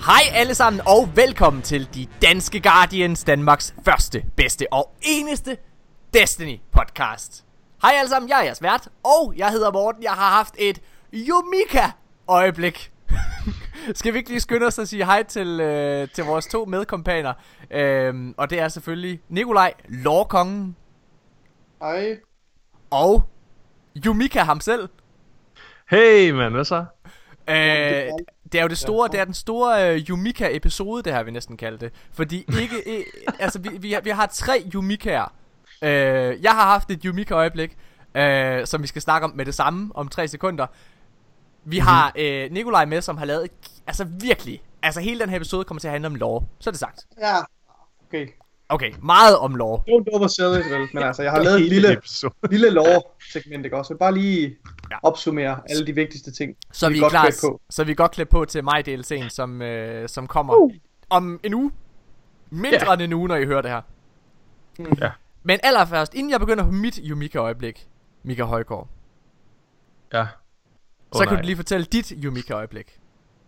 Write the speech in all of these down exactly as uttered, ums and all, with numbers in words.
Hej alle sammen og velkommen til De Danske Guardians, Danmarks første, bedste og eneste Destiny podcast. Hej alle sammen, jeg er jeres vært, og jeg hedder Morten. Jeg har haft et Yumika øjeblik. Skal vi ikke lige skynde os at sige hej til, øh, til vores to medkompaner, øhm, og det er selvfølgelig Nikolaj, Lårkongen. Hej. Og Yumika ham selv. Hey man, hvad så? Øh, det er jo det store, det er den store uh, Yumika episode, det her vi næsten kalde det. Fordi ikke, eh, altså vi, vi, har, vi har tre Yumikaer. uh, Jeg har haft et Yumika øjeblik, uh, som vi skal snakke om med det samme om tre sekunder. Vi mm-hmm. har uh, Nikolaj med, som har lavet, altså virkelig, altså hele den her episode kommer til at handle om lore. Så er det sagt. Ja, okay. Okay, meget om lore. Don't oversell it, vel, men altså jeg har lavet et lille, lille lore-segment, ikke også? Så bare lige ja. opsummere alle de vigtigste ting. Så vi er klar, så vi er godt klædt på til mig D L C'en, som, øh, som kommer uh. om en uge. Mindre yeah. end en uge, når I hører det her. Mm. Ja. Men allerførst, inden jeg begynder på mit Yumika øjeblik, Mika Højgaard. Ja. Oh, så kan nej. du lige fortælle dit Yumika øjeblik.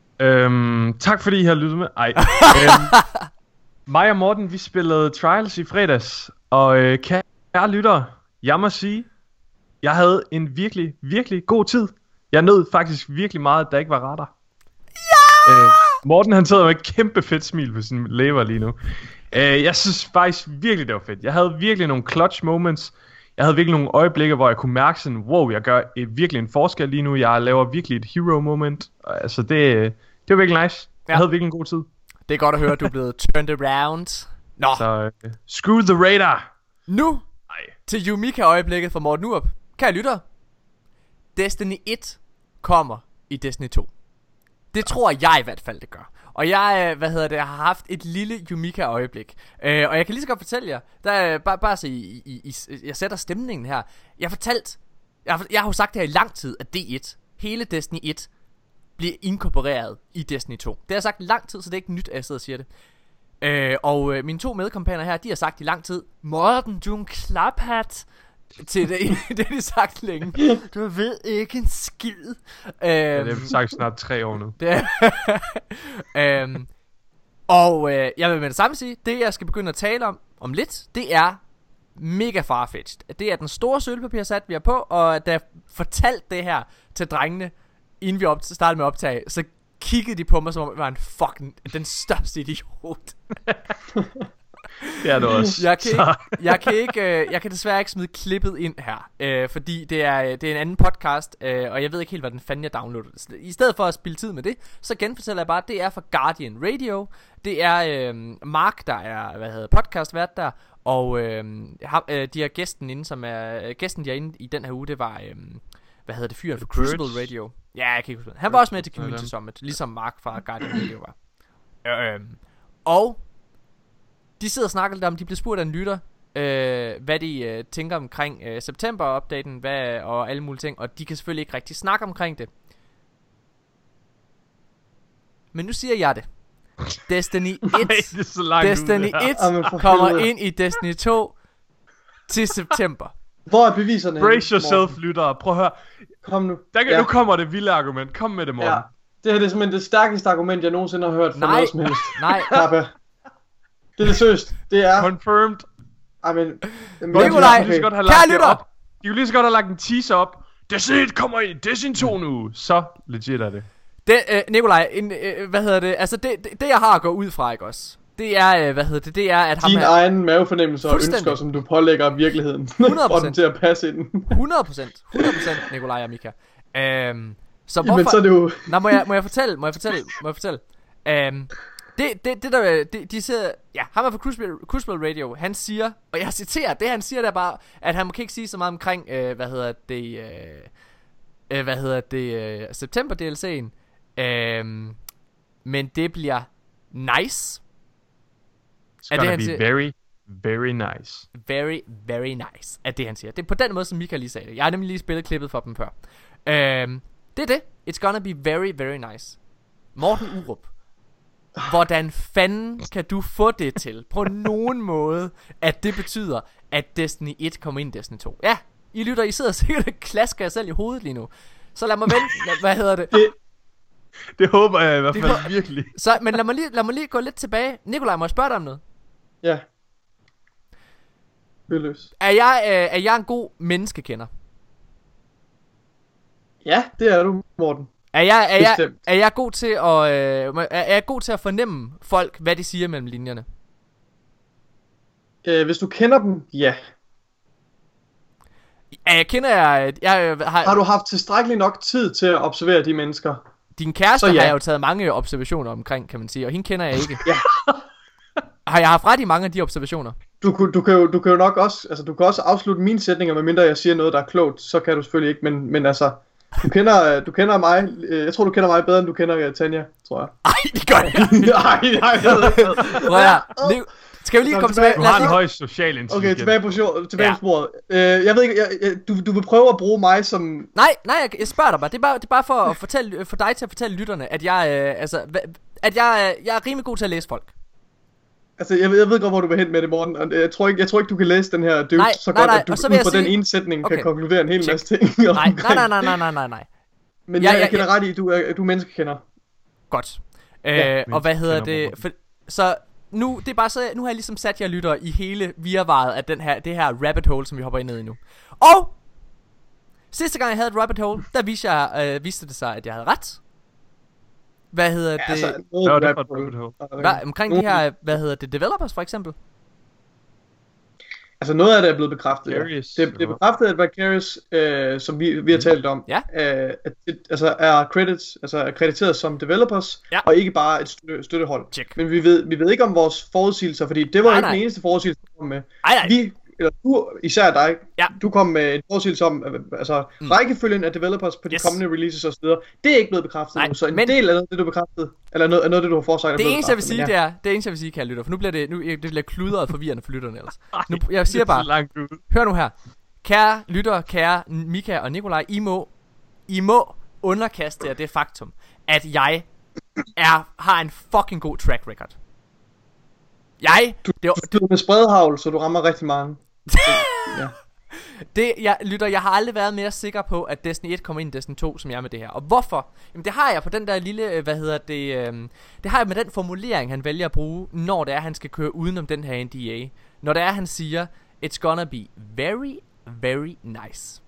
Øhm, tak fordi I har lyttet med. Ej. øhm, mig og Morten, vi spillede Trials i fredags. Og øh, kære lyttere, jeg må sige, jeg havde en virkelig, virkelig god tid. Jeg nød faktisk virkelig meget, at der ikke var radar. Ja! Øh, Morten han sidder med et kæmpe fedt smil på sin lever lige nu. øh, Jeg synes faktisk virkelig, det var fedt. Jeg havde virkelig nogle clutch moments. Jeg havde virkelig nogle øjeblikke, hvor jeg kunne mærke sådan, wow, jeg gør et, virkelig en forskel lige nu. Jeg laver virkelig et hero moment. Altså det, det var virkelig nice. Jeg ja. havde virkelig en god tid. Det er godt at høre, at du er blevet turned around. Nå. Så uh, screw the radar. Nu Ej. til Yumika øjeblikket for Morten Urup. Kære lytter, Destiny et kommer i Destiny to. Det tror jeg i hvert fald det gør. Og jeg, hvad hedder det, har haft et lille Yumika øjeblik. øh, Og jeg kan lige så godt fortælle jer der, bare, bare så I, I, I, jeg sætter stemningen her. Jeg har fortalt Jeg har, jeg har jo sagt det her i lang tid, at D et, hele Destiny et, bliver inkorporeret i Destiny to. Det har jeg sagt i lang tid, så det er ikke nyt, at jeg sidder og siger det. øh, Og øh, mine to medkompaner her, de har sagt i lang tid: Morten, du er en klaphat. Til det, det har de sagt længe. Du ved ikke en skid. Ja, det har vi sagt snart tre år nu. Det øhm, Og øh, jeg vil med det samme sige, det jeg skal begynde at tale om om lidt, det er mega farfetched. Det er den store sølvpapirsat vi er på. Og da jeg fortalte det her til drengene, inden vi op- startede med optag, så kiggede de på mig som om jeg var en fucking den største idiot. Det er det også. Jeg kan, ikke, jeg kan ikke, øh, jeg kan desværre ikke smide klippet ind her, øh, fordi det er det er en anden podcast, øh, og jeg ved ikke helt, hvad den fanden jeg downloadede. I stedet for at spille tid med det, så genfortæller jeg bare, at det er fra Guardian Radio. Det er øh, Mark, der er hvad hedder podcastvært der, og øh, ham, øh, de har gæsten inde, som er øh, gæsten de er inde i den her uge. Det var øh, hvad hedder det fyren for Crucible Radio. Ja, jeg kan ikke huske. Han var også med til Community Summit, ligesom Mark fra Guardian Radio var. Øh, øh, og de sidder og snakker lidt om, de bliver spurgt af en lytter, øh, hvad de øh, tænker omkring øh, september-updaten hvad, og alle mulige ting. Og de kan selvfølgelig ikke rigtig snakke omkring det. Men nu siger jeg det. Destiny et, Nej, Destiny et kommer ind i Destiny to til september. Hvor er beviserne? Brace yourself, lyttere. Prøv at høre. Kom nu. Der, ja. Nu kommer det vilde argument. Kom med det, Morten. Ja. Det her det er simpelthen det stærkeste argument, jeg nogensinde har hørt for Nej. noget som helst. Nej. Kappa. Det er det seriøst. Det er confirmed. I mean, Nikolaj, okay. kære lytter. De kunne lige så godt have lagt en teaser op. Destiny et kommer i Destiny to nu. Så legit er det. Det, øh, Nikolaj, en, øh, hvad hedder det? Altså det, det, det jeg har at gå ud fra, ikke også? Det er, øh, hvad hedder det? Det er at ham din her... egen mavefornemmelse og ønsker, som du pålægger virkeligheden. hundrede procent For den til at passe ind. hundrede procent hundrede procent Nikolaj og Mika. Øhm, så hvorfor... Jamen, så er det jo... Nå, må jeg, må jeg fortælle? Må jeg fortælle? Må jeg fortælle? Øhm, det, det, det der, de, de siger, ja, ham er fra Crucible, Crucible Radio. Han siger, og jeg citerer, det han siger der bare, at han må ikke sige så meget omkring, øh, hvad hedder det, øh, øh, hvad hedder det, øh, September D L C'en. Øhm, men det bliver nice. It's gonna be very, very nice. Very, very nice, er det han siger. Det er på den måde, som Mika lige sagde det. Jeg har nemlig lige spillet klippet for dem før. øhm, Det er det. It's gonna be very, very nice. Morten Urup, hvordan fanden kan du få det til på nogen måde, at det betyder, at Destiny et kommer ind i Destiny to? Ja, I lytter, I sidder sikkert og klasker jer selv i hovedet lige nu. Så lad mig vente. Hvad hedder det? det Det håber jeg i hvert Det fald håber- virkelig. Så, men lad mig, lige, lad mig lige gå lidt tilbage. Nikolaj, må jeg spørge dig om noget? Ja. Løs. Er jeg, øh, er jeg en god menneskekender? Ja, det er du, Morten. Er jeg, er jeg, Bestemt. er jeg god til at øh, er er jeg god til at fornemme folk, hvad de siger mellem linjerne? Øh, hvis du kender dem, ja. Ja, jeg kender jeg, jeg øh, har, Har du haft tilstrækkelig nok tid til at observere de mennesker? din kæreste Så ja. har jeg jo taget mange observationer omkring, kan man sige, og hende kender jeg ikke. Ja. Har jeg haft ret i mange af de observationer? Du, kunne- du, kan jo, du kan jo nok også, altså du kan også afslutte mine sætninger, medmindre jeg siger noget, der er klogt, så kan du selvfølgelig ikke, men, men altså, du kender, du kender mig, øh, jeg tror du kender mig bedre, end du kender uh, Tanja, tror jeg. Ej, det gør jeg ikke. nej, nej, jeg ved ikke. Prøv at høre. Ni- Skal vi lige Nå, komme tilbage- tilbage? Du Lad har os en lige... høj social intelligens. Okay, tilbage på, show, tilbage Ja. på sporet. Øh, jeg ved ikke, jeg, jeg, du, du vil prøve at bruge mig som... Nej, nej, jeg, jeg spørger dig bare. Det er bare, det er bare for at fortælle, for dig til at fortælle lytterne, at jeg, øh, altså, hva- at jeg, øh, jeg er rimelig god til at læse folk. Altså, jeg, ved- jeg ved godt, hvor du vil hen med det, Morten. Og jeg tror ikke, jeg tror ikke du kan læse den her dybt Nej, så nej, godt, nej, at du og så ud vil jeg på den sige- ene sætning Okay. kan konkludere en hel Check. masse ting. Nej, nej, omkring. nej, nej, nej, nej, nej, nej. Men Ja, jeg, ja, jeg kender ja. ret i, du er, du er menneskekender. Godt. Øh, Ja, og hvad hedder menneskekender, det? For, så nu, det er bare så, nu har jeg ligesom sat jer lyttere i hele virvaret af den her, det her rabbit hole, som vi hopper ind i nu. Og sidste gang jeg havde et rabbit hole, der viste, jeg, øh, viste det sig, at jeg havde ret. Hvad hedder det? Altså, Hvad noget var det rap- for et rabbit hole? Hvad, omkring de her, hvad hedder det, developers for eksempel? Altså noget af det er blevet bekræftet. Ja. Vicarious, Det, det er bekræftet, at Vicarious, øh, som vi, vi har talt om, Ja. øh, at det, altså er credits, altså er krediteret som developers, Ja. og ikke bare et støtte, støttehold. Check. Men vi ved, vi ved ikke om vores forudsigelser, fordi det var Nej, ikke nej. den eneste forudsigelse, vi kom med. Ej, nej. Vi, eller du, især dig, Ja. du kom med en forudsigelse om, øh, altså Mm. rækkefølgen af developers på de Yes. kommende releases og så videre. Det er ikke blevet bekræftet Nej, nu, så en men- del af noget, det du bekræftet, eller noget, af noget, det du har forudsagt, er Det blevet eneste jeg vil bekræftet, sige, men det er, det eneste jeg vil sige, kære lytter, for nu bliver det, nu det bliver kludret og forvirrende for lytterne ellers. Nu, jeg siger Det er bare, så langt ud. hør nu her. Kære lyttere, kære Mika og Nikolaj, I må, I må underkaste jer det faktum, at jeg er, har en fucking god track record. Jeg, det, Du skyder med spredhavl, så du rammer rigtig mange. Ja. det, jeg lytter, jeg har aldrig været mere sikker på, at Destiny et kommer ind i Destiny to, som jeg er med det her. Og hvorfor? Jamen det har jeg på den der lille, øh, hvad hedder det, øh, det har jeg med den formulering, han vælger at bruge, når det er, han skal køre udenom den her N D A. Når det er, han siger, it's gonna be very, very nice.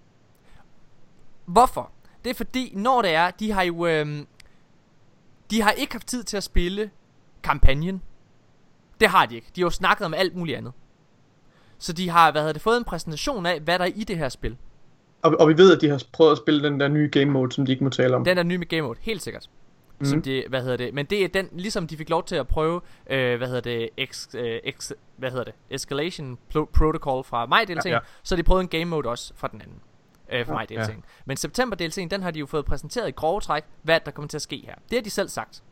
Hvorfor? Det er fordi, når det er, de har jo, øh, de har ikke haft tid til at spille kampagnen. Det har de ikke. De har jo snakket om alt muligt andet. Så de har, hvad hedder det, fået en præsentation af, hvad der er i det her spil. Og, og vi ved, at de har prøvet at spille den der nye game mode, som de ikke må tale om. Den er ny med game mode, helt sikkert. Mm. Som de, hvad hedder det, men det er den, ligesom de fik lov til at prøve, øh, hvad hedder det, ex, øh, ex, hvad hedder det, Escalation Pro- Protocol fra mig D L C'en, ja, Ja, ja. ja. Så har de prøvet en game mode også fra den anden, øh, fra Ja, mig D L C'en. ja. Men September D L C'en, den har de jo fået præsenteret i grove træk, hvad der kommer til at ske her. Det har de selv sagt.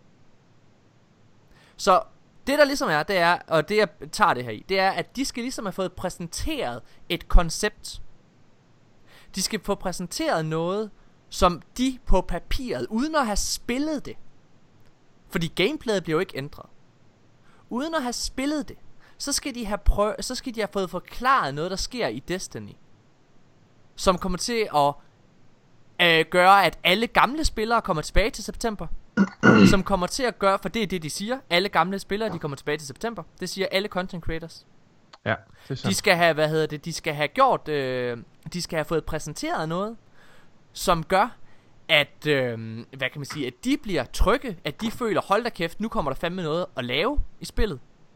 Så det der ligesom er, det er, og det jeg tager det her i, det er, at de skal ligesom have fået præsenteret et koncept. De skal få præsenteret noget, som de på papiret, uden at have spillet det, fordi gameplayet bliver jo ikke ændret, uden at have spillet det, så skal de have prøv, så skal de have fået forklaret noget, der sker i Destiny, som kommer til at øh, gøre, at alle gamle spillere kommer tilbage til september. Som kommer til at gøre, for det er det de siger, alle gamle spillere, de kommer tilbage til september. Det siger alle content creators. Ja, det er De sandt. skal have, hvad hedder det, de skal have gjort, øh, de skal have fået præsenteret noget, som gør, at, øh, hvad kan man sige, at de bliver trygge, at de føler, hold da kæft, nu kommer der fandme noget at lave i spillet.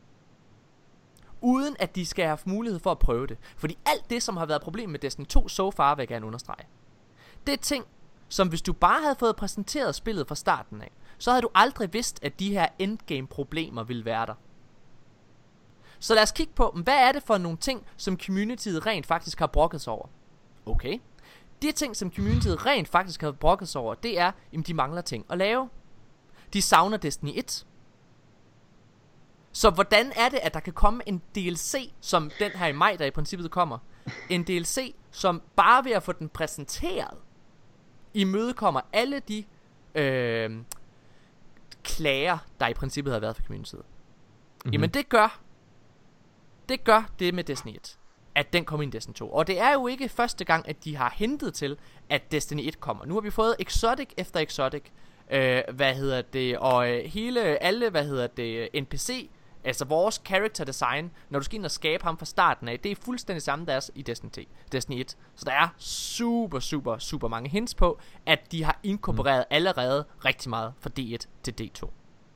Uden at de skal have haft mulighed for at prøve det. Fordi alt det, som har været problem med Destiny to so far, vil jeg gerne understrege. Det er ting, som hvis du bare havde fået præsenteret spillet fra starten af, så havde du aldrig vidst, at de her endgame problemer ville være der. Så lad os kigge på, hvad er det for nogle ting, som communityet rent faktisk har brokket sig over. Okay. De ting, som communityet rent faktisk har brokket sig over, det er, at de mangler ting at lave. De savner Destiny et. Så hvordan er det, at der kan komme en D L C, som den her i maj, der i princippet kommer. En D L C, som bare ved at få den præsenteret, imødekommer alle de øh, klager, der i princippet har været for communityet. Mm-hmm. Jamen det gør, det gør det med Destiny et, at den kommer i Destiny to. Og det er jo ikke første gang, at de har hentet til, at Destiny et kommer. Nu har vi fået Exotic efter Exotic. øh, hvad hedder det, og øh, hele, alle, hvad hedder det, N P C, altså vores character design, når du skal ind og skabe ham fra starten af, det er fuldstændig samme, der er i Destiny, Destiny et. Så der er super, super, super mange hints på, at de har inkorporeret mm. allerede rigtig meget fra D et til D to.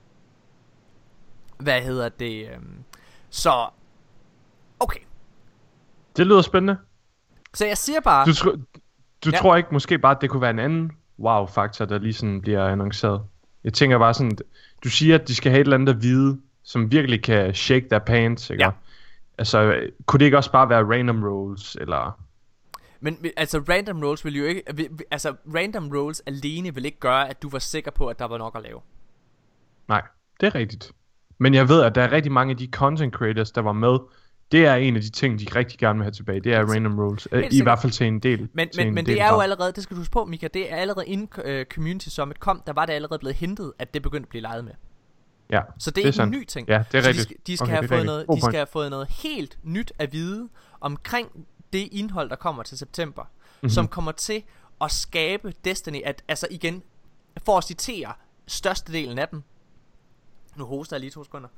Hvad hedder det? Øh, så, okay. Det lyder spændende. Så jeg siger bare... Du, tro, du ja. tror ikke måske bare, at det kunne være en anden wow-faktor, der lige sådan bliver annonceret? Jeg tænker bare sådan, du siger, at de skal have et eller andet at vide, som virkelig kan shake their pants, ikke? Ja. Altså, kunne det ikke også bare være random rolls, eller... Men altså, random rolls vil jo ikke... Altså, random rolls alene vil ikke gøre, at du var sikker på, at der var nok at lave. Nej, det er rigtigt. Men jeg ved, at der er rigtig mange af de content creators, der var med. Det er en af de ting, de rigtig gerne vil have tilbage. Det er random rolls. I sikkert. Hvert fald til en del. Men, men, en men del det er fra. jo allerede, det skal du huske på, Mika, det er allerede inden uh, Community Summit kom, der var det allerede blevet hintet, at det begyndte at blive leget med. Ja, så det er, det er ikke sandt. en ny ting. Ja, det er så rigtigt. de skal, de skal, okay, have, fået rigtigt. noget, de skal have fået noget helt nyt at vide omkring det indhold, der kommer til september, mm-hmm. som kommer til at skabe Destiny, at, altså igen, for at citere størstedelen af dem. Nu hoster jeg lige to sekunder.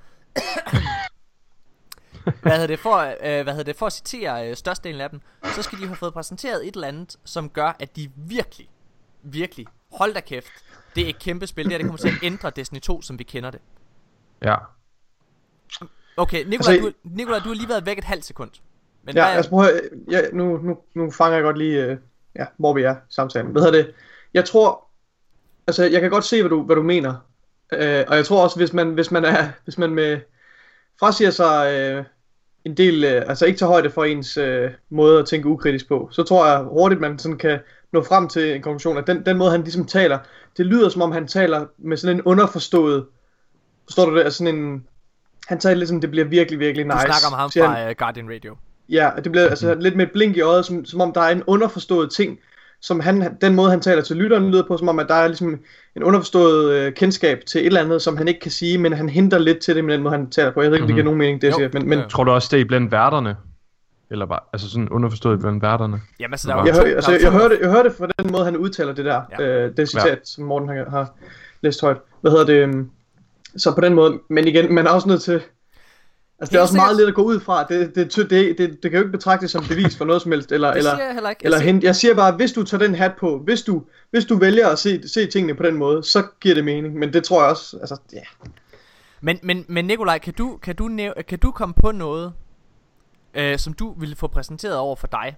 hvad hedder det for øh, hvad hedder det for at citere øh, størstedelen af dem, så skal de have fået præsenteret et eller andet, som gør, at de virkelig, virkelig, hold da kæft, det er et kæmpe spil, det her, det kommer til at ændre Destiny to, som vi kender det. Ja. Okay, Nikolaj, altså, du, Nikolaj, du har lige været væk et halvt sekund. Men ja, altså prøv at, ja, nu, nu, nu fanger jeg godt lige, øh, ja, hvor vi er samtalen. Hvad hedder det? Jeg tror, altså jeg kan godt se, hvad du, hvad du mener. Øh, og jeg tror også, hvis man, hvis man er, hvis man med frasiger sig øh, en del, øh, altså ikke tager højde for ens øh, måde at tænke ukritisk på, så tror jeg hurtigt, man sådan kan nå frem til en konklusion, at den, den måde, han ligesom taler, det lyder som om, han taler med sådan en underforstået, forstår du det, altså sådan en, han taler lidt sådan, det bliver virkelig, virkelig nice. Du snakker om ham fra han, Guardian Radio. Ja, det bliver altså lidt med et blink i øjet, som, som om der er en underforstået ting, som han, den måde han taler til lytteren lyder på, som om at der er ligesom en underforstået øh, kendskab til et eller andet, som han ikke kan sige, men han henter lidt til det med den måde han taler på. Jeg ved ikke, mm-hmm. det giver nogen mening, det jeg siger, men, men tror du også det er blandt værterne? Eller bare, altså sådan underforstået blandt værterne? Jamen altså, der var jeg, to, hør, altså, jeg, hørte, jeg hørte fra den måde han udtaler det der, ja. øh, det citat, ja. som Morten har, har læst højt. Hvad hedder det? Um, så på den måde, men igen, man er også nødt til. Altså det er også meget lidt at gå ud fra. Det, det, det, det, det, det kan jo ikke betragtes som bevis for noget som helst. Eller, eller, jeg eller jeg, siger... jeg siger bare, hvis du tager den hat på, hvis du, hvis du vælger at se, se tingene på den måde, så giver det mening. Men det tror jeg også, altså ja. Yeah. Men, men, men Nikolaj, kan du, kan, du næv- kan du komme på noget, øh, som du ville få præsenteret over for dig,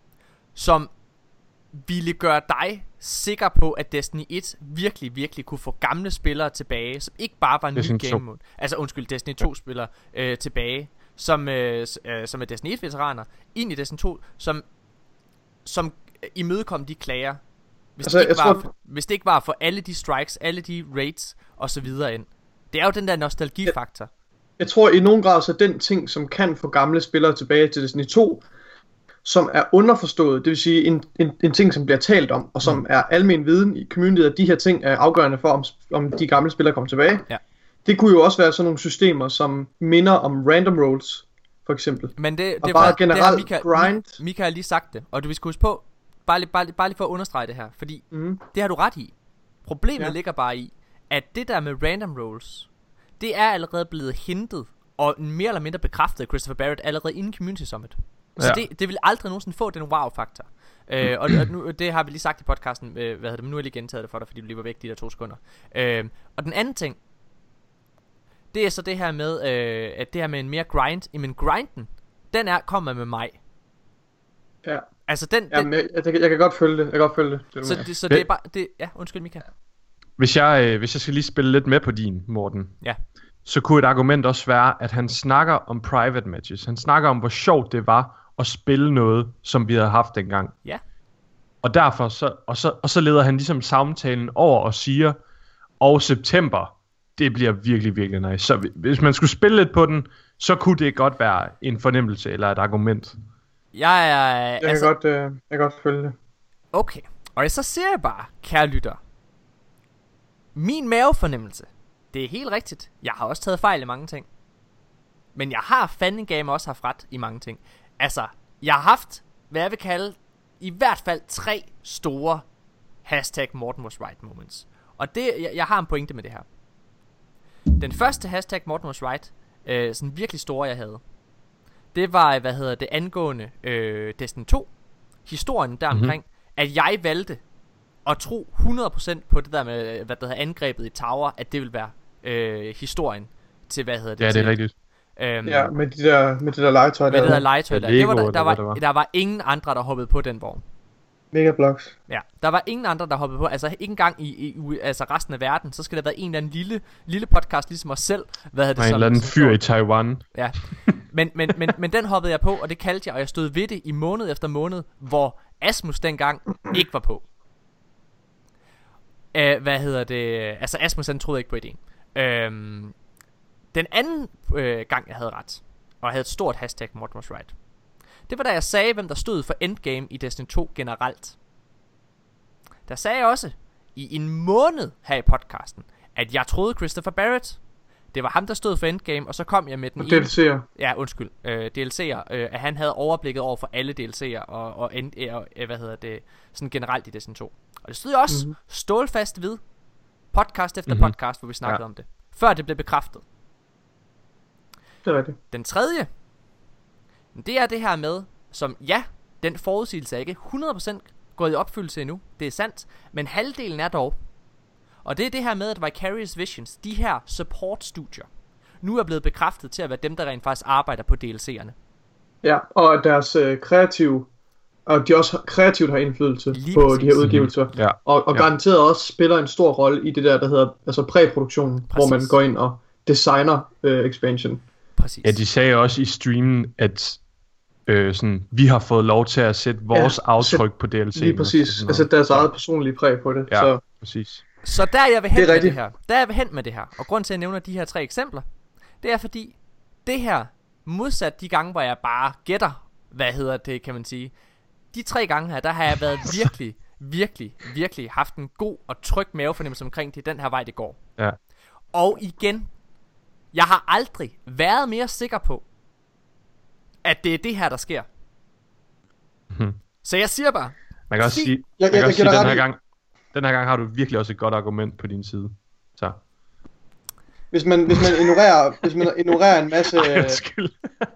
som ville gøre dig sikker på, at Destiny et virkelig, virkelig kunne få gamle spillere tilbage, som ikke bare var en ny game mode. Altså undskyld, Destiny to spillere øh, tilbage, som, øh, som er Destiny et veteraner, ind i Destiny to, som, som imødekom de klager, hvis, altså, det ikke var, tror... hvis det ikke var for alle de strikes, alle de raids og så videre ind. Det er jo den der nostalgifaktor. Jeg, jeg tror i nogen grad så den ting, som kan få gamle spillere tilbage til Destiny to, som er underforstået, det vil sige en, en, en ting, som bliver talt om, og som mm. er almen viden i communityet, at de her ting er afgørende for, om, om de gamle spillere kommer tilbage. Ja. Det kunne jo også være sådan nogle systemer, som minder om random rolls, for eksempel. Men det, og det, bare var, generelt det har Mika, grind. Mika har lige sagt det, og du skal huske på, bare lige, bare, lige, bare lige for at understrege det her, fordi mm. det har du ret i. Problemet ja. ligger bare i, at det der med random rolls, det er allerede blevet hintet, og mere eller mindre bekræftet af Christopher Barrett allerede inden Community Summit. Så ja. det, det vil aldrig nogensinde få den wow-faktor. øh, Og, og nu, det har vi lige sagt i podcasten, øh, hvad hedder det, men nu har jeg lige gentaget det for dig, fordi du lige var væk de der to sekunder. øh, Og den anden ting, det er så det her med øh, at det her med en mere grind. Jamen grinden, den er kommer med mig. Ja. Altså den, Jamen, jeg, jeg, jeg kan godt følge det. Jeg kan godt følge det, det Så, det, så det er bare det, ja, undskyld Mika. Hvis jeg, øh, hvis jeg skal lige spille lidt med på din, Morten, ja. så kunne et argument også være, at han snakker om private matches. Han snakker om, hvor sjovt det var at spille noget, som vi havde haft dengang. Ja. Og derfor så, og så, og så leder han ligesom samtalen over og siger, og september, det bliver virkelig, virkelig nice. Så hvis man skulle spille lidt på den, så kunne det godt være en fornemmelse eller et argument. Jeg er... Jeg kan, altså, godt, øh, jeg kan godt følge det. Okay, og så ser jeg bare, kære lytter, min mavefornemmelse, det er helt rigtigt. Jeg har også taget fejl i mange ting. Men jeg har fandme game også haft ret i mange ting. Altså, jeg har haft, hvad jeg vil kalde, i hvert fald tre store hashtag Morten was right moments. Og det, jeg, jeg har en pointe med det her. Den første hashtag Morten was right, øh, sådan virkelig store jeg havde, det var, hvad hedder det, angående øh, Destiny to, historien deromkring, mm-hmm. at jeg valgte at tro hundrede procent på det der med, hvad der hedder angrebet i Tower, at det ville være øh, historien til, hvad hedder det? Ja, det er rigtigt. Øhm, ja, med de der, med det der legetøj med der. det der legetøj der. Lego, Det var der, der, var, det var. der var ingen andre, der hoppede på den vogn. Megabloks. Ja, der var ingen andre, der hoppede på. Altså ikke engang i, i altså resten af verden. Så skal der være en eller anden lille, lille podcast, ligesom os selv. Hvad havde det? Nej, en eller anden fyr i Taiwan. Ja, men, men, men, men den hoppede jeg på, og det kaldte jeg, og jeg stod ved det i måned efter måned, hvor Asmus dengang ikke var på. Uh, hvad hedder det? Altså Asmus, han troede ikke på ideen. Uh, den anden uh, gang, jeg havde ret, og havde et stort hashtag Morten was right, det var da jeg sagde, hvem der stod for endgame i Destiny to generelt. Der sagde jeg også i en måned her i podcasten, at jeg troede Christopher Barrett, det var ham der stod for endgame. Og så kom jeg med den og D L C'er. Ja, undskyld, øh, D L C'er, øh, at han havde overblikket over for alle D L C'er og, og, end, øh, hvad hedder det, sådan generelt i Destiny to. Og det stod jeg også mm-hmm. stålfast ved, podcast efter mm-hmm. podcast, hvor vi snakkede ja. om det, før det blev bekræftet. Det er rigtigt. Den tredje, det er det her med, som ja, den forudsigelse er ikke hundrede procent gået i opfyldelse endnu, det er sandt, men halvdelen er dog. Og det er det her med, at Vicarious Visions, de her support-studier, nu er blevet bekræftet til at være dem, der rent faktisk arbejder på D L C'erne. Ja, og at deres øh, kreative, og de også kreativt har indflydelse lige på præcis. De her udgivelser. Mm-hmm. Ja. Og, og ja. garanteret også spiller en stor rolle i det der, der hedder altså præproduktionen, hvor man går ind og designer øh, expansion. Præcis. Ja, de sagde også i streamen, at øh, sådan, vi har fået lov til at sætte vores ja, aftryk sæt, på D L C'en. Lige præcis, altså deres eget personlige præg på det. Ja, så. præcis. Så der jeg vil hen det med det her, der jeg vil hen med det her, og grund til at jeg nævner de her tre eksempler, det er fordi, det her, modsat de gange, hvor jeg bare gætter, hvad hedder det, kan man sige, de tre gange her, der har jeg været virkelig, virkelig, virkelig haft en god og tryg mavefornemmelse omkring, det er den her vej, det går. Ja. Og igen, jeg har aldrig været mere sikker på, at det er det her, der sker. Hmm. Så jeg siger bare, man kan også sige, jeg, man kan jeg, også jeg, sige jeg, den her gang, den her gang har du virkelig også et godt argument på din side. Så. Hvis man hvis man ignorerer hvis man ignorerer en masse Ej, undskyld.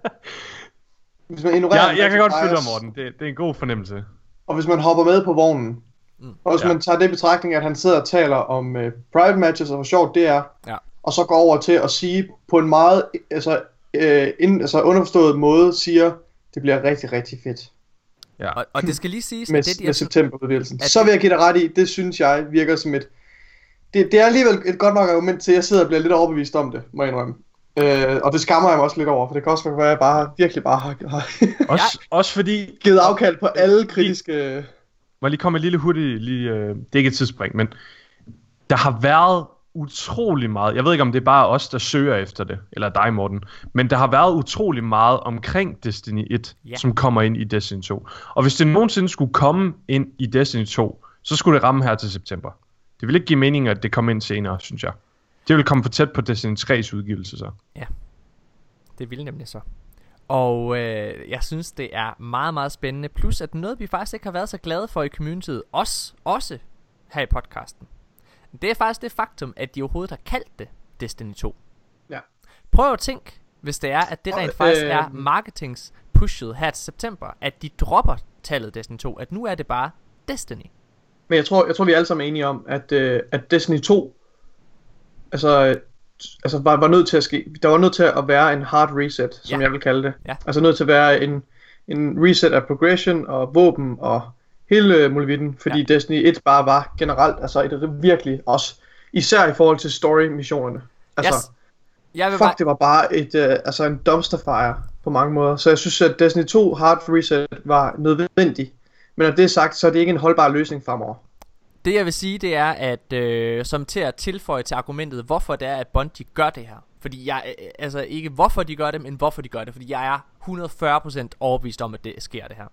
Hvis man ignorerer ja, jeg kan godt følge dig, Morten. Det, det er en god fornemmelse. Og hvis man hopper med på vognen, mm. og hvis ja. man tager det i betragtning, at han sidder og taler om uh, private matches og hvor sjovt det er, ja. og så går over til at sige på en meget altså, uh, ind, altså underforstået måde, siger, det bliver rigtig, rigtig fedt. Ja. Og, og det skal lige siges, med, at det, de med septemberudvidelsen. Så vil jeg give dig ret i, det synes jeg virker som et, det, det er alligevel et godt nok argument til, at jeg sidder og bliver lidt overbevist om det, må jeg indrømme. Øh, og det skammer jeg mig også lidt over, for det kan også være, at jeg bare, virkelig bare har, har også, også fordi givet afkald på alle kritiske. Må jeg lige komme et lille hurtigt, lige, øh, det er ikke et tidsspring, men der har været utrolig meget, jeg ved ikke om det er bare os, der søger efter det, eller dig, Morten, men der har været utrolig meget omkring Destiny et, yeah. som kommer ind i Destiny to. Og hvis det nogensinde skulle komme ind i Destiny to, så skulle det ramme her til september. Det vil ikke give mening, at det kommer ind senere, synes jeg. Det vil komme for tæt på Destiny tre's udgivelse så. Ja, det vil nemlig så. Og øh, jeg synes, det er meget, meget spændende. Plus, at noget, vi faktisk ikke har været så glade for i communityet, os, også her i podcasten, det er faktisk det faktum, at de overhovedet har kaldt det Destiny to. Ja. Prøv at tænke, hvis det er, at det rent faktisk øh... er marketingspushet her til september, at de dropper tallet Destiny to, at nu er det bare Destiny. Men jeg tror, jeg tror vi alle sammen er enige om, at, øh, at Destiny to altså, altså var, var nødt til at ske. Der var nødt til at være en hard reset, som ja. jeg vil kalde det. Ja. Altså nødt til at være en, en reset af progression og våben og hele muligheden, fordi ja. Destiny et bare var generelt, altså et virkelig også, især i forhold til story-missionerne. Altså, yes. jeg vil fuck, bare... det var bare et, uh, altså en dumpster fire på mange måder. Så jeg synes, at Destiny to hard reset var nødvendig. Men når det er sagt, så er det ikke en holdbar løsning fremover. Det jeg vil sige, det er, at øh, som til at tilføje til argumentet, hvorfor det er, at Bungie gør det her. Fordi jeg, øh, altså ikke hvorfor de gør det, men hvorfor de gør det. Fordi jeg er hundrede og fyrre procent overbevist om, at det sker det her.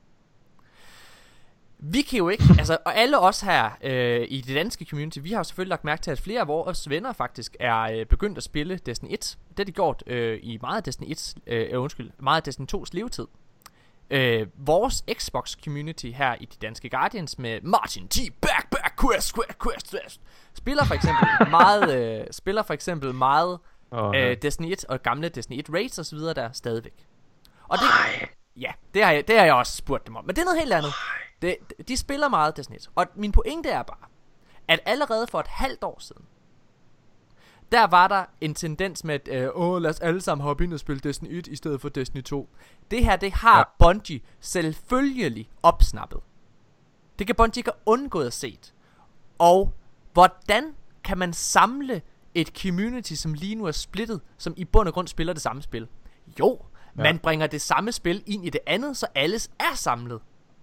Vi kan jo ikke, altså, og alle os her øh, i det danske community, vi har jo selvfølgelig lagt mærke til, at flere af vores venner faktisk er øh, begyndt at spille Destiny et. Det har de gjort øh, i meget af Destiny et's, øh, undskyld, meget af Destiny to's levetid. Øh, vores Xbox community her i de danske Guardians med Martin T. Back Back quest, quest, quest, quest. Spiller for eksempel meget, øh, spiller for eksempel meget oh, øh, ja. Destiny et og gamle Destiny et raids og så videre der stadigvæk. Og det, ja, det har, jeg, det har jeg også spurgt dem om. Men det er noget helt andet. Det, de spiller meget Destiny et. Og min pointe er bare, at allerede for et halvt år siden, der var der en tendens med, at øh, åh, lad os alle sammen hoppe ind og spille Destiny et i stedet for Destiny to. Det her, det har ja. Bungie selvfølgelig opsnappet. Det kan Bungie ikke have undgået at set. Og hvordan kan man samle et community, som lige nu er splittet, som i bund og grund spiller det samme spil? Jo, ja. Man bringer det samme spil ind i det andet, så alles er samlet.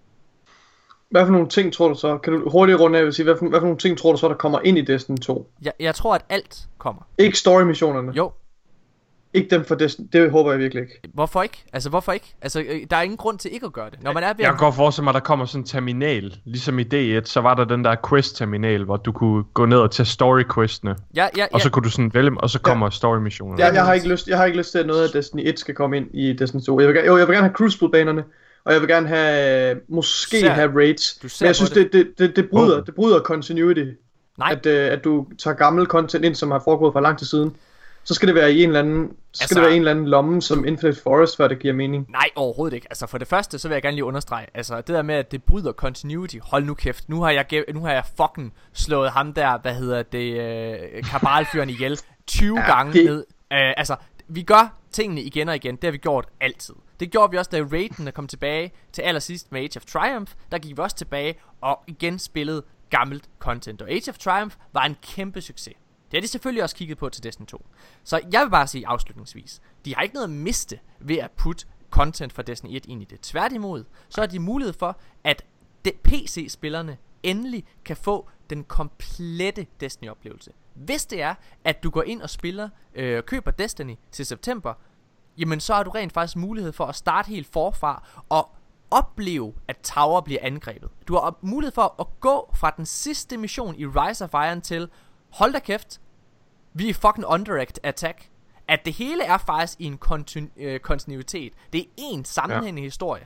Hvad for nogle ting tror du så? Kan du hurtigt runde af og sige, hvad for, hvad for nogle ting tror du så, der kommer ind i Destiny to? Jeg, jeg tror, at alt kommer. Ikke story-missionerne? Jo. Ikke dem for Destiny, det håber jeg virkelig ikke. Hvorfor ikke? Altså, hvorfor ikke? Altså, der er ingen grund til ikke at gøre det. Når man er ved Jeg at... kan godt forestille mig, at der kommer sådan en terminal. Ligesom i D et, så var der den der quest-terminal, hvor du kunne gå ned og tage story-questene. Ja, ja, ja. Og så kunne du sådan vælge, og så kommer ja. story-missionerne. Ja, jeg har ikke lyst, jeg har ikke lyst til, at noget af Destiny et skal komme ind i Destiny to. Jeg vil, jo, jeg vil gerne have Crucible-banerne, og jeg vil gerne have, måske ser, have raids. Men jeg synes, det, det, det, det, bryder, oh. det bryder continuity. Nej. At, uh, at du tager gammel content ind, som har foregået for lang tid siden. Så skal det være i en eller anden, så skal altså, det være i en eller anden lomme som Infinite Forest, før det giver mening. Nej, overhovedet ikke. Altså for det første, så vil jeg gerne lige understrege, altså det der med, at det bryder continuity, hold nu kæft. Nu har jeg, nu har jeg fucking slået ham der, hvad hedder det, øh, Kabal-fyren ihjel tyve ja, gange det... ned. Øh, altså, vi gør tingene igen og igen, det har vi gjort altid. Det gjorde vi også, da raiden kom tilbage til allersidst med Age of Triumph. Der gik vi også tilbage og igen spillede gammelt content. Og Age of Triumph var en kæmpe succes. Det har de selvfølgelig også kigget på til Destiny to. Så jeg vil bare sige afslutningsvis, de har ikke noget at miste ved at putte content fra Destiny et ind i det. Tværtimod, så har de mulighed for, at P C-spillerne endelig kan få den komplette Destiny-oplevelse. Hvis det er, at du går ind og spiller, øh, køber Destiny til september, jamen så har du rent faktisk mulighed for at starte helt forfra og opleve, at Tower bliver angrebet. Du har mulighed for at gå fra den sidste mission i Rise of Iron til, hold da kæft, vi er fucking under attack. At det hele er faktisk i en kontinu- øh, kontinuitet. Det er en sammenhængende ja. historie.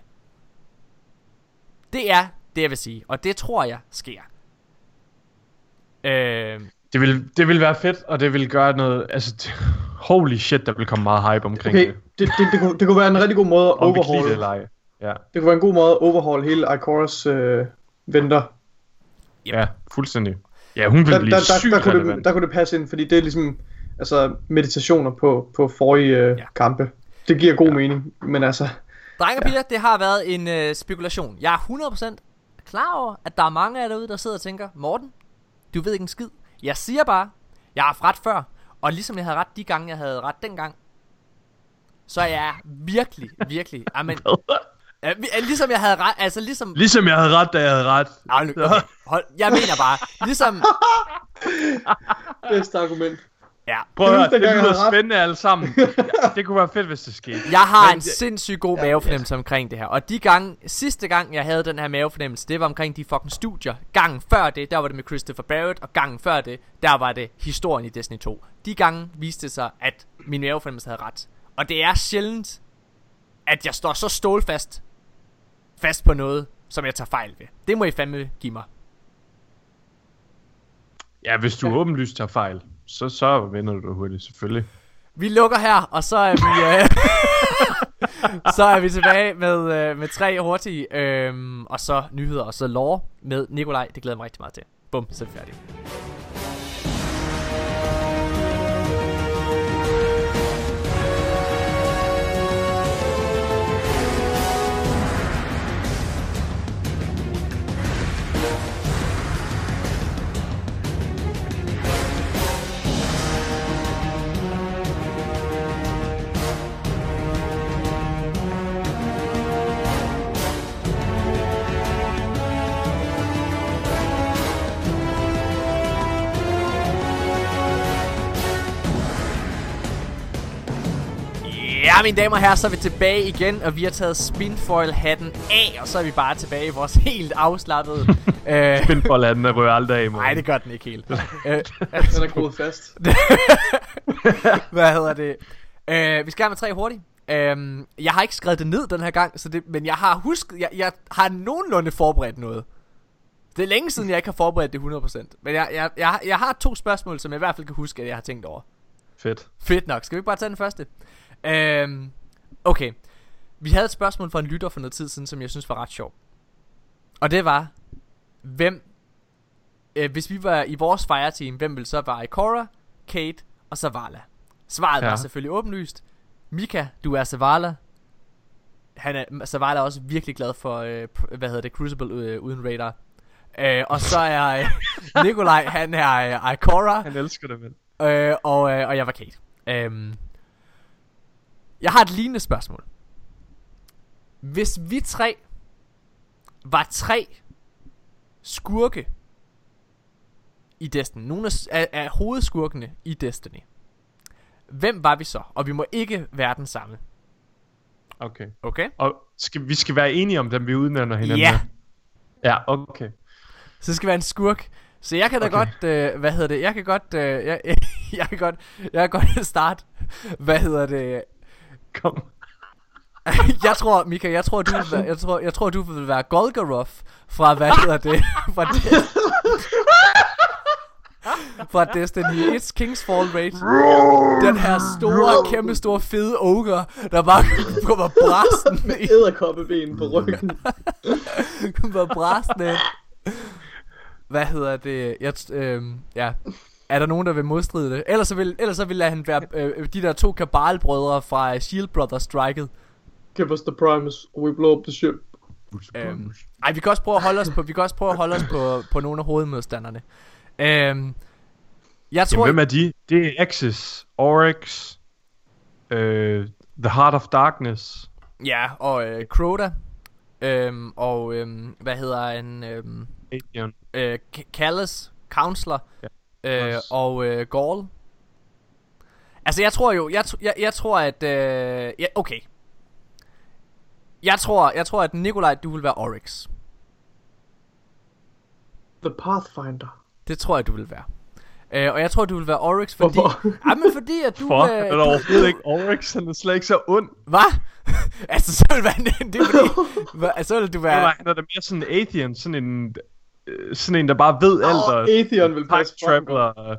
Det er det, jeg vil sige. Og det tror jeg sker. Øh... Det vil, det vil være fedt, og det vil gøre noget. Altså, t- holy shit, der vil komme meget hype omkring okay, det. Det, det, det, kunne, det kunne være en rigtig god måde at overhaul. Det, ja. det kunne være en god måde at overhaul hele Ikoras øh, venter. Yep. Ja, fuldstændig. Ja, hun vil der, blive der, der, sygt der, kunne relevant. det, der kunne det passe ind, fordi det er ligesom altså meditationer på, på forrige øh, ja. kampe. Det giver god ja. mening, men altså... Drenge og piger, ja. det har været en øh, spekulation. Jeg er hundrede procent klar over, at der er mange af jer derude, der sidder og tænker, Morten, du ved ikke en skid. Jeg siger bare, jeg har haft ret før, og ligesom jeg havde ret de gange, jeg havde ret dengang, så er jeg virkelig, virkelig... Amen, Uh, ligesom jeg havde ret, altså ligesom Ligesom jeg havde ret, da jeg havde ret. Okay, hold, jeg mener bare, ligesom bedste argument. Ja. Prøv at høre, det lyder spændende alle sammen. Ja, det kunne være fedt, hvis det skete. Jeg har Men, en sindssygt god ja, mavefornemmelse ja. omkring det her. Og de gange, sidste gang jeg havde den her mavefornemmelse, det var omkring de fucking studier. Gangen før det, der var det med Christopher Barrett. Og gangen før det, der var det historien i Destiny to. De gange viste det sig, at min mavefornemmelse havde ret. Og det er sjældent, at jeg står så stålfast Fast på noget, som jeg tager fejl ved. Det må I fandme give mig. Ja, hvis du ja. åbenlyst tager fejl, så, så vender du dig hurtigt, selvfølgelig. Vi lukker her, og så er vi øh, så er vi tilbage med, øh, med tre hurtige, øh, og så nyheder, og så lore med Nikolaj. Det glæder mig rigtig meget til. Bum, så er vi færdige. Ja, mine damer og herrer, så er vi tilbage igen, og vi har taget spinfoil-hatten af, og så er vi bare tilbage i vores helt afslappede... øh... Spinfoil-hatten er rører aldrig af, nej, det gør den ikke helt. Den er gået fast. Hvad hedder det? Øh, vi skal have med tre hurtigt. Øh, jeg har ikke skrevet det ned den her gang, så det, men jeg har husket... Jeg, jeg har nogenlunde forberedt noget. Det Det er længe siden, jeg ikke har forberedt det hundrede procent. Men jeg, jeg, jeg, har- jeg har to spørgsmål, som jeg i hvert fald kan huske, at jeg har tænkt over. Fedt. Fedt nok. Skal vi ikke bare tage den første? Øhm, okay. Vi havde et spørgsmål fra en lytter for noget tid siden, som jeg synes var ret sjov. Og det var, hvem, øh, hvis vi var i vores fireteam, hvem ville så være Ikora, Kate og Zavala? Svaret ja. var selvfølgelig åbenlyst. Mika, du er Zavala. Han er, Zavala er også virkelig glad for, øh, hvad hedder det, Crucible øh, uden radar. Øh, og så er øh, Nikolaj, han er øh, Ikora. Han elsker det, vel. Øh, og, øh, og jeg var Kate. øhm, Jeg har et lignende spørgsmål. Hvis vi tre var tre skurke i Destiny, nogle af, af, af hovedskurkene i Destiny, hvem var vi så? Og vi må ikke være den samme. Okay. Okay? Og skal, vi skal være enige om dem, vi udnævner hinanden. Ja. med. Ja, okay. Så det skal være en skurk. Så jeg kan da Okay. godt, øh, hvad hedder det? Jeg kan godt, øh, jeg, jeg kan godt, jeg kan godt starte. Hvad hedder det? Kom. Jeg tror, Mika, jeg tror du vil være, jeg tror, jeg tror du vil være Golgoroth fra hvad hedder det? Fra det, fra Destiny et King's Fall Raid. Den her store, kæmpe store fede ogre, der bare kommer bræsten i. Edderkoppeben på ryggen. Kommer bræsten ind. Hvad hedder det? Jeg, øh, ja. Er der nogen, der vil modstride det? Ellers så vil, ellers så vil han være øh, de der to kabalbrødre fra Shield Brothers striket. Give us the Primus, or we blow up the ship. Øhm, ej, vi kan også prøve at holde os på, vi kan også prøve at holde os på, på nogle af hovedmodstanderne. Øhm, jeg tror. Jamen, hvem er de? Det er Axis, Oryx, øh, The Heart of Darkness. Ja, og øh, Crota. Øhm, og øhm, hvad hedder en øhm, Atheon. øh, Callus, Counselor, Ja, øh, også. og øh, Gaul. Altså, jeg tror jo, jeg, t- jeg, jeg tror at, øh, ja, okay. Jeg tror, jeg tror at Nikolaj, du vil være Oryx. The Pathfinder. Det tror jeg, du vil være. Øh, og jeg tror, du vil være Oryx, fordi... Hvorfor? Jamen, fordi at du... For, øh, er der du overhovedet ikke Oryx, han er slet ikke så ond. hvad? altså, så vil være... Det er fordi... Hva, altså, så vil du være... Nej, han er da mere sådan en Atheon, sådan en, øh, sådan en, der bare ved alt. Åh, og Atheon vil time passe fucking traveler. godt.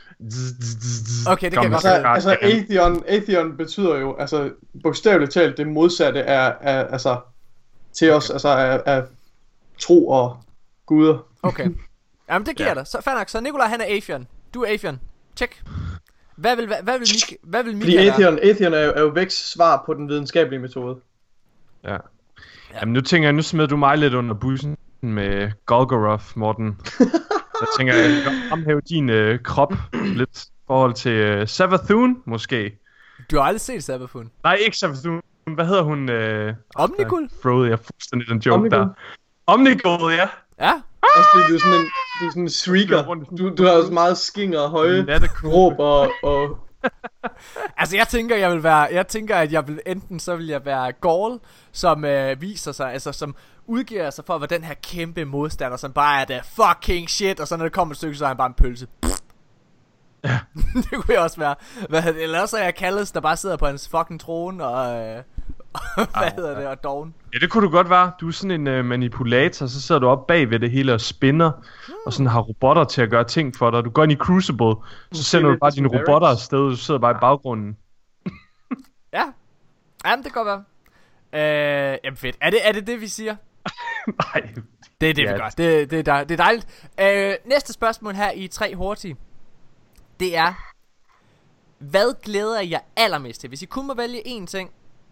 og- Okay, det kan jeg godt Altså, se. altså Atheon, Atheon betyder jo, altså bogstaveligt talt det modsatte af, af altså til os, altså af, af tro og guder. Okay. Jamen, det giver Ja. dig. Så fair nok. Så Nikolaj, han er Atheon. Du er Atheon. Check. Hvad vil, hvad, hvad vil Mika, hvad vil Mika Fordi være? Atheon, Atheon er jo, er jo Vex svar på den videnskabelige metode. Ja. Jamen nu tænker jeg, nu smider du mig lidt under bussen med Golgoroth, Morten. Jeg tænker, jeg kan godt fremhæve din øh, krop lidt i forhold til øh, Savathun, måske. Du har aldrig set Savathun. Nej, ikke Savathun. Hvad hedder hun? Øh... Omnigul? Frodo, jeg fuldstændig den joke Omnigul. der. Omnigul, ja. Ja. Også fordi du er sådan en, du er sådan en shrieker. Du, du har også meget skinger og høje Nattekråbe. råb og, og Altså, jeg tænker, jeg vil være... Jeg tænker, at jeg vil enten så vil jeg være Gaul, som øh, viser sig... Altså, som udgiver sig for at være den her kæmpe modstander, som bare er the fucking shit, og så når det kommer et stykke, så er han bare en pølse. Ja. Det kunne jeg også være. Hvad, hedder det? Eller også er jeg Callus, der bare sidder på hans fucking trone, og... Øh, hvad Ej, hedder ja. det? Og Dawn. Ja, det kunne du godt være. Du er sådan en øh, manipulator, så sidder du op bag ved det hele og spinner, og sådan har robotter til at gøre ting for dig. Du går ind i Crucible, så sender du bare dine Barracks. robotter afsted, og du sidder bare i baggrunden. Ja. Jamen, det kan godt være. Øh, jamen fedt. Er det, er det det, vi siger? Nej. Det er det, Ja. vi gør. Det, det, er dej, det er dejligt. Øh, næste spørgsmål her i tre hurtige. Det er, hvad glæder jeg allermest til? Hvis I kun må vælge én ting,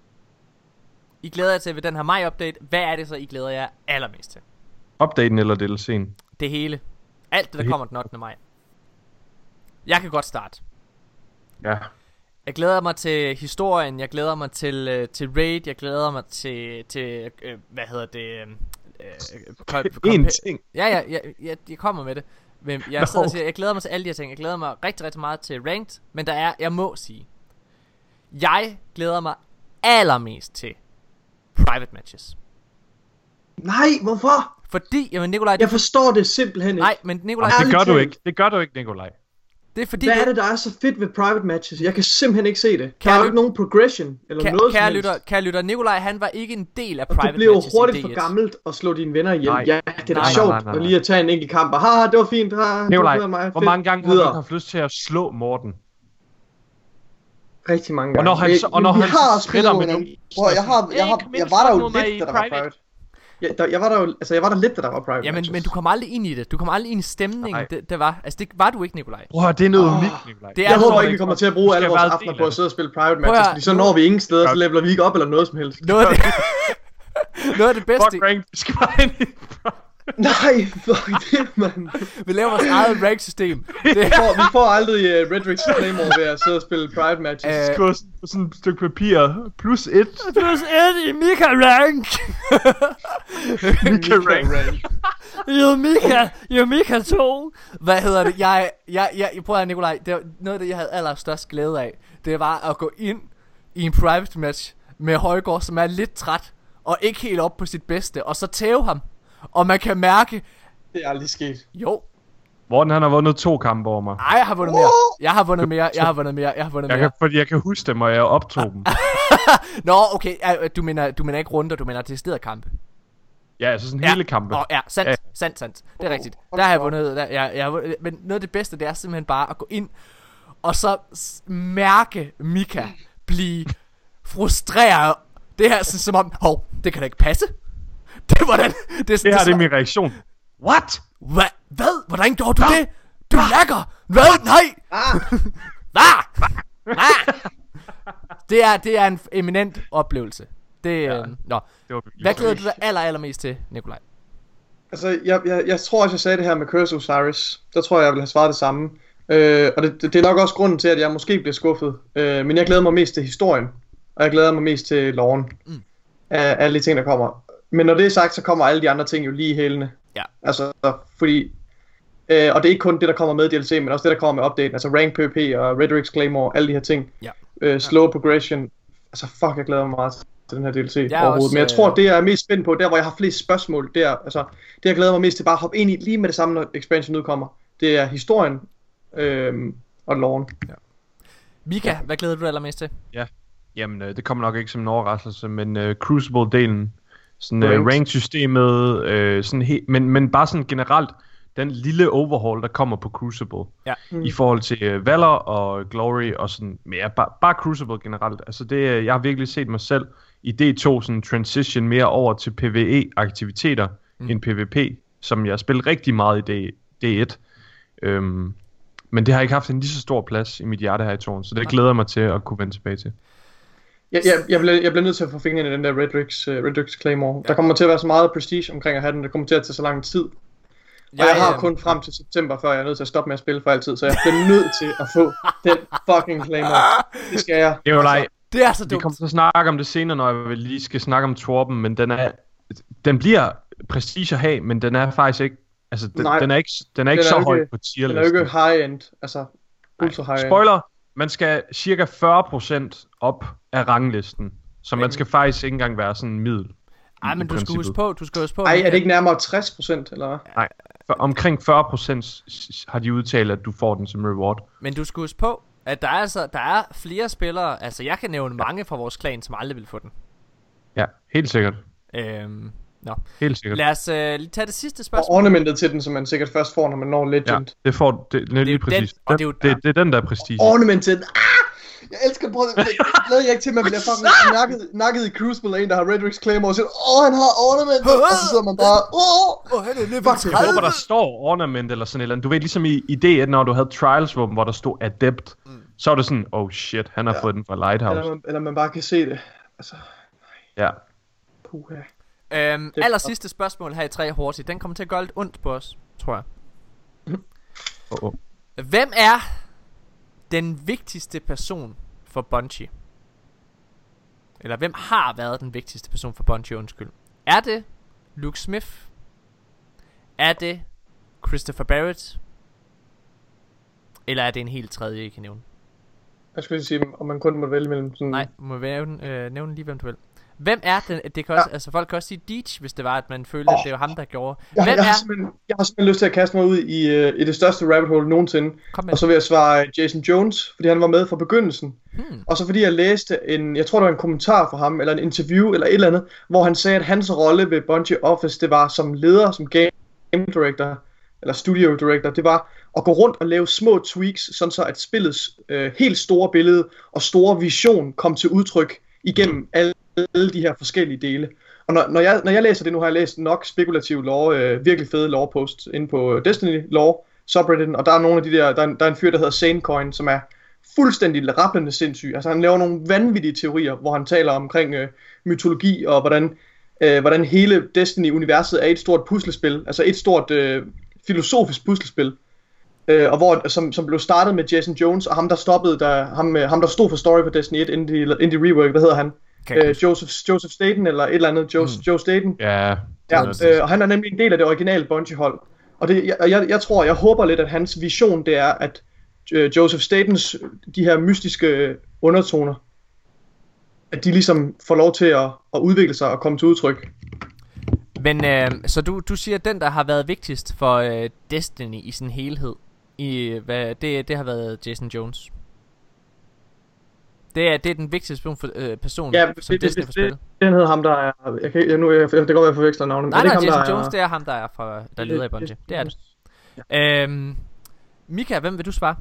I glæder jer til ved den her maj-update, hvad er det så, I glæder jer allermest til? Updaten eller D L C'en? Det hele. Alt det, der Det kommer den ottende maj. Jeg kan godt starte. Ja. Jeg glæder mig til historien, jeg glæder mig til, øh, til raid, jeg glæder mig til, til øh, hvad hedder det, øh, øh, kom, En kompa- ting. Ja, ja, ja, ja, jeg kommer med det. Men jeg Nå. sidder og siger, jeg glæder mig til alle de her ting. Jeg glæder mig rigtig, rigtig meget til ranked, men der er, jeg må sige, jeg glæder mig allermest til private matches. nej, hvorfor? Fordi, jamen Nikolaj, Jeg forstår det simpelthen ikke. nej, men Nikolaj, Det gør Ærligt du talt. ikke. Det gør du ikke, Nikolaj. Det er fordi Hvad det, er det, der er så fedt ved private matches? Jeg kan simpelthen ikke se det. Der Kære er jo lyt- ikke nogen progression eller Kære, noget kære som lytter, helst. kære lytter, Nikolaj, han var ikke en del af Og private du bliver jo matches hurtigt i D for et. gammelt at slå dine venner ihjel. Nej. Ja, det er da Nej, sjovt nej, nej, nej. at lige at tage en enkelt kamp. Og haha, det var fint. Ha, det Nikolaj, var bedre end mig. hvor Fedt. mange gange har du Videre. ikke haft lyst til at slå Morten? Rigtig mange Og gange. når han så- og når vi han så har stritter spillet med med nogen- hinanden. Prøv, jeg har, jeg, har, Hey, kom jeg ind, var der jo slå mig lidt, i da der var private. private. Ja, der, jeg var der jo, altså jeg var der lidt, da der var private Ja, men, matches. men du kom aldrig ind i det. Du kom aldrig ind i stemningen, Nej. det, det var. Altså, det var du ikke, Nikolaj. Bror, det er noget Åh, unikt, Nikolaj. det er Jeg noget, håber der ikke, vi kommer til at bruge Du alle skal vores være aftener del på af at sidde og spille private Prøv at matches, høre, fordi så nu- når vi ingen steder, så Ja. leveler vi ikke op eller noget som helst. Noget af det, noget af det bedste. Fuck rank, vi skal bare ind i... Nej, fuck det, mand. Vi laver vores eget rank-system. Det, Vi får, vi får aldrig uh, Redrix Claymore ved at sidde og spille private matches. Øh, Skriv sådan- på sådan et stykke papir. Plus et. plus et i Mika rank. Mika rank. Jo Mika, jo Mika to. Hvad hedder det? Jeg, jeg, jeg, jeg prøver at Nikolaj. Det var noget af det, jeg havde allerstørst glæde af. Det var at gå ind i en private match med Højgaard, som er lidt træt og ikke helt op på sit bedste, og så tæve ham. Og man kan mærke, Det er aldrig sket. jo, Morten, han har vundet to kampe over mig. ej, jeg har vundet mere. Jeg har vundet mere. Jeg har vundet mere. Jeg har vundet Jeg mere. kan, fordi jeg kan huske dem, og jeg optog dem. Nå, okay. ej, Du mener, du mener ikke runder, du mener decideret kampe. Ja, altså sådan Ja. hele kampe. Åh, ja, sandt, Ja. sandt, sandt. Det er rigtigt. Der har jeg vundet. Der, jeg, jeg, har vundet- men noget af det bedste, det er simpelthen bare at gå ind og så s- mærke Mika blive frustreret. Det her er sådan som om, hov, det kan da ikke passe. Det var den. Det er sådan, Det her det er som- min reaktion. What? Hvad? Hvad? Hvordan gjorde du det? Du lækker. Hvad? Nej. Ah, Hvad? Hvad? Det er, det er en eminent oplevelse. Det, ja. øh, nå. Det var virkelig Hvad glæder fedt. du dig aller, allermest til, Nikolaj? altså, jeg, jeg, jeg tror også, jeg sagde det her med Curse Osiris. Der tror jeg, jeg vil have svaret det samme. Øh, og det, det, det er nok også grunden til, at jeg måske bliver skuffet. Øh, men jeg glæder mig mest til historien. Og jeg glæder mig mest til loven. Mm. Af alle de ting, der kommer. Men når det er sagt, så kommer alle de andre ting jo lige i hælene. Ja. Altså, fordi... Øh, og det er ikke kun det, der kommer med D L C, men også det, der kommer med updaten. Altså rank PvP og Redrix Claymore, alle de her ting. Ja. Øh, slow progression. Altså, fuck, jeg glæder mig meget til den her D L C Jeg er overhovedet. også, Men jeg tror, øh, det jeg er mest spændt på, der hvor jeg har flest spørgsmål, det er, altså, det jeg glæder mig mest til bare at hoppe ind i lige med det samme, når expansion udkommer. Det er historien øhm, og loven. Mika, hvad glæder du dig allermest til? Jamen, øh, det kommer nok ikke som en overraskelse, men øh, Crucible-delen, sådan øh, Ranked. rank-systemet, øh, sådan he- men, men bare sådan generelt, den lille overhaul, der kommer på Crucible, Ja. Mm. i forhold til øh, Valor og Glory og sådan, men ja, bare, bare Crucible generelt. Altså det, øh, jeg har virkelig set mig selv i D to sådan transition mere over til PvE-aktiviteter mm. end PvP, som jeg spillede rigtig meget i D- D1. Øhm, men det har ikke haft en lige så stor plads i mit hjerte her i tårn, så det glæder jeg mig til at kunne vende tilbage til. Jeg, jeg, jeg, bliver, jeg bliver nødt til at få fingrene i den der Redrix, uh, Redrix Claymore. Ja. Der kommer til at være så meget prestige omkring at have den, det kommer til at tage så lang tid. Og jeg, jeg har øh, kun frem til september, før jeg er nødt til at stoppe med at spille for altid, så jeg bliver nødt til at få den fucking Claymore. Det skal jeg. Det er jo like, Det er så vi dumt. kommer til at snakke om det senere, når jeg lige skal snakke om Torben, men den er, den bliver prestige at have, men den er faktisk ikke, altså den, Nej. den er ikke, den er ikke Den er så jo høj ikke- på Den er jo ikke tierlisten. high-end, altså ultra high-end. Spoiler, man skal cirka fyrre procent op af ranglisten, så man skal faktisk ikke engang være sådan middel. Ej, i men du skal princippet. huske på, du skal huske på. Ej, er Mika. det ikke nærmere tres procent, eller hvad? Nej, for omkring fyrre procent har de udtalt, at du får den som reward. Men du skal huske på, at der er altså der er flere spillere. Altså, jeg kan nævne mange fra vores klan, som aldrig vil få den. Ja, helt sikkert. Øhm, nå. Helt sikkert. Lad os øh, lige tage det sidste Og spørgsmål. ornamentet til den, som man sikkert først får, når man når Ja, Legend. det får det, det er lige jo præcis. den, og det er jo- det, det, er den der er prestige. Ornament til den. Ah! Jeg elsker det. Det glæder jeg ikke til, at man bliver fucking nakket, nakket i Crucible af en, der har Redrix Claymore, og siger, åh, han har ornament, og så sidder man bare, åh, Åh, han er level Fuck, Jeg håber, der står ornament eller sådan et eller andet. Du ved, ligesom i, i D et, når du havde Trials-våben, hvor der stod Adept, mm. så var det sådan, oh shit, han har Ja. fået den fra Lighthouse. eller man, eller man bare kan se det. Altså, Ja. puha. Øhm, Det er aller godt. sidste spørgsmål her i tre hurtigt. Den kommer til at gøre lidt ondt på os, tror jeg. Oh, oh. Hvem er den vigtigste person for Bungie? Eller hvem har været den vigtigste person for Bungie, undskyld? Er det Luke Smith? Er det Christopher Barrett? Eller er det en helt tredje, I kan nævne? Jeg skulle lige sige, om man kun må vælge mellem sådan... Nej, du må nævne, øh, nævne lige, hvem du vil. Hvem er den? Det kan også, Ja. altså folk kan også sige Deej, hvis det var, at man følte, Åh. at det var ham, der gjorde. Jeg, Hvem jeg, har er? simpelthen, jeg har simpelthen lyst til at kaste mig ud i, uh, i det største rabbit hole nogensinde. Kom med. Og så vil jeg svare Jason Jones, fordi han var med fra begyndelsen. Hmm. Og så fordi jeg læste en, jeg tror det var en kommentar fra ham, eller en interview, eller et eller andet, hvor han sagde, at hans rolle ved Bungie Office, det var som leder, som game director, eller studio director, det var at gå rundt og lave små tweaks, sådan så at spillets øh, helt store billede og store vision kom til udtryk igennem alle, alle de her forskellige dele. Og når, når, jeg, når jeg læser det, nu har jeg læst nok spekulativ lore, øh, virkelig fede lore posts inde på Destiny lore subredditen, og der er nogle af de der, der er, der er en fyr, der hedder Sanecoin, som er fuldstændig rappelende sindssyg. Altså han laver nogle vanvittige teorier, hvor han taler omkring øh, mytologi og hvordan, øh, hvordan hele Destiny-universet er et stort puslespil, altså et stort øh, filosofisk puslespil, øh, og hvor, som, som blev startet med Jason Jones, og ham der stoppede, der, ham, ham der stod for story på Destiny et, inden de, inden de rework, hvad hedder han? Okay. Øh, Joseph, Joseph Staten eller et eller andet, Joe, mm. Joe Staten. Ja, Ja, øh, og han er nemlig en del af det originale Bungie-hold. Og det, jeg, jeg, jeg tror, jeg håber lidt, at hans vision, det er, at øh, Joseph Statens, de her mystiske undertoner, at de ligesom får lov til at, at udvikle sig og komme til udtryk. Men øh, så du, du siger, at den, der har været vigtigst for øh, Destiny i sin helhed, i, hvad, det, det har været Jason Jones. Det er, det er den vigtigste person, for, øh, person Ja, som det, Destiny det, får det, spillet. det hedder ham, der er... Jeg kan, jeg, nu, jeg, det kan godt være, jeg forveksler navnet. Nej, men nej, det er ikke Jason ham, Jones, er, det er ham, der er fra, der leder i Bungie. Det er det. Øhm, Mika, hvem vil du svare?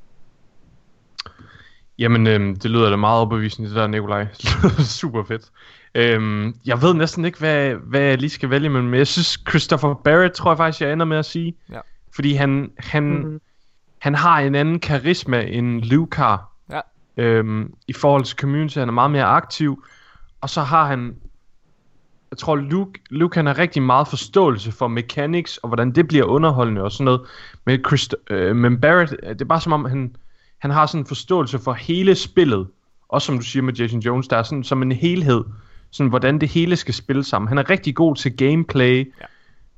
Jamen, øhm, det lyder da meget overbevisende, det der, Nikolaj. Super fedt. Øhm, jeg ved næsten ikke, hvad, hvad jeg lige skal vælge, men jeg synes, Christopher Barrett, tror jeg faktisk, jeg ender med at sige. Ja. Fordi han, han, mm-hmm. han har en anden karisma end Luke har. Ja. Øhm, I forhold til community, han er meget mere aktiv. Og så har han... Jeg tror, Luke, Luke han har rigtig meget forståelse for mechanics, og hvordan det bliver underholdende og sådan noget. Men, Christ, øh, men Barrett, det er bare som om, han, han har sådan en forståelse for hele spillet. Også som du siger med Jason Jones, der er sådan som en helhed. Sådan hvordan det hele skal spille sammen. Han er rigtig god til gameplay. Ja.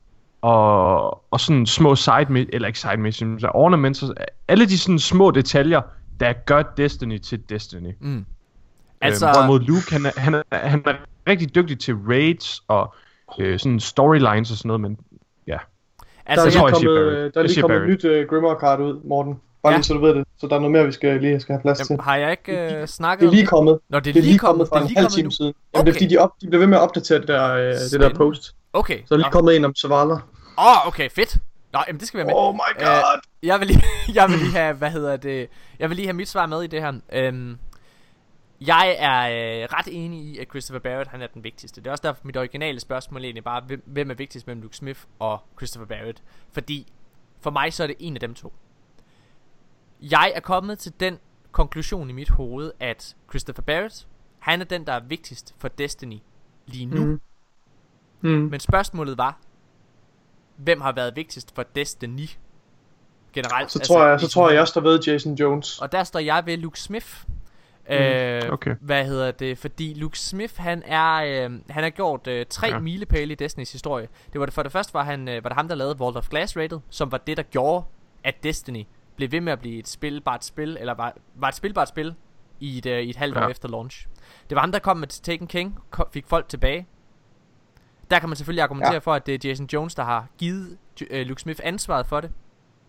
Og, og sådan små side, eller ikke side missions, ornaments. Alle de sådan små detaljer, der gør Destiny til Destiny. Mm. Altså... Øhm, hvorimod Luke, han er, han, er, han er rigtig dygtig til raids og øh, sådan storylines og sådan noget, men ja. Altså, der er lige kommet, der er lige kommet et nyt uh, Grimoire-kart ud, Morten. Bare ja. Lige så du ved det. Så der er noget mere, vi skal lige skal have plads Jamen, til. har jeg ikke uh, snakket om det? Det er lige kommet. Nå, det er, det er lige kommet fra en halv time siden. Jamen, okay. Det er fordi, de, op, de bliver ved med at opdatere det der, uh, det der post. Okay. Så er lige kommet en om Zavala. Åh, oh, okay, fedt. Nå, jamen det skal være med. Oh my god. Uh, jeg, vil lige, jeg vil lige have, hvad hedder det, jeg vil lige have mit svar med i det her. Um, Jeg er øh, ret enig i, at Christopher Barrett, han er den vigtigste. Det er også derfor mit originale spørgsmål egentlig bare, hvem, hvem er vigtigst mellem Luke Smith og Christopher Barrett. Fordi for mig så er det en af dem to. Jeg er kommet til den konklusion i mit hoved, at Christopher Barrett, han er den, der er vigtigst for Destiny lige nu. Mm. Mm. Men spørgsmålet var, hvem har været vigtigst for Destiny generelt? Så tror altså, jeg, så tror jeg også, der ved Jason Jones. Og der står jeg ved Luke Smith. Mm, okay. øh, Hvad hedder det? Fordi Luke Smith, han er øh, han har gjort øh, tre ja. milepæle i Destinys historie. Det var det for det første var han øh, var det ham der lavede Vault of Glass rated, som var det der gjorde at Destiny blev ved med at blive et spilbart spil, eller var, var et spilbart spil i et, øh, i et halvt år ja. efter launch. Det var ham der kom med Taken King, kom, fik folk tilbage. Der kan man selvfølgelig argumentere ja. for, at det er Jason Jones, der har givet øh, Luke Smith ansvaret for det.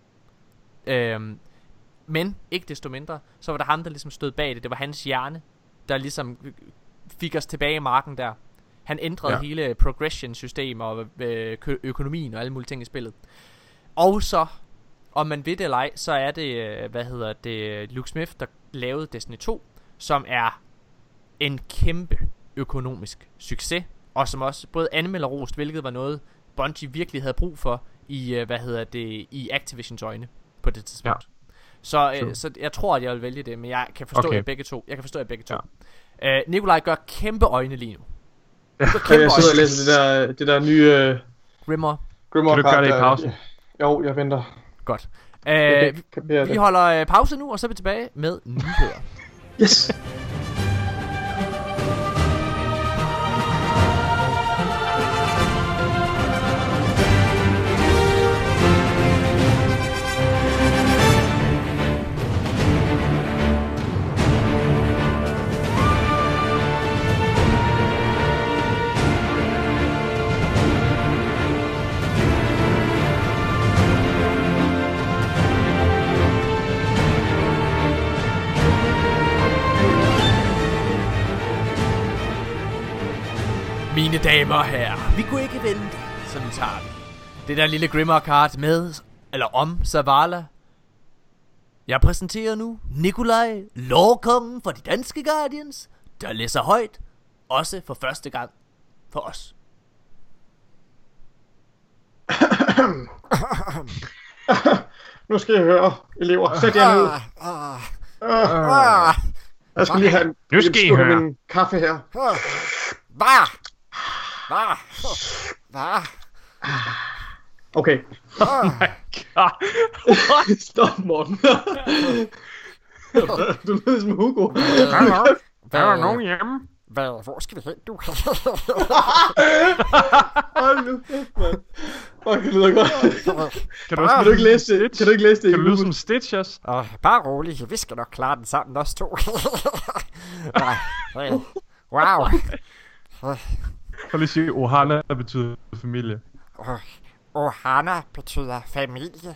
Øhm Men ikke desto mindre, så var det ham, der ligesom stod bag det. Det var hans hjerne, der ligesom fik os tilbage i marken der. Han ændrede ja. hele progression-system og øh, økonomien og alle mulige ting i spillet. Og så, om man ved det eller ej, så er det, hvad hedder det, Luke Smith, der lavede Destiny to, som er en kæmpe økonomisk succes, og som også både anmelderrost, hvilket var noget Bungie virkelig havde brug for i, hvad hedder det, i Activisions øjne på det tidspunkt. Ja. Så, øh, så jeg tror, at jeg vil vælge det, men jeg kan forstå, okay. at begge to. Jeg kan forstå, at begge to. Ja. Øh, Nikolaj gør kæmpe øjne lige nu. Ja, jeg sidder og læser det der, det der nye... Uh, Grimoire. Grimoire. Kan du gøre det i pausen? Jo, jeg venter. Godt. Øh, vi, vi holder øh, pause nu, og så er vi tilbage med nyheder. Yes! Mine damer og herrer, vi kunne ikke vente, så nu tager vi det der lille Grimmer-kart med, eller om Zavala. Jeg præsenterer nu Nikolaj, lovkongen for de danske Guardians, der læser højt, også for første gang for os. Nu skal jeg høre, elever. Sæt jer ned. Jeg skal lige have en, nu skal I høre. Min kaffe her. Hvad? Hvad? Hvad? Okay. Oh my god. Stop, Morten. Du lyder som Hugo. Der er nogen hjemme. Hvad? Hvor skal vi hen, du? Hold nu kæft, mand. Fuck, det lyder godt. Kan du, kan du ikke læse det? Kan du ikke læse det? Kan du lyde som Stitch også? Uh, bare rolig, vi skal nok klare den sammen, os to. Wow. Prøv lige at sige, Ohana betyder familie. Uh, Ohana betyder familie.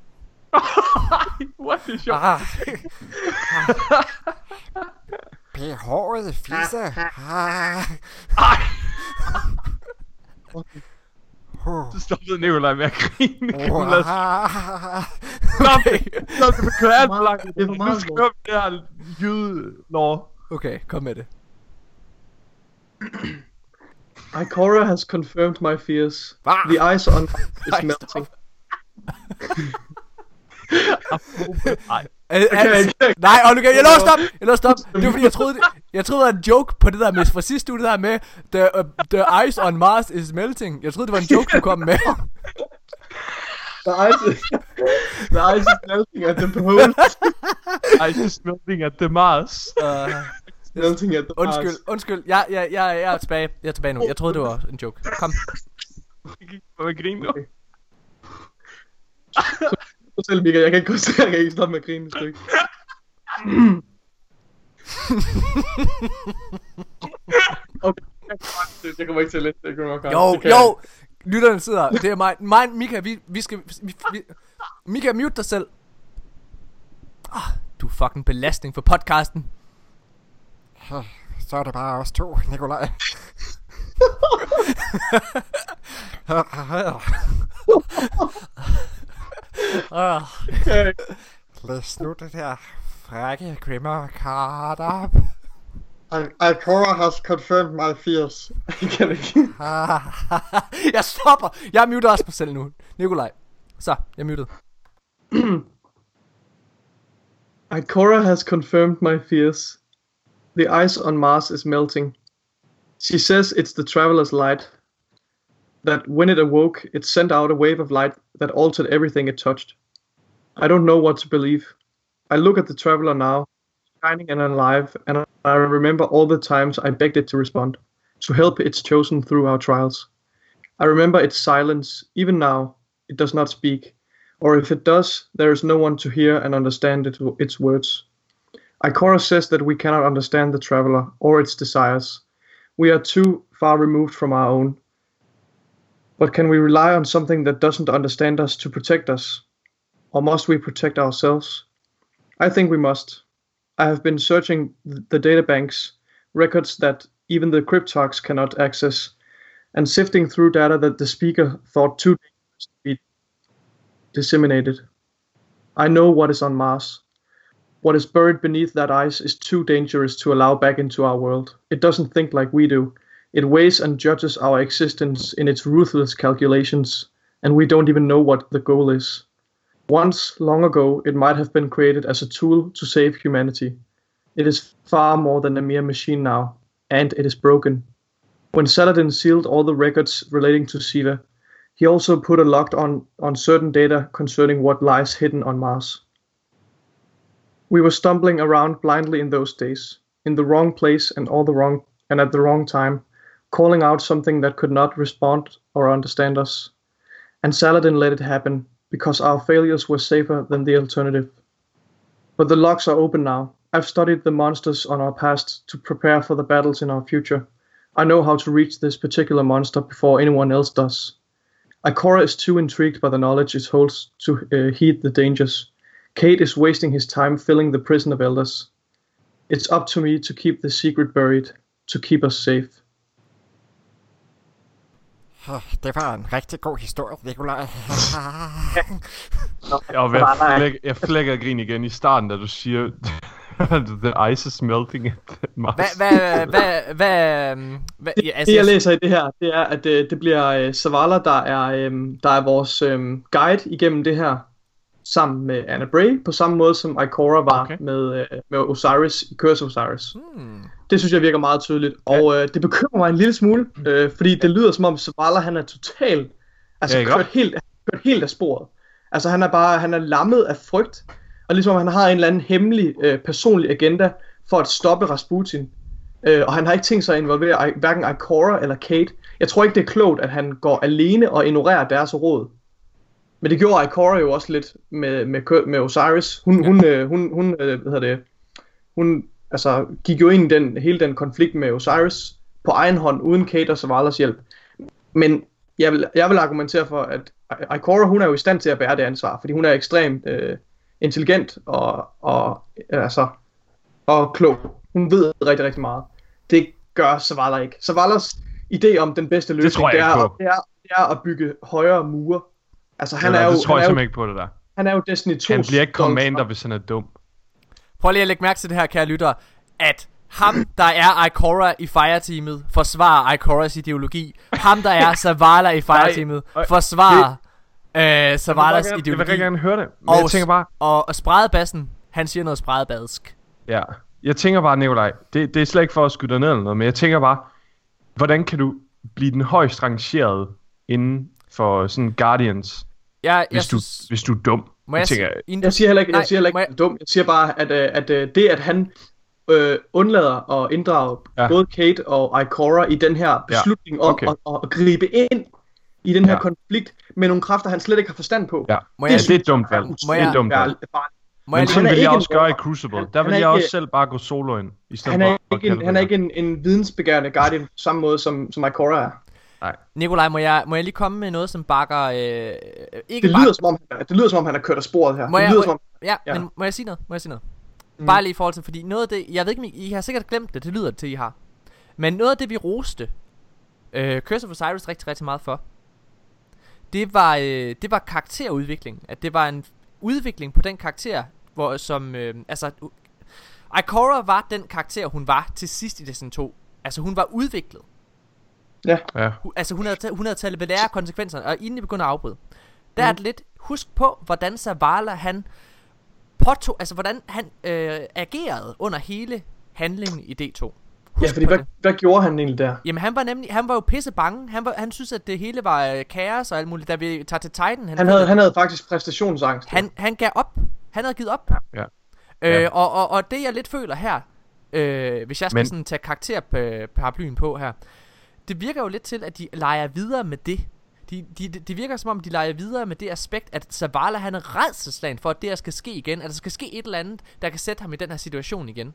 What is sjovt? Ah. Behårede fisse. Ah. Ej. Så stoppede Nikolaj med at grine. Oh, Lad os... Stop det! Stop det for klart for langt. Det er for meget, Nu skal vi det her jyde-lov. Okay, kom med det. Ikora has confirmed my fears. Ah. The ice on is Ej, melting. Nej. Okay, okay. nej, og nu kan jeg lov stop. Jeg lov stop. Det var fordi jeg troede det, jeg troede det var en joke på det der med fra sidste uge, det der med the, uh, the ice on Mars is melting. Jeg troede det var en joke du kom med. The ice is, the ice is melting at the poles. Ice is melting at the Mars. Uh, Melting at the undskyld, Mars. undskyld. Jeg, jeg, jeg, jeg er tilbage. Jeg er tilbage nu. Jeg troede det var en joke. Kom. Må jeg grine nu? Okay. Fortæl, Mika, jeg kan ikke konstatere, jeg kan ikke stoppe med at grine et stykke. Okay, jeg kommer ikke til at læse det. Jo, jo. Lytterne sidder. Det er mig. mig Mika, vi, vi skal... Vi, vi, Mika, mute dig selv. Ah, du er fucking belastning for podcasten. Så er det bare os to, Nikolaj. Okay. Læs nu det der frække Grimmer-kart op. Ikora has confirmed my fears. Jeg kan ikke. Jeg stopper. Jeg muter også mig selv nu. Nikolaj. Så, jeg muted. Ikora has confirmed my fears. The ice on Mars is melting. She says it's the traveler's light. That when it awoke, it sent out a wave of light that altered everything it touched. I don't know what to believe. I look at the traveler now, shining and alive, and I remember all the times I begged it to respond, to help its chosen through our trials. I remember its silence. Even now, it does not speak. Or if it does, there is no one to hear and understand it, its words. Ikora says that we cannot understand the traveler or its desires. We are too far removed from our own. But can we rely on something that doesn't understand us to protect us? Or must we protect ourselves? I think we must. I have been searching the databanks, records that even the cryptarchs cannot access, and sifting through data that the speaker thought too dangerous to be disseminated. I know what is on Mars. What is buried beneath that ice is too dangerous to allow back into our world. It doesn't think like we do. It weighs and judges our existence in its ruthless calculations, and we don't even know what the goal is. Once, long ago, it might have been created as a tool to save humanity. It is far more than a mere machine now, and it is broken. When Saladin sealed all the records relating to Siva, he also put a lock on, on certain data concerning what lies hidden on Mars. We were stumbling around blindly in those days, in the wrong place and all the wrong and at the wrong time, calling out something that could not respond or understand us. And Saladin let it happen, because our failures were safer than the alternative. But the locks are open now. I've studied the monsters on our past to prepare for the battles in our future. I know how to reach this particular monster before anyone else does. Ikora is too intrigued by the knowledge it holds to uh, heed the dangers. Kate is wasting his time filling the prison of elders. It's up to me to keep the secret buried, to keep us safe. Det var en rigtig god historie, Nikolaj. Jeg, jeg, flækker, jeg flækker og grin igen i starten, da du siger, the ice is melting. Hvad, hvad, hvad, hvad, hvad det, ja, altså, det jeg læser i det her, det er, at øh, det bliver øh, Zavala, der er, øh, der er vores øh, guide igennem det her, sammen med Anna Bray, på samme måde som Ikora var okay. med, øh, med Osiris i Curse of Osiris. Hmm. Det synes jeg virker meget tydeligt, og øh, det bekymrer mig en lille smule, øh, fordi det lyder som om Zavala, han er totalt, altså ja, kørt, helt, kørt helt af sporet. Altså han er bare, han er lammet af frygt, og ligesom han har en eller anden hemmelig øh, personlig agenda for at stoppe Rasputin. Øh, og han har ikke tænkt sig at involvere hverken Ikora eller Kate. Jeg tror ikke det er klogt at han går alene og ignorerer deres råd. Men det gjorde Ikora jo også lidt med, med, med Osiris. Hun, ja. hun, øh, hun, hun, øh, hvad hedder det, hun altså, gik jo ind i den, hele den konflikt med Osiris på egen hånd, uden Kate og Zavalas hjælp. Men jeg vil, jeg vil argumentere for, at Ikora, hun er jo i stand til at bære det ansvar, fordi hun er ekstremt øh, intelligent og, og, altså, og klog. Hun ved rigtig, rigtig meget. Det gør Zavala ikke. Zavalas idé om den bedste løsning, det, det, er, det, er, det er at bygge højere mure. Altså, han ja, er jo, det tror han jeg er simpelthen jo, ikke på det der. Han er jo Destiny to. Han bliver ikke commander, hvis han er dum. Prøv lige at lægge mærke til det her, kære lyttere, at ham, der er Ikora i Fireteamet, forsvarer Ikoras ideologi. Ham, der er Zavala i Fireteamet, forsvarer øh, Zavalas ideologi. Jeg vil rigtig gerne høre det, men og, jeg tænker bare... Og, og Spredebassen, han siger noget spredebadsk. Ja, jeg tænker bare, Nikolaj, det, det er slet ikke for at skyde dig ned eller noget, men jeg tænker bare, hvordan kan du blive den højst rangerede inden for sådan Guardians, ja, jeg hvis, synes, du, hvis du er dum? Må jeg, jeg, tænker, jeg, jeg siger heller ikke, jeg siger heller ikke jeg... dum. Jeg siger bare, at, at, at det, at han øh, undlader at inddrage ja. både Kate og Ikora i den her beslutning ja. okay. om at, at gribe ind i den her ja. konflikt med nogle kræfter, han slet ikke har forstand på. Ja, må det, jeg... det er et dumt valg. Det er et dumt valg. Må Men sådan vil jeg også gøre i Crucible. Der vil jeg ikke, også selv bare gå solo ind. I han er ikke, en, han er ikke en, en vidensbegærende Guardian på samme måde som, som Ikora er. Nej. Nikolaj, må jeg, må jeg lige komme med noget, som bakker... Øh, ikke det, lyder, som om, det lyder som om, han har kørt af sporet her. Må det jeg, lyder, må, som om, ja, ja, men må jeg sige noget? Må jeg sige noget? Mm. Bare lige i forhold til, fordi noget af det... Jeg ved ikke, om I, I har sikkert glemt det. Det lyder det til, I har. Men noget af det, vi roste øh, Curse of Osiris rigtig, rigtig meget for, det var, øh, det var karakterudvikling. At det var en udvikling på den karakter, hvor som... Øh, altså... Ikora var den karakter, hun var til sidst i Destiny to. Altså, hun var udviklet. Ja. ja. Hun, altså hun havde, taget, hun havde taget ved lære konsekvenserne. Og inden vi begynder at afbryde, der mm. er det lidt, husk på hvordan Zavala han påtog, altså hvordan han øh, agerede under hele handlingen i D to. Husk ja, fordi hvad, hvad gjorde han egentlig der? Jamen han var nemlig, han var jo pisse bange. Han, var, han synes at det hele var øh, kaos og alt muligt. Da vi tager til Titan, han, han, havde, han havde faktisk præstationsangst. Han, han gav op. Han havde givet op. Ja. Øh, ja. og, og, og det jeg lidt føler her, øh, hvis jeg skal Men... sådan tage karakterparaplyen på her, det virker jo lidt til, at de leger videre med det. De, de, det virker som om, de leger videre med det aspekt, at Zavala han er rædselsslagen for, at det her skal ske igen. At der skal ske et eller andet, der kan sætte ham i den her situation igen.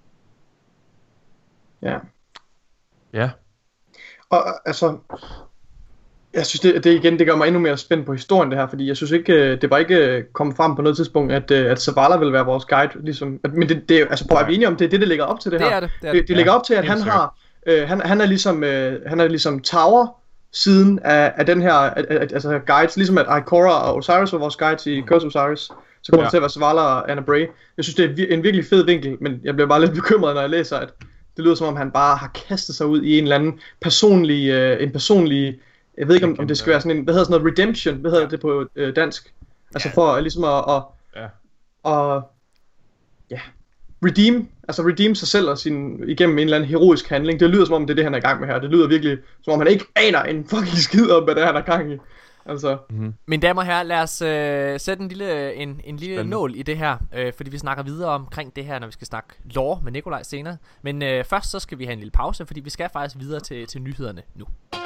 Ja. Ja. Og altså, jeg synes det, det igen, det gør mig endnu mere spændt på historien det her, fordi jeg synes ikke, det var ikke kommet frem på noget tidspunkt, at, at Zavala vil være vores guide, ligesom. At, men det, det, altså prøv at være enige om, det er det, det ligger op til det, det her. Er det, det, er det, det, det ligger ja, op til, at han har, øh, han, han er ligesom, øh, han er ligesom tower siden af, af den her, af, af, altså guides, ligesom at Ikora og Osiris var vores guides i mm. Curse of Osiris, så kommer ja. det til at være Zavala og Anna Bray. Jeg synes, det er en virkelig fed vinkel, men jeg bliver bare lidt bekymret, når jeg læser, at det lyder som om, han bare har kastet sig ud i en eller anden personlig, øh, en personlig, jeg ved ikke om, om det skal være sådan en, hvad hedder sådan noget, redemption, hvad hedder det på øh, dansk? Altså ja. for ligesom at, at, ja. at, ja, redeem, altså redeem sig selv og sin, igennem en eller anden heroisk handling. Det lyder som om, det er det, han er i gang med her. Det lyder virkelig, som om han ikke aner en fucking skid om, hvad det er, han er gang i. Altså. Mm-hmm. Mine damer og herrer, lad os øh, sætte en lille, en, en lille nål i det her, øh, fordi vi snakker videre omkring det her, når vi skal snakke lore med Nikolaj senere. Men øh, først så skal vi have en lille pause, fordi vi skal faktisk videre til, til nyhederne nu.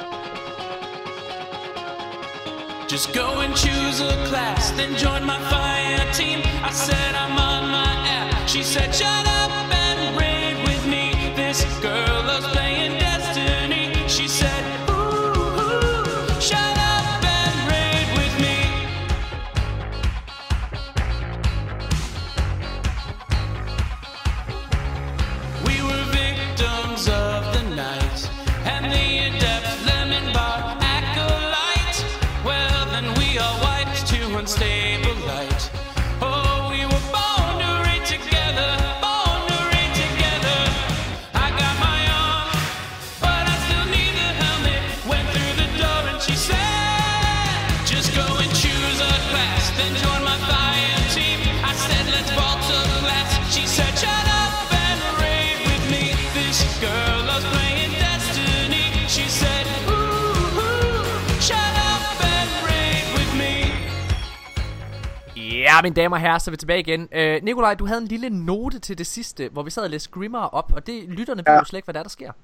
Just go and choose a class, then join my fire team. I said I'm on my app. She said shut up and raid with me. This girl loves playing Destiny. She said ooh, ooh, shut up and raid with me. We were victims of the night and the adept lemon bar. mine damer og herrer, så er vi tilbage igen. øh, Nikolaj, du havde en lille note til det sidste, hvor vi sad og læste Grimmer op, og det lytterne ved Ja. jo slet ikke, hvad der, er, der sker.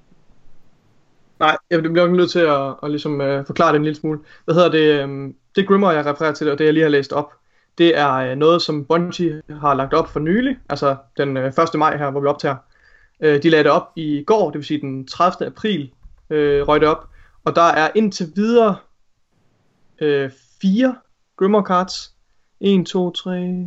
Nej, jeg bliver nok nødt til at, at ligesom, uh, forklare det en lille smule. Hvad hedder det? Um, det Grimmer, jeg refererer til, og det jeg lige har læst op, det er uh, noget, som Bungie har lagt op for nylig, altså den uh, første maj her, hvor vi optager. Uh, de lagde det op i går, det vil sige den tredivte april, uh, røg det op, og der er indtil videre uh, fire Grimmer cards. en, to, tre,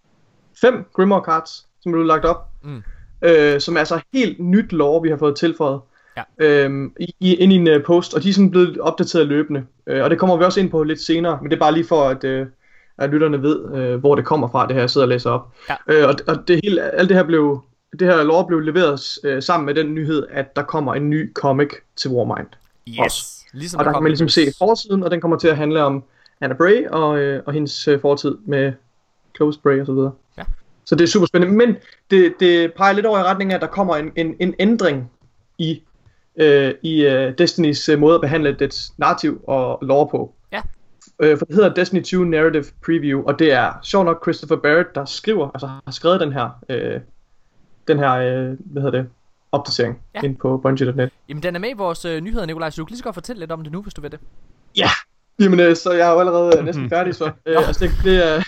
fem Grimmer cards, som er blevet lagt op, Mm. uh, som er altså helt nyt lore, vi har fået tilføjet. Ja. Øhm, i, i, ind i en uh, post, og de er sådan blevet opdateret løbende, øh, og det kommer vi også ind på lidt senere, men det er bare lige for at, øh, at lytterne ved, øh, hvor det kommer fra, det her jeg sidder og læser op. Ja. øh, og, og det hele, alt det her blev, det her lore blev leveret øh, sammen med den nyhed, at der kommer en ny comic til Warmind. Yes. Også. Ligesom Og der kan kom man ligesom i- se forsiden, og den kommer til at handle om Anna Bray og, øh, og hendes øh, fortid med Close Bray og så videre. Ja. Så det er super spændende, men det, det peger lidt over i retning af, at der kommer en, en, en ændring i øh, i øh, Destinys øh, måde at behandle dets narrativ og lore på. Ja. Øh, for det hedder Destiny to Narrative Preview, og det er sjovt nok Christopher Barrett, der skriver, altså har skrevet den her, øh, den her, øh, hvad hedder det, opdatering Ja. ind på Bungie punktum net. Jamen, den er med i vores øh, nyheder, Nikolaj, så du kan lige så godt fortælle lidt om det nu, hvis du vil det. Ja, jamen øh, så jeg er jo allerede øh, næsten færdig så. Øh, altså det, det er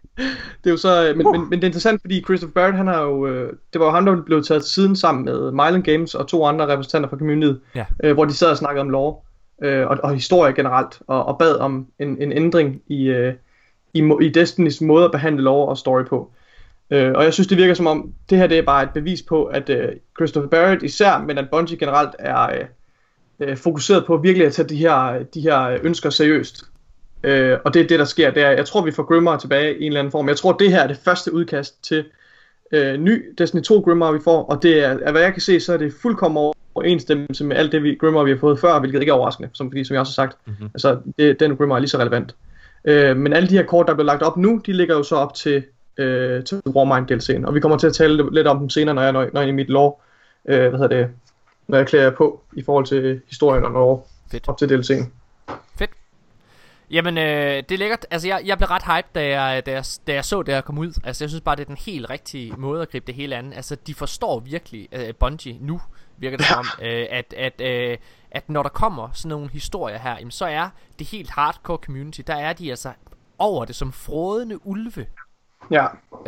det er jo så øh, men, men, men det er interessant, fordi Christopher Barrett, han har jo øh, det var jo ham, der blev taget til siden sammen med Mylan Games og to andre repræsentanter fra communityet, Ja. øh, hvor de sad og snakkede om lore øh, og, og historie generelt og, og bad om en, en ændring i øh, i, mo- i Destinys måde at behandle lore og story på. Øh, og jeg synes det virker som om det her det er bare et bevis på at øh, Christopher Barrett især, men at Bungie generelt er øh, øh, fokuseret på virkelig at tage de her, de her ønsker seriøst. Øh, og det er det der sker, det er, jeg tror vi får Grimmer tilbage i en eller anden form. Jeg tror det her er det første udkast til øh, ny Destiny to Grimmer vi får, og det er, af hvad jeg kan se, så er det fuldkommen overensstemmelse med alt det vi, Grimmer vi har fået før, hvilket ikke er overraskende, som, fordi, som jeg også har sagt, Mhm. altså det, den Grimmer er lige så relevant. Øh, men alle de her kort der er blevet lagt op nu, de ligger jo så op til, øh, til Warmind D L C'en, og vi kommer til at tale lidt om dem senere, når jeg når, når jeg er i mit lore, øh, hvad hedder det, når jeg klæder på i forhold til historien og lore Fedt. op til D L C'en. Fedt. Jamen, øh, det er lækkert. Altså, jeg, jeg blev ret hyped, da jeg, da, jeg, da jeg så det her komme ud. Altså, jeg synes bare, det er den helt rigtige måde at gribe det hele an. Altså, de forstår virkelig, øh, Bungie nu, virker det som, øh, at, at, øh, at når der kommer sådan nogle historier her, jamen, så er det helt hardcore community, der er de altså over det som frådende ulve. Ja,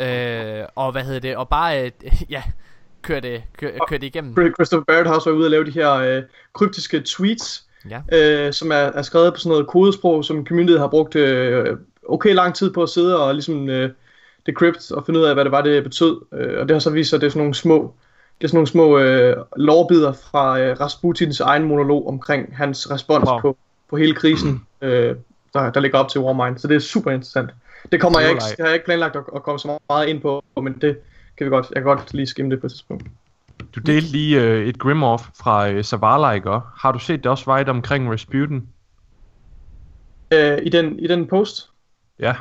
Øh, og hvad hedder det? Og bare, øh, ja, kør det, kør, kør det igennem. Christopher Barrett har også været ude og lave de her øh, kryptiske tweets, Ja. øh, som er, er skrevet på sådan noget kodesprog, som communityet har brugt øh, okay lang tid på at sidde og ligesom øh, decrypt og finde ud af, hvad det var, det betød. Øh, og det har så vist sig, at det er sådan nogle små, det er sådan nogle små øh, lovbider fra øh, Rasputins egen monolog omkring hans respons Wow. på, på hele krisen, øh, der, der ligger op til Warmind. Så det er super interessant. Det kommer jeg ikke, det har jeg ikke planlagt at, at komme så meget ind på, men det kan vi godt, jeg kan godt lige skimme det på et tidspunkt. Du delte lige øh, et Grimoff fra øh, Zavala, ikke? Har du set det også vejt omkring Rasputin? Øh, i, den, I den post? Ja.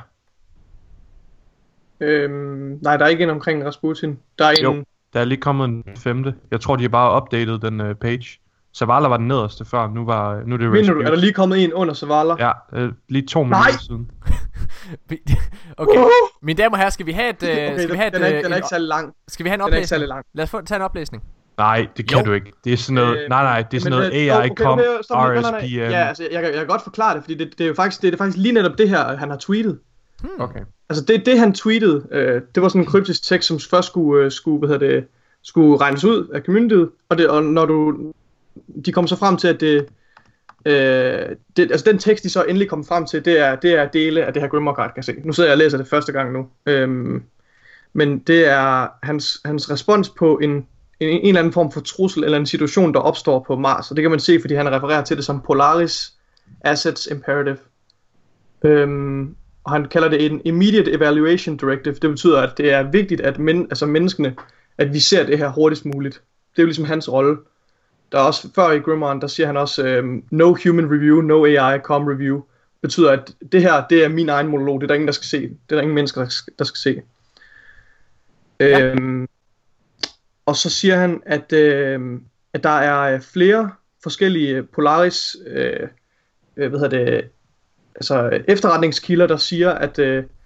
Øhm, nej, der er ikke en omkring Rasputin. Der er en... Jo, der er lige kommet en femte. Jeg tror, de har bare opdateret den øh, page. Zavala var den nederste før, nu, var, nu er det Mener du, Rasputin. er der lige kommet en under Zavala? Ja, øh, lige to Nej! minutter siden. Okay, mine damer og herrer, skal vi have et, øh, Okay, skal vi have et, den, er, ikke- øh, den er en- ikke særlig lang. skal vi have en Den er ikke oplæsning? særlig lang. Lad os få, tage en oplæsning. Nej, det kan Jo. du ikke. Det er sådan noget, Øh, nej nej, det er sådan men, noget øh, A I okay, com, okay, stop lige. R Nej, S nej, P nej. M. Ja, altså, jeg, kan- jeg kan godt forklare det, fordi det, det, er jo faktisk, det er faktisk lige netop det her, han har tweetet. Hmm. Okay. Altså det, det han tweetede, øh, det var sådan en kryptisk tekst, som først skulle, øh, skulle, hvad hedder det, skulle regnes ud af communityet, og, det, og når du, de kom så frem til, at det, øh, det, altså den tekst, de så endelig kom frem til, det er, det er dele af det her Grimoire card, kan jeg se. Nu sidder jeg og læser det første gang nu. Øhm, men det er hans, hans respons på en, en, en eller anden form for trussel, eller en situation, der opstår på Mars, og det kan man se, fordi han refererer til det som Polaris Assets Imperative. Øhm, og han kalder det en Immediate Evaluation Directive. Det betyder, at det er vigtigt, at men, altså menneskene, at vi ser det her hurtigst muligt. Det er jo ligesom hans rolle. Der er også, før i Grimoire, der siger han også, øhm, no human review, no A I, com review. Betyder, at det her, det er min egen monolog, det er der ingen, der skal se. Det er der ingen mennesker, der skal, der skal se. Ja. Øhm, og så siger han, at, øhm, at der er flere forskellige Polaris, øh, øh, hvad hedder det, altså efterretningskilder, der siger, at, øh,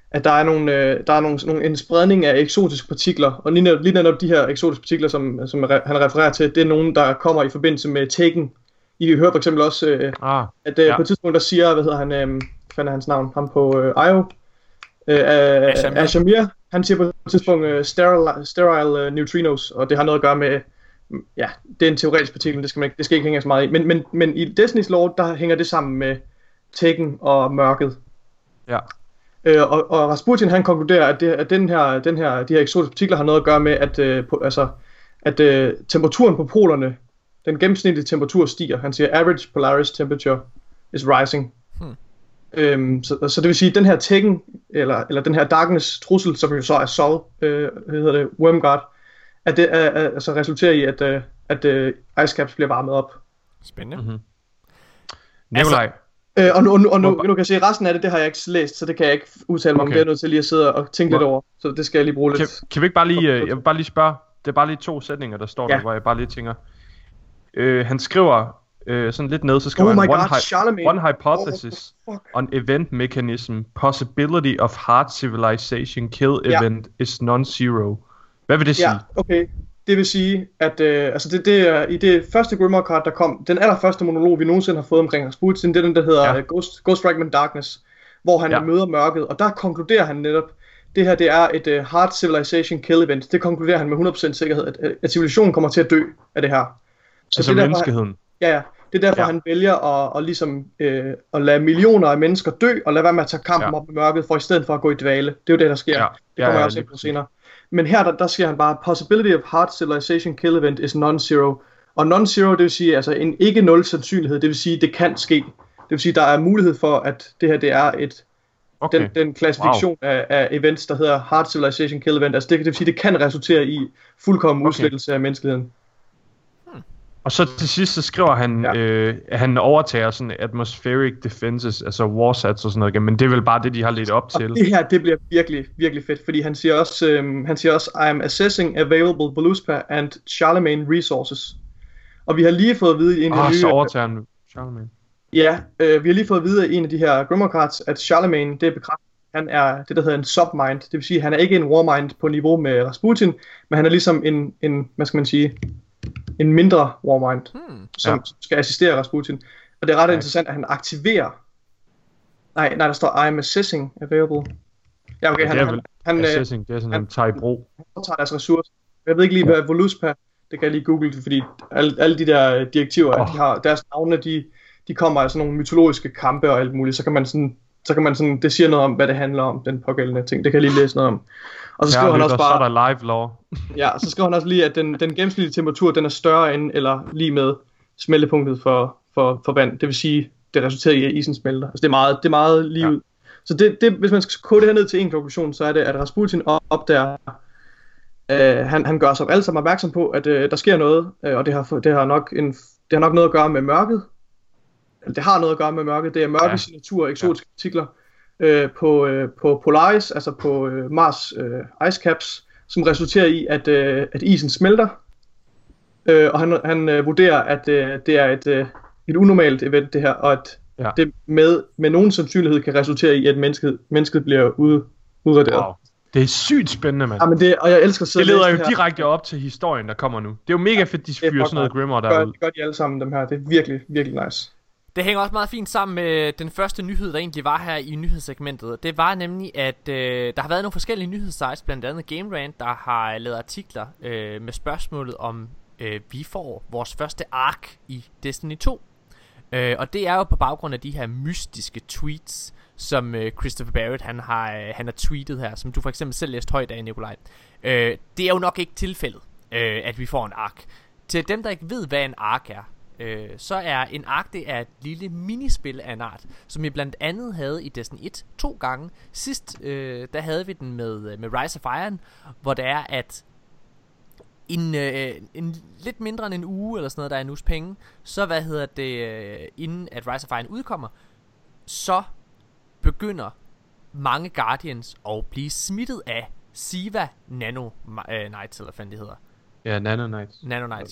at der er nogle, øh, der er nogle, nogle, en spredning af eksotiske partikler, og lige netop, lige netop de her eksotiske partikler, som, som han refererer til, det er nogen, der kommer i forbindelse med Taken. I hører for eksempel også, øh, ah, at øh, ja. på et tidspunkt, der siger, hvad hedder han, øh, hvad fanden er hans navn, ham på øh, I O, øh, Ashamir, han siger på et tidspunkt øh, sterile, sterile uh, neutrinos, og det har noget at gøre med, ja, det er en teoretisk partikel, det skal, man ikke, det skal ikke hænge så meget i, men, men, men i Destiny's Lord, der hænger det sammen med Taken og mørket. Ja. Øh, og, og Rasputin, han konkluderer, at, det, at den her, den her, de her eksotiske partikler har noget at gøre med, at, øh, på, altså, at øh, temperaturen på polerne, den gennemsnitlige temperatur stiger. Han siger, average Polaris temperature is rising. Hmm. Øhm, så, så det vil sige, at den her Taken, eller, eller den her Darkness trussel, som jo så er Sol, øh, hedder det, Wormguard, at det er, er, altså resulterer i, at, øh, at øh, ice caps bliver varmet op. Spændende. Mm-hmm. Nikolaj. Altså, Øh, og nu, og nu, og nu, nu kan jeg se, at resten af det, det har jeg ikke læst, så det kan jeg ikke udtale mig okay. om. Det er nødt til lige at sidde og tænke Hvor... lidt over, så det skal jeg lige bruge lidt. Kan, kan vi ikke bare lige, jeg vil bare lige spørge, det er bare lige to sætninger, der står ja. der, hvor jeg bare lige tænker. Øh, han skriver øh, sådan lidt ned, så skriver oh han, God, one, hy- one hypothesis oh, on event mechanism, possibility of hard civilization kill event ja. is non-zero. Hvad vil det sige? Ja, okay. Det vil sige, at øh, altså det, det er, i det første Grimoire card, der kom, den allerførste monolog, vi nogensinde har fået omkring Rasputin, det er den, der hedder ja. Ghost, Ghost Fragment Darkness, hvor han ja. møder mørket, og der konkluderer han netop, det her det er et uh, hard civilization kill event. Det konkluderer han med hundrede procent sikkerhed, at, at civilisationen kommer til at dø af det her. Så altså det er menneskeheden? Han, ja, ja. Det er derfor, ja. han vælger at, at, ligesom, øh, at lade millioner af mennesker dø, og lade være med at tage kampen ja. op med mørket, for i stedet for at gå i dvale. Det er jo det, der sker. Ja. Det kommer ja, ja, jeg også ind på senere. Men her, der, der siger han bare, possibility of hard civilization kill event is non-zero. Og non-zero, det vil sige, altså en ikke nul sandsynlighed, det vil sige, det kan ske. Det vil sige, der er mulighed for, at det her, det er et, okay. den, den klassifikation wow. af, af events, der hedder hard civilization kill event. Altså det, det vil sige, det kan resultere i fuldkommen okay. udslettelse af menneskeligheden. Og så til sidst, så skriver han, ja. øh, at han overtager sådan atmospheric defenses, altså warsats og sådan noget, men det er vel bare det, de har lidt op til. Og det her, det bliver virkelig, virkelig fedt, fordi han siger også, øh, han siger også, I am assessing available Voluspa and Charlemagne resources. Og vi har lige fået at vide i en af oh, de nye... så overtager han Charlemagne. Ja, øh, vi har lige fået at vide i en af de her Grimoire cards, at Charlemagne, det er bekræftet, han er det, der hedder en submind. Det vil sige, at han er ikke en warmind på niveau med Rasputin, men han er ligesom en, en hvad skal man sige... en mindre warmind, hmm. som ja. skal assistere Rasputin. Og det er ret okay. interessant, at han aktiverer... Nej, nej, der står I am assessing available. Ja, okay, ja, han... Det er han, han assessing, det er sådan, han tager i brug. Han tager deres ressourcer. Jeg ved ikke lige, hvad Voluspa... Det kan jeg lige google, fordi alle, alle de der direktiver, oh. de har, deres navne, de, de kommer af sådan nogle mytologiske kampe og alt muligt. Så kan man sådan... Så kan man sådan... Det siger noget om, hvad det handler om, den pågældende ting. Det kan jeg lige læse noget om. Og så skriver ja, han også bare... Så er der live law. Ja, så skriver han også lige, at den, den gennemsnitlige temperatur, den er større end, eller lige med smeltepunktet for, for, for vand. Det vil sige, det resulterer i, at isen smelter. Altså det er meget, det er meget lige ud. Ja. Så det, det, hvis man skal kode det her ned til en konklusion, så er det, at Rasputin opdager, øh, han, han gør sig alle sammen opmærksom på, at øh, der sker noget, øh, og det har, det, har nok en, det har nok noget at gøre med mørket. Det har noget at gøre med mørket. Det er mørke signatur og eksotiske ja. partikler. Øh, på, øh, på Polaris, altså på øh, Mars øh, ice caps, som resulterer i, at, øh, at isen smelter. Øh, og han, han øh, vurderer, at øh, det er et, øh, et unormalt event, det her, og at ja. det med, med nogen sandsynlighed kan resultere i, at mennesket, mennesket bliver ud, udraderet. Wow. Det er sygt spændende, mand. Ja, men det, og jeg elsker at det leder jo direkte op til historien, der kommer nu. Det er jo mega fedt, de fyrer sådan noget Grimoire derude. Det gør de alle sammen, dem her. Det er virkelig, virkelig nice. Det hænger også meget fint sammen med den første nyhed, der egentlig var her i nyhedssegmentet. Det var nemlig, at øh, der har været nogle forskellige nyhedssites, blandt andet Game Rant, der har lavet artikler øh, med spørgsmålet om, øh, vi får vores første ark i Destiny to. Øh, og det er jo på baggrund af de her mystiske tweets, som øh, Christopher Barrett han har, øh, han har tweetet her, som du for eksempel selv læste højt af, Nikolaj. Øh, det er jo nok ikke tilfældet, øh, at vi får en ark. Til dem, der ikke ved, hvad en ark er, Øh, så er en ark, det er et lille minispil af en art, som vi blandt andet havde i Destiny et to gange. Sidst, øh, der havde vi den med, med Rise of Iron, hvor det er, at en, øh, en lidt mindre end en uge, eller sådan noget, der er en uges penge, så hvad hedder det, øh, inden at Rise of Iron udkommer, så begynder mange Guardians at blive smittet af Siva Nano øh, Knights, eller hvad det hedder. Ja, Nano Knights. Nano Knights, ja.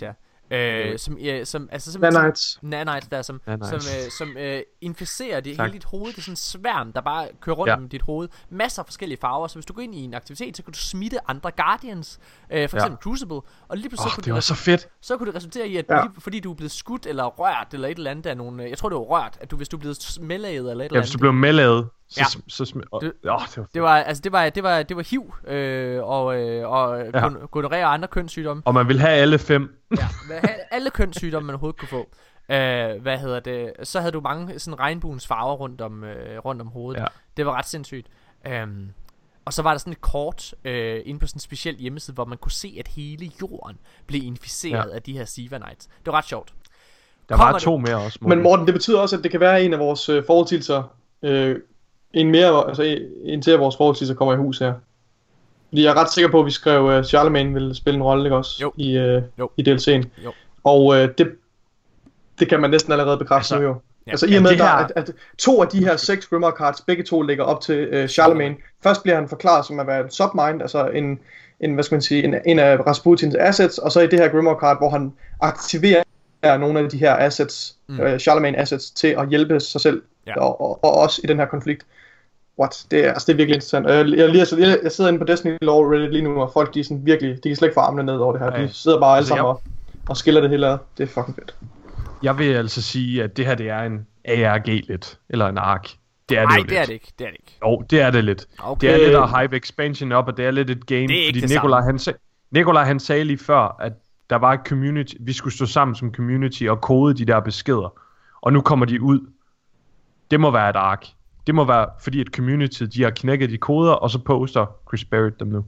Øh, som, øh, som, altså som Nanites. Nanites der, som, Nanites. som, øh, som øh, inficerer det, Tak. hele dit hoved. Det er sådan en sværm, der bare kører rundt Ja. om dit hoved. Masser af forskellige farver, så hvis du går ind i en aktivitet, så kan du smitte andre Guardians, øh, for Ja. eksempel Crucible, og lige pludselig Åh, så, det kunne var det, så fedt. så kunne det resultere i, at Ja. lige, fordi du er blevet skudt eller rørt, eller et eller andet af nogle, øh, jeg tror det var rørt, at du, hvis du er blevet medlaget eller et Ja, eller hvis du andet. blev medlavet, så, Ja. så, så sm- åh, Det- åh, det var fedt. Det var, altså det var, det var, det var H I V, øh, og, øh, og Ja. ja. gonorrhea og andre kønssygdomme. Og man vil have alle fem. Ja, hvad- ha- alle kønssygdomme, man overhovedet kunne få. Øh, hvad hedder det? Så havde du mange sådan regnbuens farver rundt om, øh, rundt om hovedet. Ja. Det var ret sindssygt. Øhm, og så var der sådan et kort øh, inde på sådan en speciel hjemmeside, hvor man kunne se, at hele jorden blev inficeret Ja. af de her Sivanites. Det var ret sjovt. Der Kommer var det- to mere også. Men Morten, det betyder også, at det kan være en af vores øh, forudsigelser, øh, en mere, altså en, en til af vores forudsigelser kommer i hus her. Fordi jeg er ret sikker på, at vi skrev, at Charlemagne ville spille en rolle, ikke også? Jo. I, øh, Jo. i D L C'en. Jo. Og øh, det, det kan man næsten allerede bekræfte Altså, altså, nu jo. ja. Altså i og Ja, med, det der, her- at, at to af de her seks Grimoire cards, begge to ligger op til øh, Charlemagne. Først bliver han forklaret som at være en submind, altså en, en, hvad skal man sige, en, en af Rasputins assets, og så i det her Grimoire card, hvor han aktiverer nogle af de her assets, Mm. mm. øh, Charlemagne assets, til at hjælpe sig selv, Ja. og, og, og også i den her konflikt. What? Det er, altså, det er virkelig interessant. Og Jeg, jeg, jeg, jeg, jeg sidder inde på Destiny Lore Reddit lige nu, og folk de er sådan virkelig, de kan slet ikke få armene ned over det her. Nej. De sidder bare alle Altså, sammen jeg- og, og skiller det hele ad. Det er fucking fedt. Jeg vil altså sige, at det her det er en A R G lidt. Eller en ark. Det er det Nej, jo det lidt. er det ikke. Det er det ikke. Jo, det er det lidt. Okay. Det er Øh, lidt at hype expansion op, og det er lidt et game. Det er ikke fordi det Nikolaj, samme. han, sag, Nikolaj han sagde lige før, at der var et community, vi skulle stå sammen som community og kode de der beskeder. Og nu kommer de ud. Det må være et ark. Det må være, fordi et community, de har knækket de koder, og så poster Chris Barrett dem nu.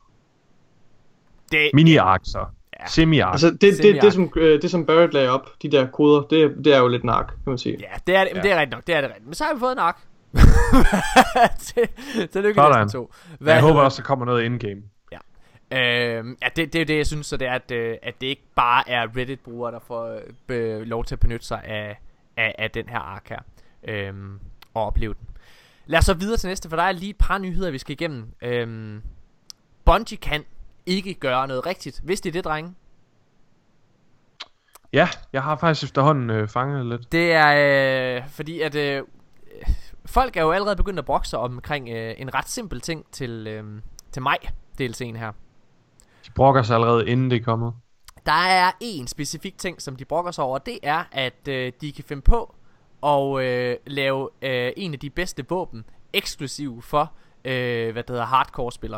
Det, Mini-ark så. Ja. Semi-ark. Altså det, det, Semi-ark. det, som, øh, det som Barrett lagde op, de der koder, det, det er jo lidt nark, kan man sige. ja, det er det, men Ja. det er rigtigt nok. Det er det rigtigt. Men så har vi fået en ark. til, til lykke Sådan. næsten to. Men jeg hedder- håber også, der kommer noget in-game. Øhm, ja, det, det er jo det, jeg synes, så det er, at, øh, at det ikke bare er Reddit-brugere, der får øh, lov til at benytte sig af, af, af den her ark her, øhm, og opleve den. Lad os så videre til næste, for der er lige et par nyheder, vi skal igennem. Øhm, Bungie kan ikke gøre noget rigtigt. Vidste I det, drenge? Ja, jeg har faktisk efterhånden øh, fanget lidt. Det er øh, fordi, at øh, folk er jo allerede begyndt at brokke sig omkring øh, en ret simpel ting til, øh, til mig, D L C'en her. De brokker sig allerede inden det er kommet. Der er en specifik ting, som de brokker sig over, det er, at øh, de kan finde på at øh, lave øh, en af de bedste våben eksklusiv for, øh, hvad det hedder, hardcore-spillere.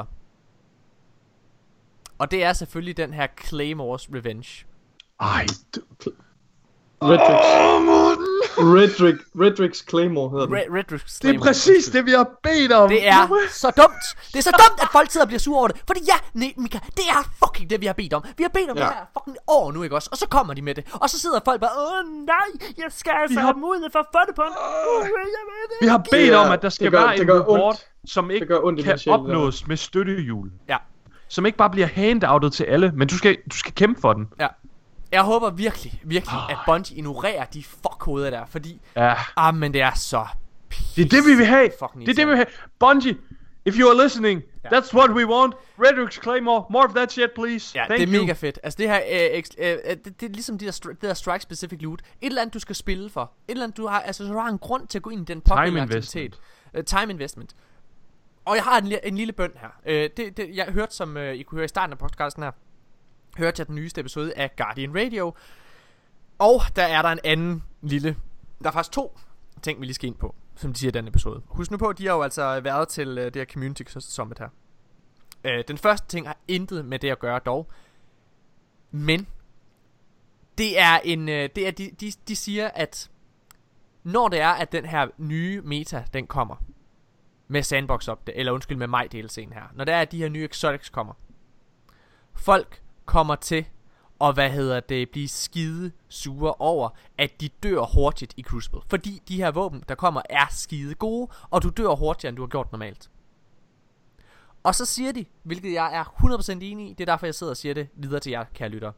Og det er selvfølgelig den her Claymore's Revenge. Ej, Redrix. Redrick, Redrix Claymore hedder den. Red, Redrix det er Claymore, præcis undskyld. det, vi har bedt om. Det er så dumt. Det er så dumt, at folk sidder og bliver sure over det. Fordi ja, nej, Mika, det er fucking det, vi har bedt om. Vi har bedt om Ja. det her fucking år nu, ikke også? Og så kommer de med det. Og så sidder folk bare, åh nej, jeg skal altså har- have mulighed for at få det på en... Uh, jeg ved det Vi har ikke." bedt Ja, om, at der skal det gør- være det en gør reward, ondt. som ikke gør ondt i kan min sjæl, det der. opnås med støttehjul. Ja. Som ikke bare bliver handoutet til alle, men du skal, du skal kæmpe for den. Ja. Jeg håber virkelig, virkelig, at Bungie ignorerer de fuckhoveder der, fordi... Ja, Ah, men det er så... det er det, vi vil have. Fucking Det er det, vi vil have. Bungie, if you are listening, Ja. that's what we want. Redrix Claymore, more of that shit, please. Ja, Thank det er you. mega fedt. Altså det her, øh, eks- øh, øh, det, det er ligesom de der, stri- det der strike specific loot. Et eller andet du skal spille for. Et eller andet du har, altså så du har en grund til at gå ind i den pågældende aktivitet. Uh, time investment. Og jeg har en, li- en lille bøn her. Uh, det, det, jeg hørte, som uh, I kunne høre i starten af podcasten her, hørte jeg den nyeste episode af Guardian Radio. Og der er der en anden lille, der er faktisk to ting, vi lige skal ind på, som de siger i den episode. Husk nu på, de har jo altså været til uh, det her Community Summit her. Uh, den første ting har intet med det at gøre dog. Men det er en, uh, det er de, de, de siger, at når det er, at den her nye meta, den kommer med sandbox op, eller undskyld med mig D L C'en her, når det er, at de her nye exotics kommer, folk kommer til at, hvad hedder det, blive skide sure over, at de dør hurtigt i Crucible. Fordi de her våben, der kommer, er skide gode, og du dør hurtigere, end du har gjort normalt. Og så siger de, hvilket jeg er hundrede procent enig i, det er derfor, jeg sidder og siger det videre til jer, kære lyttere.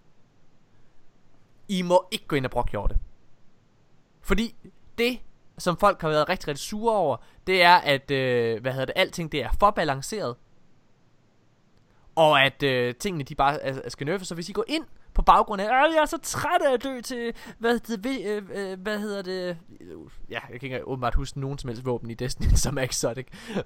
I må ikke gå ind og brokke jer over det. Fordi det, som folk har været rigtig, rigtig sure over, det er, at, øh, hvad hedder det, alting det er for balanceret. Og at øh, tingene de bare er, er skal nerfes. Så hvis I går ind på baggrund af, jeg er så træt af at dø til, hvad, det, øh, øh, hvad hedder det, ja, jeg kan ikke åbenbart huske nogen som helst våben i Destiny, som er exotic.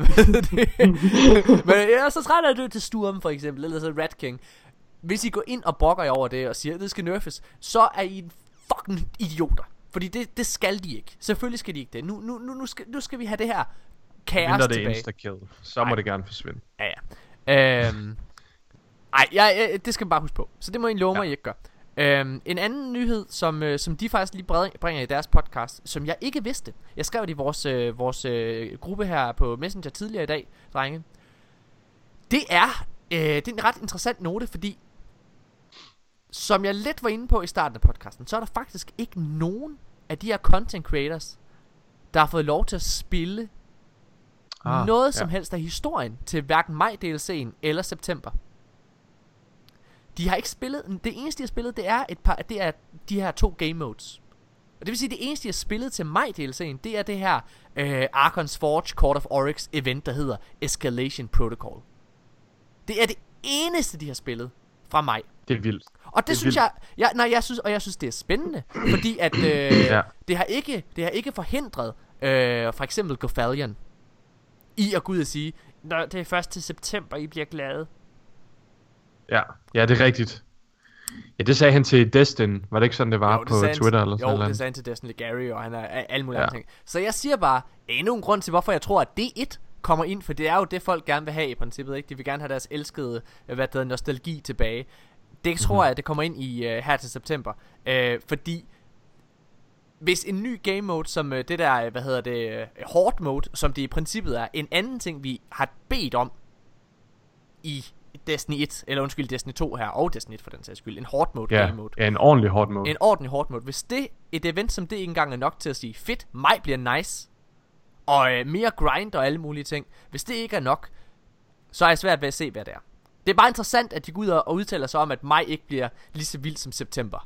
Men jeg er så træt af at dø til Sturm for eksempel, eller så Rat King. Hvis I går ind og brokker jer over det og siger, at det skal nerfes, så er I fucking idioter. Fordi det, det skal de ikke. Selvfølgelig skal de ikke det. Nu, nu, nu, nu, skal, nu skal vi have det her kaos Vinder det tilbage. insta-kill, så må Ej. det gerne forsvinde. Ja, ja. Øhm, ej, jeg, jeg, det skal man bare huske på. Så det må I love mig, ja. I ikke gør. Øhm, en anden nyhed, som, øh, som de faktisk lige bringer i deres podcast, som jeg ikke vidste. Jeg skrev det i vores, øh, vores øh, gruppe her på Messenger tidligere i dag, drenge. Det er, øh, det er en ret interessant note, fordi som jeg lidt var inde på i starten af podcasten, så er der faktisk ikke nogen af de her content creators, der har fået lov til at spille ah, noget som ja. helst af historien til hverken maj D L C'en eller september. De har ikke spillet. Det eneste de har spillet, det er et par, det er de her to game modes. Og det vil sige, det eneste de har spillet til maj D L C'en, det er det her øh, Archon's Forge Court of Oryx event, der hedder Escalation Protocol. Det er det eneste de har spillet fra maj. Det er vildt. Og det, det synes vildt. jeg, jeg nej, jeg synes, og jeg synes det er spændende, fordi at øh, ja. det har ikke, det har ikke forhindret øh, for eksempel Gothalion i at gå ud og sige, når det er først til september I bliver glade. Ja, ja, det er rigtigt. Ja, det sagde han til Destin. Var det ikke sådan det var jo, det på Twitter til, eller sådan Jo, noget? det sagde han til Destin Gary, og han er alle mulige ja. andre ting. Så jeg siger bare, endnu en grund til hvorfor jeg tror at D et kommer ind, for det er jo det folk gerne vil have i princippet, ikke? De vil gerne have deres elskede, hvad det hedder, nostalgi tilbage. Det tror mm-hmm. jeg, det kommer ind i uh, her til september. Uh, fordi hvis en ny game mode som uh, det der, hvad hedder det, uh, horde mode, som det i princippet er, en anden ting vi har bedt om i Destiny et, eller undskyld Destiny to her, og Destiny et for den sags skyld, en horde mode ja, game mode. Ja, en ordentlig horde mode. En ordentlig horde mode. Hvis det, et event som det ikke engang er nok til at sige, fedt, mig bliver nice, og uh, mere grind og alle mulige ting, hvis det ikke er nok, så er jeg svært ved at se, hvad det er. Det er bare interessant, at de går ud og udtaler sig om, at maj ikke bliver lige så vildt som september.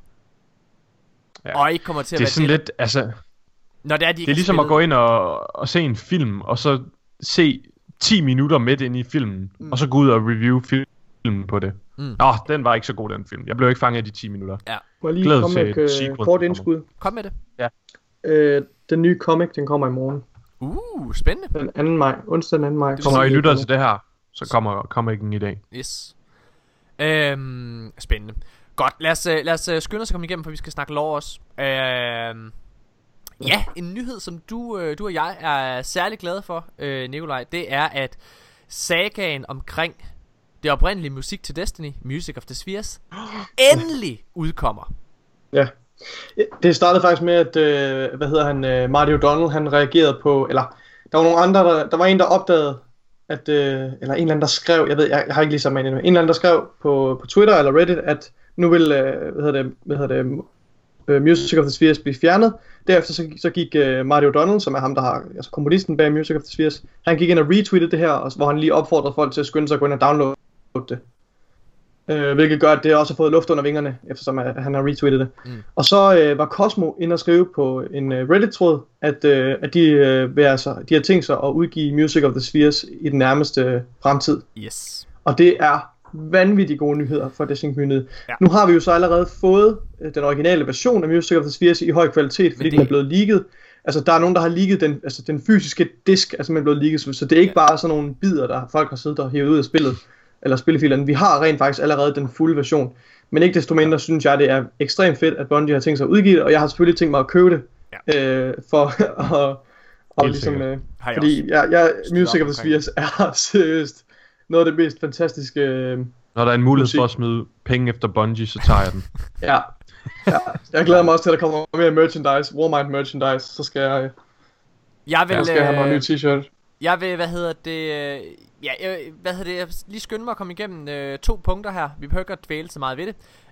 Ja. Og ikke kommer til at det er være sådan det, lidt, altså, når det er, de det er ligesom spillet. At gå ind og, og se en film, og så se ti minutter midt ind i filmen, mm. og så gå ud og review filmen på det. Mm. Åh, den var ikke så god, den film. Jeg blev ikke fanget af de ti minutter. Ja. Må jeg lige komme med et uh, kort indskud? Kom med det. Ja. Øh, den nye comic, den kommer i morgen. Uh, spændende. Den anden maj, onsdag den anden maj. Så når I lytter til det her, så kommer comicen i dag. Yes. Øhm, spændende. Godt, lad os, lad os skynde os at komme igennem, for vi skal snakke lov også. Øhm, ja, en nyhed, som du, du og jeg er særlig glade for, øh, Nikolaj, det er, at sagaen omkring det oprindelige musik til Destiny, Music of the Spheres, endelig udkommer. Ja. Det startede faktisk med, at, øh, hvad hedder han, øh, Marty O'Donnell, han reagerede på, eller der var nogle andre, der, der var en, der opdagede, at, øh, eller en eller anden, der skrev, jeg ved, jeg, jeg har ikke lige sammen med en eller anden, der skrev på, på Twitter eller Reddit, at nu vil, øh, hvad hedder det, hvad hedder det, uh, Music of the Spheres blive fjernet. Derefter så, så gik uh, Marty O'Donnell, som er ham, der har, altså komponisten bag Music of the Spheres, han gik ind og retweetede det her, og, hvor han lige opfordrede folk til at skynde sig at gå ind og downloade det. Uh, hvilket gør, at det også har fået luft under vingerne, eftersom uh, han har retweetet det. Mm. Og så uh, var Cosmo inde og skrive på en uh, Reddit-tråd, at, uh, at de, uh, vil, altså, de har tænkt sig at udgive Music of the Spheres i den nærmeste fremtid. Yes. Og det er vanvittigt gode nyheder for Destiny Community. Ja. Nu har vi jo så allerede fået uh, den originale version af Music of the Spheres i høj kvalitet, fordi det... den er blevet leaget. Altså der er nogen, der har leaget den, altså den fysiske disk, er simpelthen blevet leaget, så det er ikke ja. bare sådan nogle bidder, der folk har siddet og hævet ud af spillet, eller spillefilerne. Vi har rent faktisk allerede den fulde version. Men ikke desto mindre synes jeg, det er ekstremt fedt, at Bungie har tænkt sig at udgive det, og jeg har selvfølgelig tænkt mig at købe det, ja. øh, for at, og ligesom, øh, fordi jeg, jeg, Music of the Spheres er seriøst noget af det mest fantastiske. Øh, Når der er en mulighed musik. For at smide penge efter Bungie, så tager jeg den. ja. ja, jeg glæder mig også til, at der kommer mere merchandise, Warmind merchandise, så skal jeg, jeg, vil, jeg skal have mig en ny t-shirt. Jeg vil, hvad hedder det, ja, jeg, hvad hedder det, jeg lige skynde mig at komme igennem øh, to punkter her. Vi behøver ikke at dvæle så meget ved det.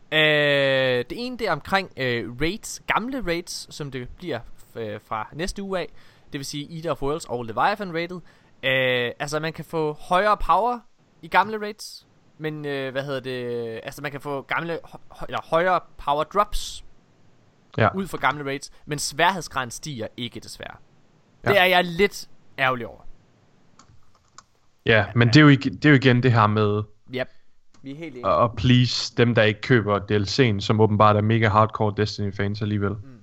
Øh, det ene, det er omkring øh, raids, gamle raids, som det bliver øh, fra næste uge af. Det vil sige Eater of Worlds og Leviathan rated. Øh, altså man kan få højere power i gamle raids, men øh, hvad hedder det, altså man kan få gamle, hø- eller højere power drops ja. ud fra gamle raids, men sværhedsgraden stiger ikke desværre. Ja. Det er jeg lidt ærgerlig over. Ja, men det er, jo ikke, det er jo igen det her med yep. Vi er helt enige. Og, og please, dem der ikke køber D L C'en, som åbenbart er mega hardcore Destiny-fans alligevel. Mm.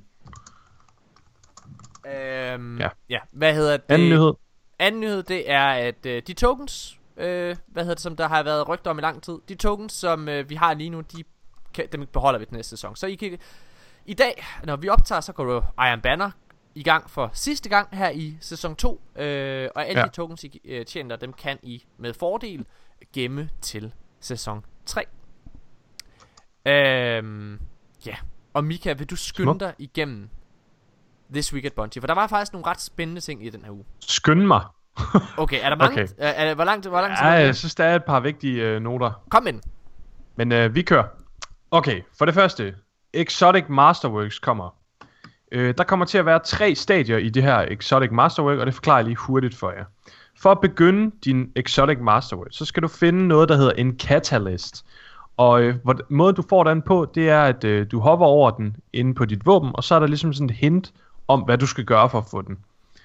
Øhm, ja. ja, hvad hedder det? Anden nyhed. Anden nyhed, det er, at øh, de tokens, øh, hvad hedder det, som der har været rygter om i lang tid, de tokens, som øh, vi har lige nu, de kan, dem beholder vi til næste sæson. Så I kan, i dag, når vi optager, så går jo Iron Banner i gang for sidste gang her i sæson to, øh, og alle ja. de tokens, I øh, tjener, dem kan I med fordel gemme til sæson tre. Øhm, ja, og Mika, vil du skynde dig igennem This Week at Bungie? For der var faktisk nogle ret spændende ting i den her uge. Skynd mig. Okay, er der mange? Okay. Er, er, hvor langt, hvor langt ja, jeg synes, der er et par vigtige øh, noter. Kom ind. Men øh, vi kører. Okay, for det første, Exotic Masterworks kommer. Øh, der kommer til at være tre stadier i det her Exotic Masterwork, og det forklarer jeg lige hurtigt for jer. For at begynde din Exotic Masterwork, så skal du finde noget, der hedder en Catalyst. Og øh, hvor, måden du får den på, det er, at øh, du hopper over den inde på dit våben, og så er der ligesom sådan et hint om, hvad du skal gøre for at få den.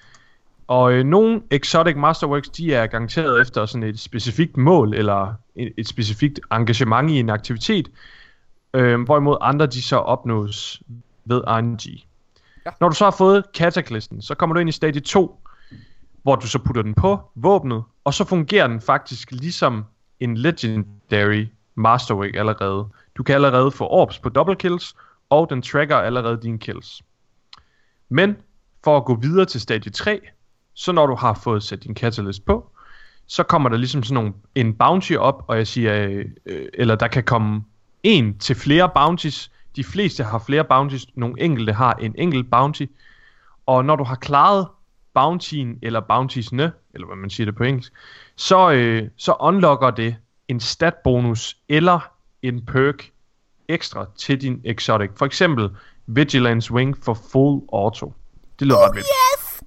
Og øh, nogle Exotic Masterworks, de er garanteret efter sådan et specifikt mål, eller et, et specifikt engagement i en aktivitet, øh, hvorimod andre, de så opnås ved R N G. Ja. Når du så har fået Cataclysmen, så kommer du ind i stadie to, hvor du så putter den på våbnet, og så fungerer den faktisk ligesom en Legendary Masterwork allerede. Du kan allerede få orbs på double kills, og den tracker allerede dine kills. Men for at gå videre til stadie tre, så når du har fået sat din Catalyst på, så kommer der ligesom sådan nogle, en bounty op, og jeg siger, øh, eller der kan komme en til flere bounties. De fleste har flere bounties, nogle enkelte har en enkelt bounty. Og når du har klaret bountyen, eller bountiesne, eller hvad man siger det på engelsk, så, øh, så unlocker det en stat bonus, eller en perk ekstra til din exotic. For eksempel Vigilance Wing for full auto. Det lyder oh, ret vildt. Yes!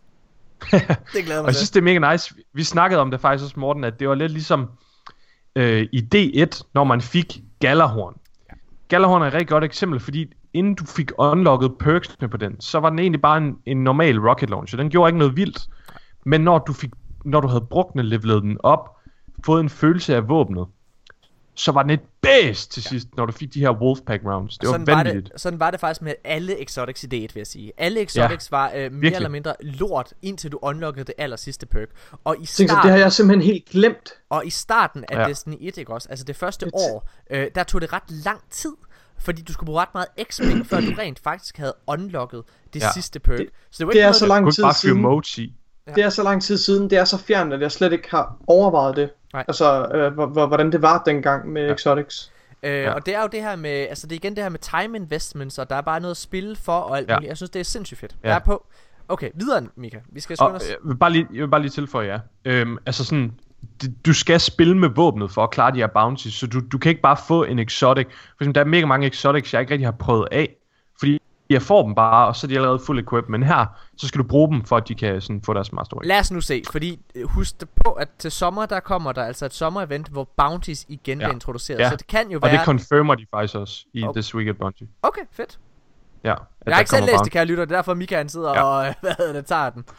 Det glæder mig. Og jeg synes det er mega nice. Vi snakkede om det faktisk også, Morten, at det var lidt ligesom øh, i D et, når man fik Galahorn. Galahorn er et rigtig godt eksempel, fordi inden du fik unlocket perksene på den, så var den egentlig bare en, en normal rocket launcher. Den gjorde ikke noget vildt. Men når du fik, når du havde brugt den, levelet den op, fået en følelse af våbnet, så var den et bæst til sidst, ja. Når du fik de her Wolfpack rounds. Det sådan var vanvittigt. Var det, sådan var det faktisk med alle exotics i D et, vil jeg sige. Alle exotics ja, var øh, mere virkelig. Eller mindre lort, indtil du unlockede det aller sidste perk. Og i starten, det har jeg simpelthen helt glemt. Og i starten af ja. Destiny et, ikke også? Altså det første det år, øh, der tog det ret lang tid, fordi du skulle bruge ret meget X P, før du rent faktisk havde unlocket det ja. sidste perk. Det, så det, var det ikke er så lang tid siden. Ja. Det er så lang tid siden, det er så fjernt, at jeg slet ikke har overvejet det. Nej. Altså, øh, hvordan det var dengang med ja. Exotics. Øh, ja. Og det er jo det her med, altså det er igen det her med time investments, og der er bare noget at spille for og alt ja. muligt. Jeg synes, det er sindssygt fedt. Ja. Jeg er på. Okay, videre, Mika. Vi skal skynde os. Jeg vil bare lige, jeg vil bare lige tilføje, ja. Øhm, altså sådan, du skal spille med våbnet for at klare de her bounties, så du, du kan ikke bare få en exotic. For eksempel, der er mega mange exotics, jeg ikke rigtig har prøvet af, fordi jeg får dem bare, og så er de allerede full equip. Men her, så skal du bruge dem, for at de kan sådan få deres masterwork. Lad os nu se, fordi husk på, at til sommer, der kommer der altså et sommerevent, hvor bounties igen ja. bliver introduceret. Ja. Så det kan jo være... Og det confirmer de faktisk også i okay. This Week at Bungie. Okay, fedt. Ja, jeg har ikke selv læst det, kære lytter. Det er derfor Mika han sidder ja. og hvad hedder det, tager den.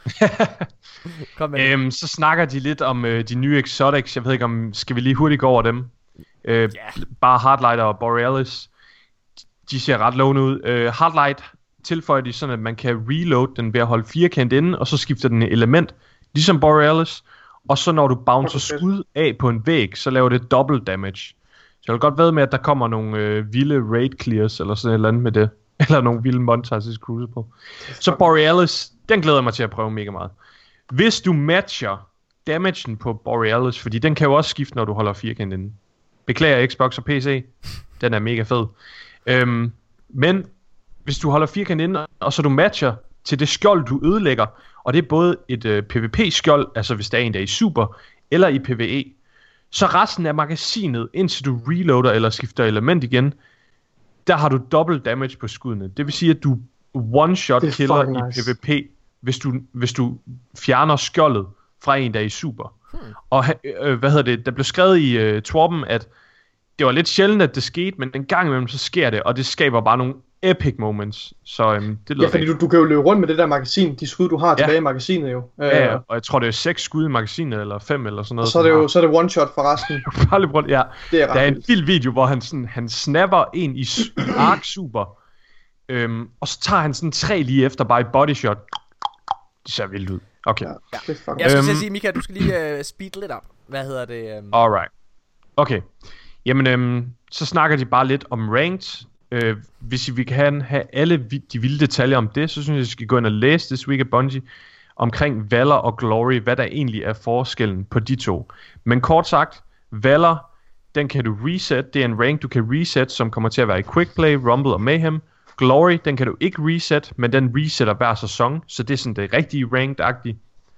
Kom med øhm, så snakker de lidt om øh, de nye exotics. Jeg ved ikke om, skal vi lige hurtigt gå over dem? Øh, yeah. Bare Hardlight og Borealis. De ser ret lovende ud. øh, Hardlight tilføjer de sådan, at man kan reload den ved at holde firkant inde, og så skifter den element, ligesom Borealis. Og så når du bouncer skud af på en væg, så laver det double damage. Så jeg vil godt ved med, at der kommer nogle øh, vilde raid clears, eller sådan et eller andet med det. Eller nogle vilde montages i Crucible. Så Borealis, den glæder jeg mig til at prøve mega meget. Hvis du matcher damagen på Borealis, fordi den kan jo også skifte, når du holder firkant inde. Beklager Xbox og P C, den er mega fed. Øhm, men hvis du holder firkant inde, og så du matcher til det skjold, du ødelægger, og det er både et øh, PvP-skjold, altså hvis der er en, der er i super, eller i PvE, så resten af magasinet, indtil du reloader eller skifter element igen, der har du double damage på skuddene. Det vil sige, at du one-shot killer nice. i PvP, hvis du, hvis du fjerner skjoldet fra en, der er i super. Hmm. Og øh, hvad hedder det, der blev skrevet i øh, Tworben, at det var lidt sjældent, at det skete, men en gang imellem så sker det, og det skaber bare nogle epic moments. Så øhm, det lyder Ja, fordi du, du kan jo løbe rundt med det der magasin, de skud, du har Ja. tilbage i magasinet jo. Ja, ja, Øh, og jeg tror, det er seks skud i magasinet, eller fem, eller sådan noget. og så er det jo så er det one shot for resten. Bare lidt rundt, ja. Det er Der ret er en vildt. vild video, hvor han, sådan, han snapper en i, s- i Ark Super, øhm, og så tager han sådan tre lige efter, bare i body shot. Det ser vildt ud. Okay. Ja, det er fucking... Jeg skulle til at Øhm. sige, Mika, du skal lige uh, speed lidt op. Hvad hedder det? Um... Alright. Okay. Jamen, øhm, så snakker de bare lidt om ranked. Øh, hvis I vil have, have alle vi- de vilde detaljer om det, så synes jeg, I skal gå ind og læse This Week at Bungie omkring Valor og Glory, hvad der egentlig er forskellen på de to. Men kort sagt, Valor, den kan du reset. Det er en rank, du kan reset, som kommer til at være i Quick Play, Rumble og Mayhem. Glory, den kan du ikke reset, men den resetter hver sæson, så det er sådan det rigtige ranked-agtige.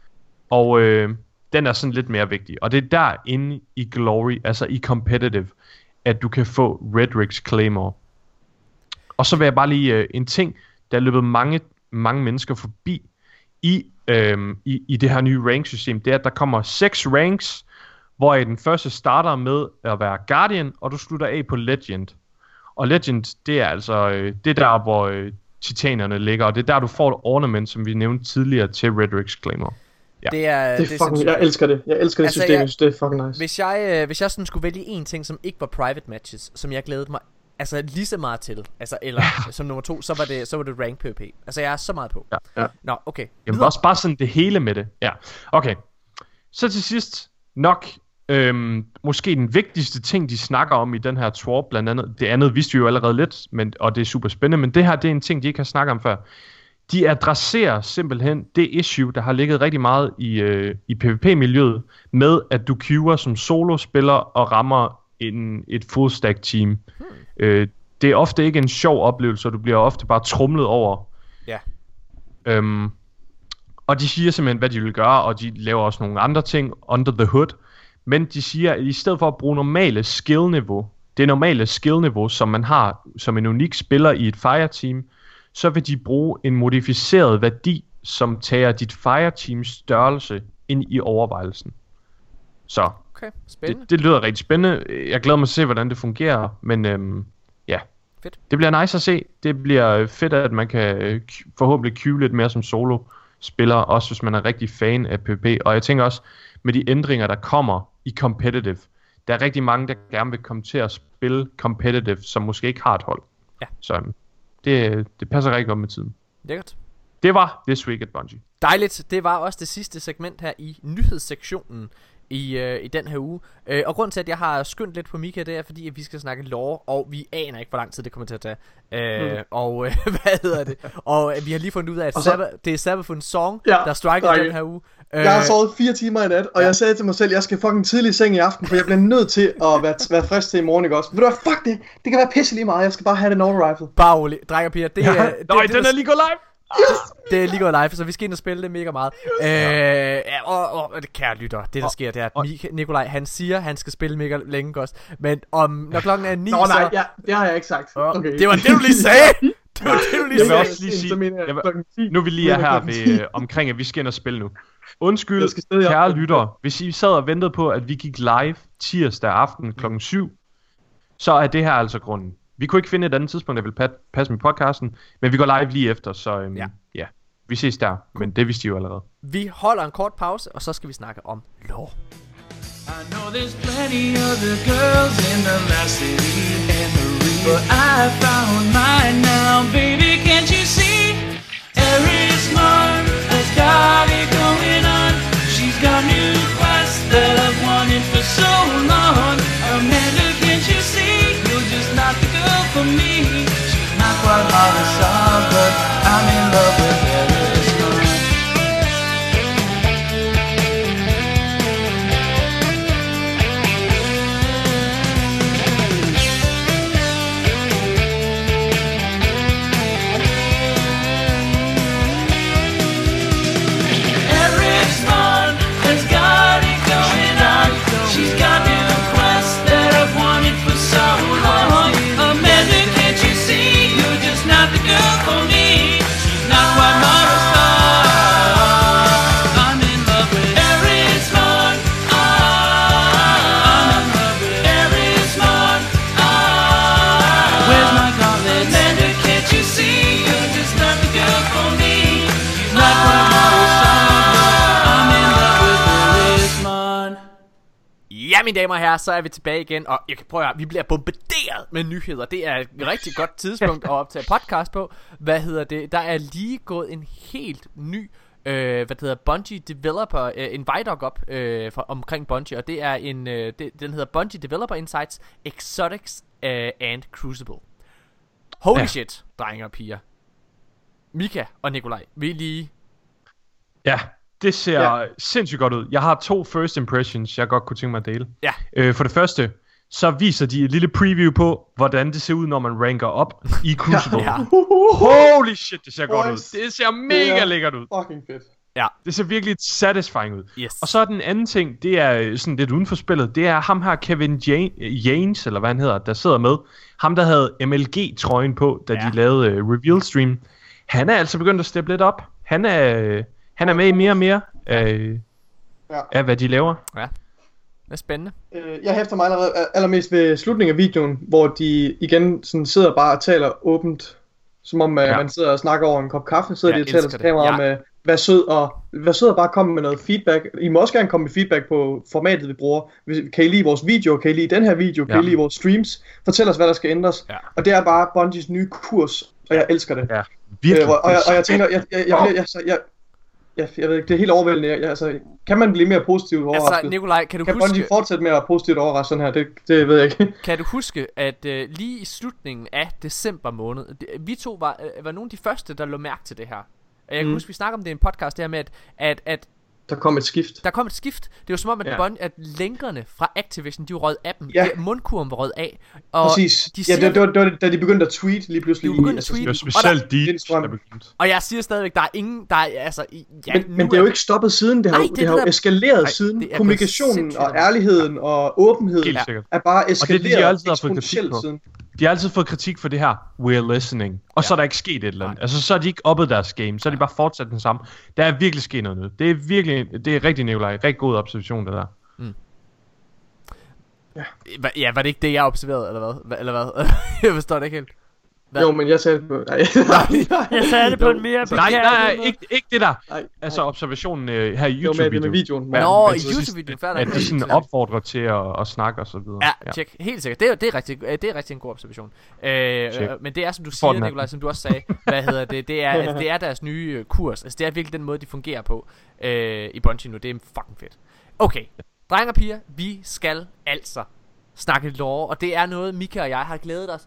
Og øh, den er sådan lidt mere vigtig. Og det er derinde i Glory, altså i Competitive, at du kan få Redrix Claymore. Og så vil jeg bare lige øh, en ting, der er løbet mange, mange mennesker forbi i, øh, i, i det her nye rank-system, det er, at der kommer seks ranks, hvor den første starter med at være Guardian, og du slutter af på Legend. Og Legend, det er altså øh, det er der, hvor øh, titanerne ligger, og det er der, du får et ornament, som vi nævnte tidligere, til Redrix Claymore. Ja. Det er, Det er fucking, sindssygt. jeg elsker det. Jeg elsker det Altså, system, jeg- jeg synes, det er fucking nice. Hvis jeg, øh, hvis jeg sådan skulle vælge en ting, som ikke var private matches, som jeg glædede mig altså lige så meget til, altså eller som nummer to, så var det så var det rank PvP. Altså jeg er så meget på. Ja. Ja. Nå, okay. Jamen Videre. også bare sådan det hele med det. Ja, okay. Så til sidst nok øhm, måske den vigtigste ting, de snakker om i den her twarp, blandt andet. Det andet vidste vi jo allerede lidt, men, og det er super spændende, men det her, det er en ting, de ikke har snakket om før. De adresserer simpelthen det issue, der har ligget rigtig meget i, øh, i PvP-miljøet, med at du queuer som solospiller og rammer en, et full stack team. Hmm. Øh, det er ofte ikke en sjov oplevelse, og du bliver ofte bare trumlet over. Ja. Øhm, og de siger simpelthen, hvad de vil gøre, og de laver også nogle andre ting under the hood. Men de siger, at i stedet for at bruge normale skill-niveau, det normale skill-niveau, som man har som en unik spiller i et fireteam, så vil de bruge en modificeret værdi, som tager dit fireteams størrelse ind i overvejelsen. Så Okay, spændende. det, det lyder rigtig spændende. Jeg glæder mig til at se, hvordan det fungerer, men øhm, ja. Fedt. Det bliver nice at se. Det bliver fedt, at man kan øh, q- forhåbentlig queue lidt mere som solo-spiller, også hvis man er rigtig fan af PvP. Og jeg tænker også, med de ændringer, der kommer i competitive, der er rigtig mange, der gerne vil komme til at spille competitive, som måske ikke har et hold. Ja. Så øhm, det, det passer rigtig godt med tiden. Lækkert. Det var This Week at Bungie. Dejligt. Det var også det sidste segment her i nyhedssektionen i, øh, i den her uge. Øh, og grund til, at jeg har skyndt lidt på Mika, det er, fordi at vi skal snakke lore, og vi aner ikke, hvor lang tid det kommer til at tage. Øh, mm. Og øh, hvad hedder det? Og øh, vi har lige fundet ud af, at Og så- Sabba, det er Sabbathun Song, Ja, der striker drenge. den her uge. Jeg har sovet fire timer i nat, og jeg sagde til mig selv, jeg skal fucking tidlig i seng i aften, for jeg bliver nødt til at være, være frisk til i morgen, ikke også? Ved du hvad, fuck det, det kan være pisse lige meget, jeg skal bare have den auto rifle. Bare rolig, drenge og piger. Det, er- det, Nej, det, den det, er lige gået live! det er lige gået live, så vi skal ind og spille det mega meget. Øh, ja, og, og, det kære lytter, det der Og- sker, det er, at og- Mika, Nikolaj, han siger, han skal spille mega længe også. Men om, når klokken er ni, Nå nej, så... ja, det har jeg ikke sagt. Åh, Okay. det var det, du lige sagde! Det var det, du lige Jeg vil sagde! også lige sige, Så mener jeg jeg vil- klokken ti. nu er vi lige er Nu er her klokken ved, ti. øh, omkring, at vi skal ind og spille nu. Undskyld, Jeg skal stadig op. kære lyttere, hvis I sad og ventede på, at vi gik live tirsdag aften klokken syv, så er det her altså grunden. Vi kunne ikke finde et andet tidspunkt, der ville pa- passe med podcasten, men vi går live lige efter, så øhm, Ja. ja. ja, vi ses der, men det vidste I jo allerede. Vi holder en kort pause, og så skal vi snakke om lore. I know there's plenty other girls in the last city and Marie, but I found mine now, baby. Can't you see? Every smart has got it going on. She's got new quests that I've wanted for so long. Amanda, can't you see? You're just not the girl for me. She's not quite Holly Saw, but I'm in love with Eris Morn. mine damer og herrer, så er vi tilbage igen. Og jeg kan prøve at vi bliver bombarderet med nyheder. Det er et rigtig godt tidspunkt at optage podcast på. Hvad hedder det? Der er lige gået en helt ny øh, hvad det hedder, Bungie Developer øh, en Vidoc op øh, for, omkring Bungie. Og det er en øh, det, den hedder Bungie Developer Insights Exotics øh, and Crucible. Holy ja. shit, drenge og piger. Mika og Nikolaj, vil I lige... Ja, det ser Ja. sindssygt godt ud. Jeg har to first impressions, jeg godt kunne tænke mig at dele. Ja. Øh, for det første, så viser de et lille preview på, hvordan det ser ud, når man ranker op i Crucible. Ja. Holy shit, det ser godt ud. Boys. Det ser mega Ja. lækkert ud. Fucking fedt. Ja. Det ser virkelig satisfying ud. Yes. Og så er den anden ting, det er sådan lidt uden for spillet. Det er ham her, Kevin James, eller hvad han hedder, der sidder med. Ham, der havde M L G-trøjen på, da Ja. de lavede uh, reveal-stream. Han er altså begyndt at steppe lidt op. Han er, uh, han er med i mere og mere uh, Ja. af, hvad de laver. Ja. Det er spændende. Øh, Jeg hæfter mig allerede allermest ved slutningen af videoen, hvor de igen sådan sidder bare og taler åbent, som om ja. Ja. man sidder og snakker over en kop kaffe, sidder Jeg de og taler elsker til det. kameraet Ja. om, øh, vær sød og vær sød og bare komme med noget feedback. I må også gerne komme med feedback på formatet, vi bruger. Hvis- Kan I lide vores video? Kan I lide den her video? Kan Ja. I lide vores streams? Fortæl os, hvad der skal ændres. Ja. Og det er bare Bungies nye kurs, og jeg elsker det. Ja, virkelig. Øh, og, og, jeg, og jeg tænker, jeg, jeg, jeg, jeg, jeg, jeg, jeg, jeg ved ikke, det er helt overvældende. Jeg, jeg, altså, kan man blive mere positivt overrasket? Altså, Nikolaj, kan du Kan huske... Bungie fortsætte med at være positivt overrasket sådan her? Det, det ved jeg ikke. Kan du huske, at øh, lige i slutningen af december måned, det, vi to var, øh, var nogle af de første, der lå mærke til det her. Jeg kan Mm. huske, vi snakker om det i en podcast, det her med, at, at, at Der kom et skift. der kom et skift. Det var som om, at, Ja. Bun- at lænkerne fra Activision, de var røget af dem. Ja. Det- Mundkurven var røget af. Og Præcis. de Ja, siger, det, det, var, det var da de begyndte at tweet lige pludselig. De begyndte at altså, tweete. Det var specielt de, Lindstrøm. der begyndte. Og jeg siger stadigvæk, der er ingen, der er, altså... i- Ja, Men, nu men det er jo ikke stoppet siden. Det har, Nej, jo- det det er har det jo der- eskaleret Nej, siden. det er Kommunikationen sindssygt og meget. ærligheden og åbenheden Helt sikkert. er bare det, de eskaleret altid har fået kritik eksponentielt på. siden. De har altid fået kritik for det her, we're listening. Og så er der ikke sket et eller andet. Altså, så er de ikke oppet deres game. Så er de bare fortsat den samme. Der er virkelig sket noget nyt. Det er virkelig, det er rigtig, Nikolaj. Rigtig god observation, det der. Hva- Ja, var det ikke det, jeg observerede, eller hvad? Hva- Eller hvad? Jeg forstår det ikke helt. Hvad? Jo, men jeg sagde det på... Nej, nej, Jeg sagde det på en mere Nej, nej, begavet nej, ikke, ikke det der. nej. Altså observationen øh, her i Det var med, det med YouTube-videoen. videoen. Ja, Nå, men i så sidst, YouTube-videoen, fair At nok. de sådan opfordrer til at, at snakke og så videre. Ja, tjek. Helt sikkert. Det er, det er rigtig, det er rigtig en god observation. Øh, Check. øh, men det er, som du får siger, den her. Nikolaj, som du også sagde, hvad hedder det? Det er, altså, det er deres nye øh, kurs. Altså, det er virkelig den måde, de fungerer på øh, i Bungie nu. Det er fucking fedt. Okay, drenge og piger, vi skal altså snakke lore, og det er noget, Mika og jeg har glædet os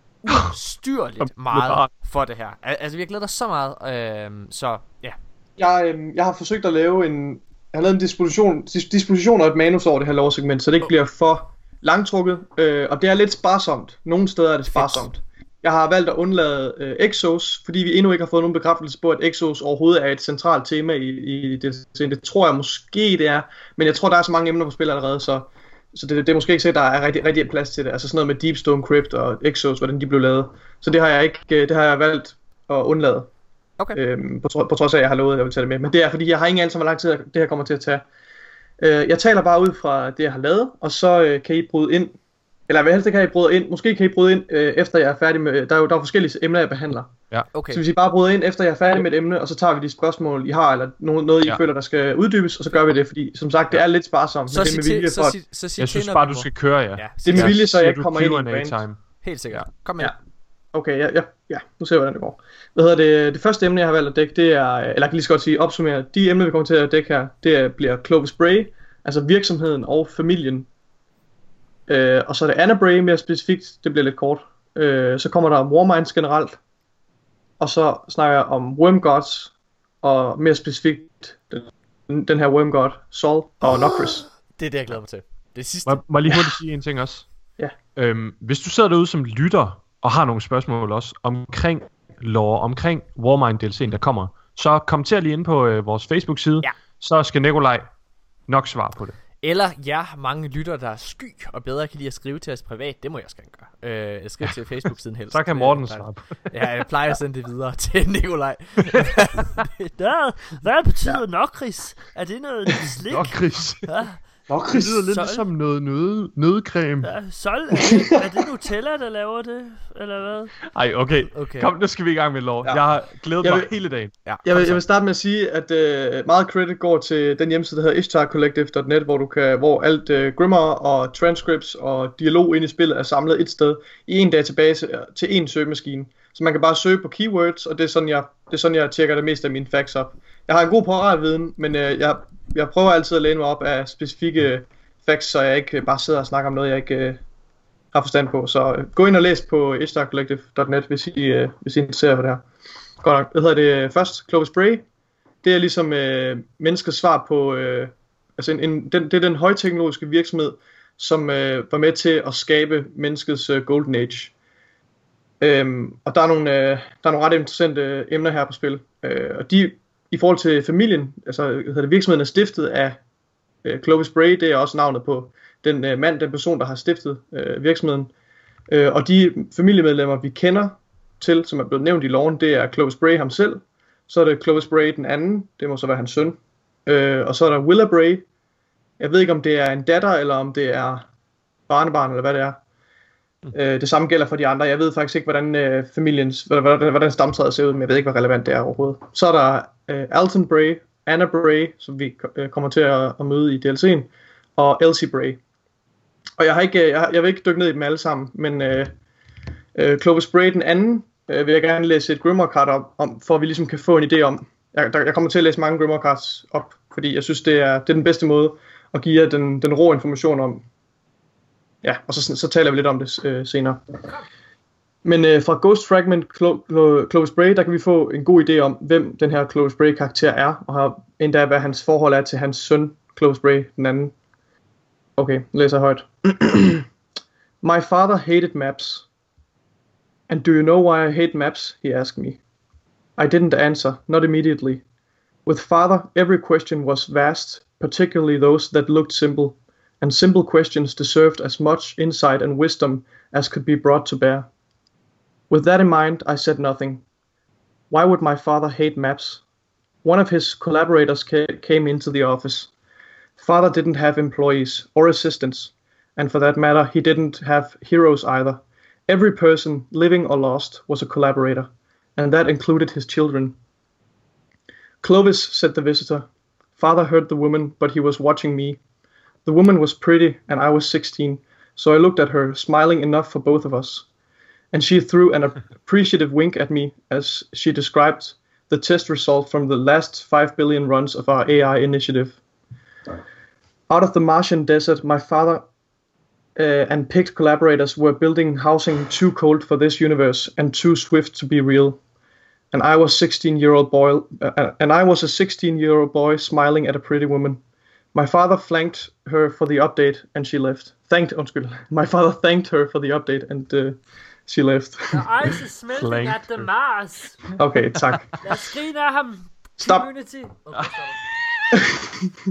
ustyrligt meget for det her. Al- Altså, vi har glædet os så meget, øh, så ja. Jeg, øhm, jeg har forsøgt at lave en... Jeg har lavet en disposition, dis- disposition og et manus over det her lovsegment, så det ikke bliver for langtrukket. Øh, og det er lidt sparsomt. Nogle steder er det sparsomt. Jeg har valgt at undlade øh, Exos, fordi vi endnu ikke har fået nogen bekræftelse på, at Exos overhovedet er et centralt tema i, i det. Det tror jeg måske det er, men jeg tror der er så mange emner på spil allerede, så, så det, det er måske ikke sikkert, at der er rigtig, rigtig plads til det. Altså sådan noget med Deep Stone Crypt og Exos, hvordan de blev lavet. Så det har jeg ikke, øh, det har jeg valgt at undlade. Okay. Øhm, på, tro, på trods af, at jeg har lovet, at jeg vil tage det med. Men det er, fordi jeg har ingen anelse om, hvor lang tid det her kommer til at tage. Øh, jeg taler bare ud fra det, jeg har lavet, og så øh, kan I bryde ind. Eller hvad helst kan I bryde ind. Måske kan I bryde ind, øh, efter jeg er færdig med... Der er jo der er forskellige emner, jeg behandler. Okay. Så hvis I bare bryder ind, efter jeg er færdig med et emne, og så tager vi de spørgsmål, I har, eller noget, noget I Ja. føler, der skal uddybes, og så gør vi det. Fordi, som sagt, det er lidt sparsomt. Så men det sig er med vilje til, så for, at- sig, så sig Jeg til, synes når bare, vi du må. skal køre, ja. Ja, det er sig med til. vilje, så jeg siger ikke du kommer ind i Q en and A rant. time. Helt sikkert. Ja. Kom med. Ja. Okay, ja, ja, ja, nu ser vi, hvordan det går. Hvad hedder det? Det første emne, jeg har valgt at dække, det er, eller jeg kan lige så godt sige, opsummere, de emner, vi kommer til at dække her, det er, bliver Clovis Bray, altså virksomheden og familien. Øh, og så er det Anna Bray mere specifikt, det bliver lidt kort. Øh, så kommer der Warminds generelt, og så snakker jeg om Worm Gods, og mere specifikt, den, den her Worm God, Sol og Nokris. Det er det, jeg glæder mig til. Det sidste. Må, må jeg lige hurtigt sige en ting også? Ja. Øhm, hvis du sidder derude som lytter, og har nogle spørgsmål også, omkring lore, omkring Warmind D L C'en, der kommer, så kommenter lige ind på øh, vores Facebook-side, Ja. så skal Nikolaj nok svare på det. Eller jer mange lytter, der er sky og bedre kan lide at skrive til os privat. Det må jeg også gerne gøre. Øh, skriv til Facebook-siden helst. Så kan Det- Morten der- svare på Ja, jeg plejer at sende det videre til Nikolaj. Hvad, hvad betyder ja. nokris? Er det noget slik? Nok, Chris. Ja, Nå, Det Chris. lyder lidt Sol. som noget nød, nødcreme. Ja, Sol, er det, er det Nutella, der laver det? Eller hvad? Ej, okay. Okay. Kom, nu skal vi i gang med lov. Ja. Jeg har glædet Jeg mig vil- hele dagen. Ja, Jeg vil, kom jeg vil starte med at sige, at øh, meget credit går til den hjemmeside, der hedder ishtar collective punktum net, hvor du kan, hvor alt øh, Grimoire og transcripts og dialog ind i spillet er samlet et sted i en database øh, til en søgemaskine. Så man kan bare søge på keywords, og det er sådan, jeg, det er sådan, jeg tjekker det meste af mine facts op. Jeg har en god paratviden, men øh, jeg, jeg prøver altid at læne mig op af specifikke facts, så jeg ikke bare sidder og snakker om noget, jeg ikke øh, har forstand på. Så øh, gå ind og læs på ishtar collective punktum net, hvis I, øh, hvis I er interesseret for det her. Godt nok. Hvad hedder det først? Clovis Bray. Det er ligesom øh, menneskets svar på, øh, altså en, en, den, det er den højteknologiske virksomhed, som øh, var med til at skabe menneskets øh, golden age. Øhm, og der er nogle, øh, der er nogle ret interessante øh, emner her på spil. Øh, og de, i forhold til familien, altså hvad hedder det, virksomheden er stiftet af øh, Clovis Bray, det er også navnet på den øh, mand, den person, der har stiftet øh, virksomheden. Øh, og de familiemedlemmer, vi kender til, som er blevet nævnt i loven, det er Clovis Bray ham selv. Så er det Clovis Bray den anden, det må så være hans søn. Øh, og så er der Willa Bray. Jeg ved ikke, om det er en datter, eller om det er barnebarn, eller hvad det er. Mm. Øh, det samme gælder for de andre. Jeg ved faktisk ikke, hvordan øh, familiens, hvordan, hvordan stamtræet ser ud, men jeg ved ikke, hvor relevant det er overhovedet. Så er der øh, Alton Bray, Anna Bray, som vi øh, kommer til at, at møde i D L C'en, og Elsie Bray. Og jeg har ikke, jeg, jeg vil ikke dykke ned i dem alle sammen, men øh, øh, Clovis Bray den anden, øh, vil jeg gerne læse et Grimoire card op, om, for at vi ligesom kan få en idé om. Jeg, der, jeg kommer til at læse mange Grimoire cards op, fordi jeg synes, det er, det er den bedste måde at give jer den, den rå information om. Ja, og så, så taler vi lidt om det øh, senere. Men øh, fra Ghost Fragment Clo- Clo- Clovis Bray, der kan vi få en god idé om, hvem den her Clovis Bray karakter er, og har endda hvad hans forhold er til hans søn, Clovis Bray den anden. Okay, læser højt. My father hated maps. And do you know why I hate maps? He asked me. I didn't answer, not immediately. With father, every question was vast, particularly those that looked simple, and simple questions deserved as much insight and wisdom as could be brought to bear. With that in mind, I said nothing. Why would my father hate maps? One of his collaborators ca- came into the office. Father didn't have employees or assistants, and for that matter, he didn't have heroes either. Every person, living or lost, was a collaborator, and that included his children. Clovis, said the visitor. Father heard the woman, but he was watching me. The woman was pretty, and I was sixteen, so I looked at her, smiling enough for both of us. And she threw an appreciative wink at me as she described the test result from the last five billion runs of our A I initiative. Out of the Martian desert, my father uh, and picked collaborators were building housing too cold for this universe and too swift to be real. And I was sixteen-year-old boy, uh, and I was a sixteen-year-old boy smiling at a pretty woman. My father thanked her for the update, and she left. Thanked, undskyld. My father thanked her for the update, and uh, she left. The ice is smelting Flank. at the Mars. Okay, tak. Lad os grine af ham. Stop. Community. Okay, stop.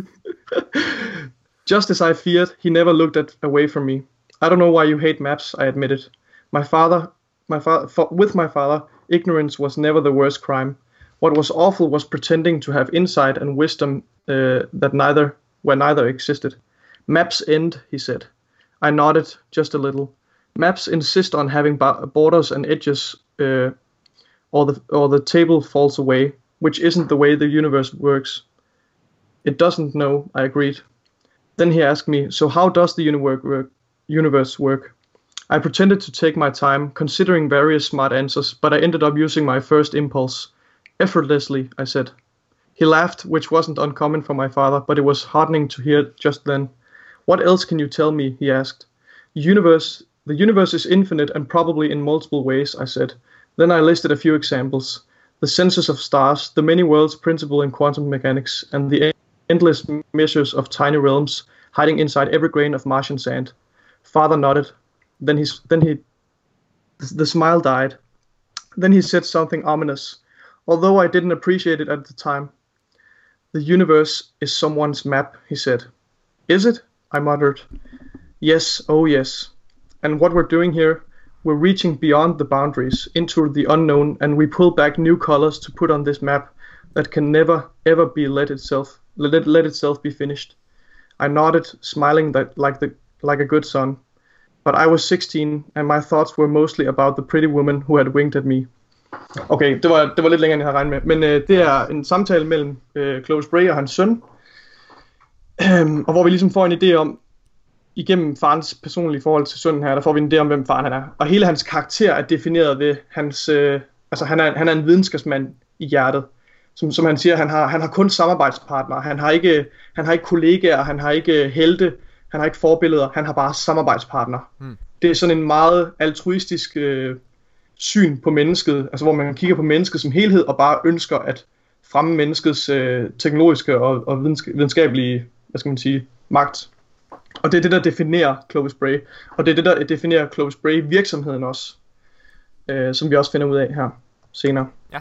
Just as I feared, he never looked at, away from me. I don't know why you hate maps, I admitted. My father, my father, for, with my father, ignorance was never the worst crime. What was awful was pretending to have insight and wisdom uh, that neither, where neither existed. Maps end, he said. I nodded just a little. Maps insist on having ba- borders and edges, uh, or the or the table falls away, which isn't the way the universe works. It doesn't know, I agreed. Then he asked me, so how does the universe work? Universe work? I pretended to take my time, considering various smart answers, but I ended up using my first impulse. Effortlessly, I said. He laughed, which wasn't uncommon for my father, but it was heartening to hear just then. What else can you tell me? He asked. Universe, the universe is infinite and probably in multiple ways, I said. Then I listed a few examples. The census of stars, the many worlds principle in quantum mechanics, and the endless measures of tiny realms hiding inside every grain of Martian sand. Father nodded. Then he, then he, the smile died. Then he said something ominous, although I didn't appreciate it at the time. The universe is someone's map, he said. Is it? I muttered. Yes, oh yes. And what we're doing here, we're reaching beyond the boundaries, into the unknown, and we pull back new colors to put on this map that can never, ever be let itself, let, let itself be finished. I nodded, smiling that, like, the, like a good son. But I was sixteen, and my thoughts were mostly about the pretty woman who had winked at me. Okay, det var, det var lidt længere, end jeg havde regnet med. Men øh, det er en samtale mellem øh, Clovis Bray og hans søn. Øhm, og hvor vi ligesom får en idé om, igennem farens personlige forhold til sønnen her, der får vi en idé om, hvem faren han er. Og hele hans karakter er defineret ved hans... Øh, altså, han er, han er en videnskabsmand i hjertet. Som, som han siger, han har, han har kun samarbejdspartnere. Han har ikke, han har ikke kollegaer, han har ikke helte, han har ikke forbilleder. Han har bare samarbejdspartnere. Hmm. Det er sådan en meget altruistisk øh, syn på mennesket. Altså, hvor man kigger på mennesket som helhed og bare ønsker at fremme menneskets øh, teknologiske og, og videnskabelige, hvad skal man sige, magt. Og det er det, der definerer Clovis Bray. Og det er det, der definerer Clovis Bray virksomheden også. Øh, som vi også finder ud af her senere. Ja.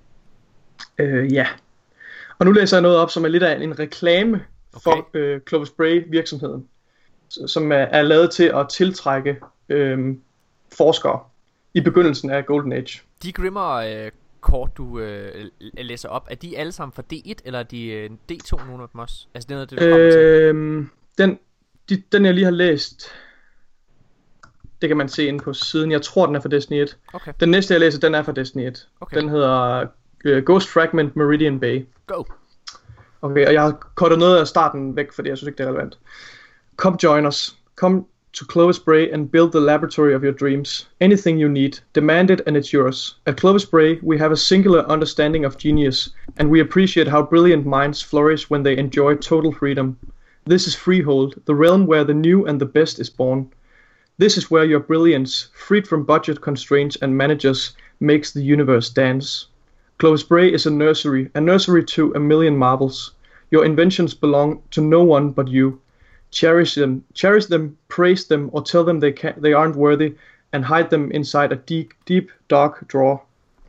Øh, ja. Og nu læser jeg noget op, som er lidt af en reklame okay. for øh, Clovis Bray virksomheden. Som er, er lavet til at tiltrække øh, forskere i begyndelsen af Golden Age. De Grimmer øh, kort du øh, læser op, er de alle sammen fra D et, eller er de øh, D to nogle af dem også? Altså det er noget, det du kommer øh, til. Den, de, den jeg lige har læst, det kan man se inde på siden. Jeg tror den er fra Destiny et. Okay. Den næste jeg læser, den er fra Destiny et. Okay. Den hedder uh, Ghost Fragment Meridian Bay. Go. Okay, og jeg har kortet noget af starten væk, fordi jeg synes ikke det er relevant. Come join us. Come to Clovis Bray and build the laboratory of your dreams. Anything you need, demand it and it's yours. At Clovis Bray, we have a singular understanding of genius, and we appreciate how brilliant minds flourish when they enjoy total freedom. This is Freehold, the realm where the new and the best is born. This is where your brilliance, freed from budget constraints and managers, makes the universe dance. Clovis Bray is a nursery, a nursery to a million marvels. Your inventions belong to no one but you. Cherish them, cherish them, praise them, or tell them they can't, they aren't worthy, and hide them inside a deep, deep, dark drawer.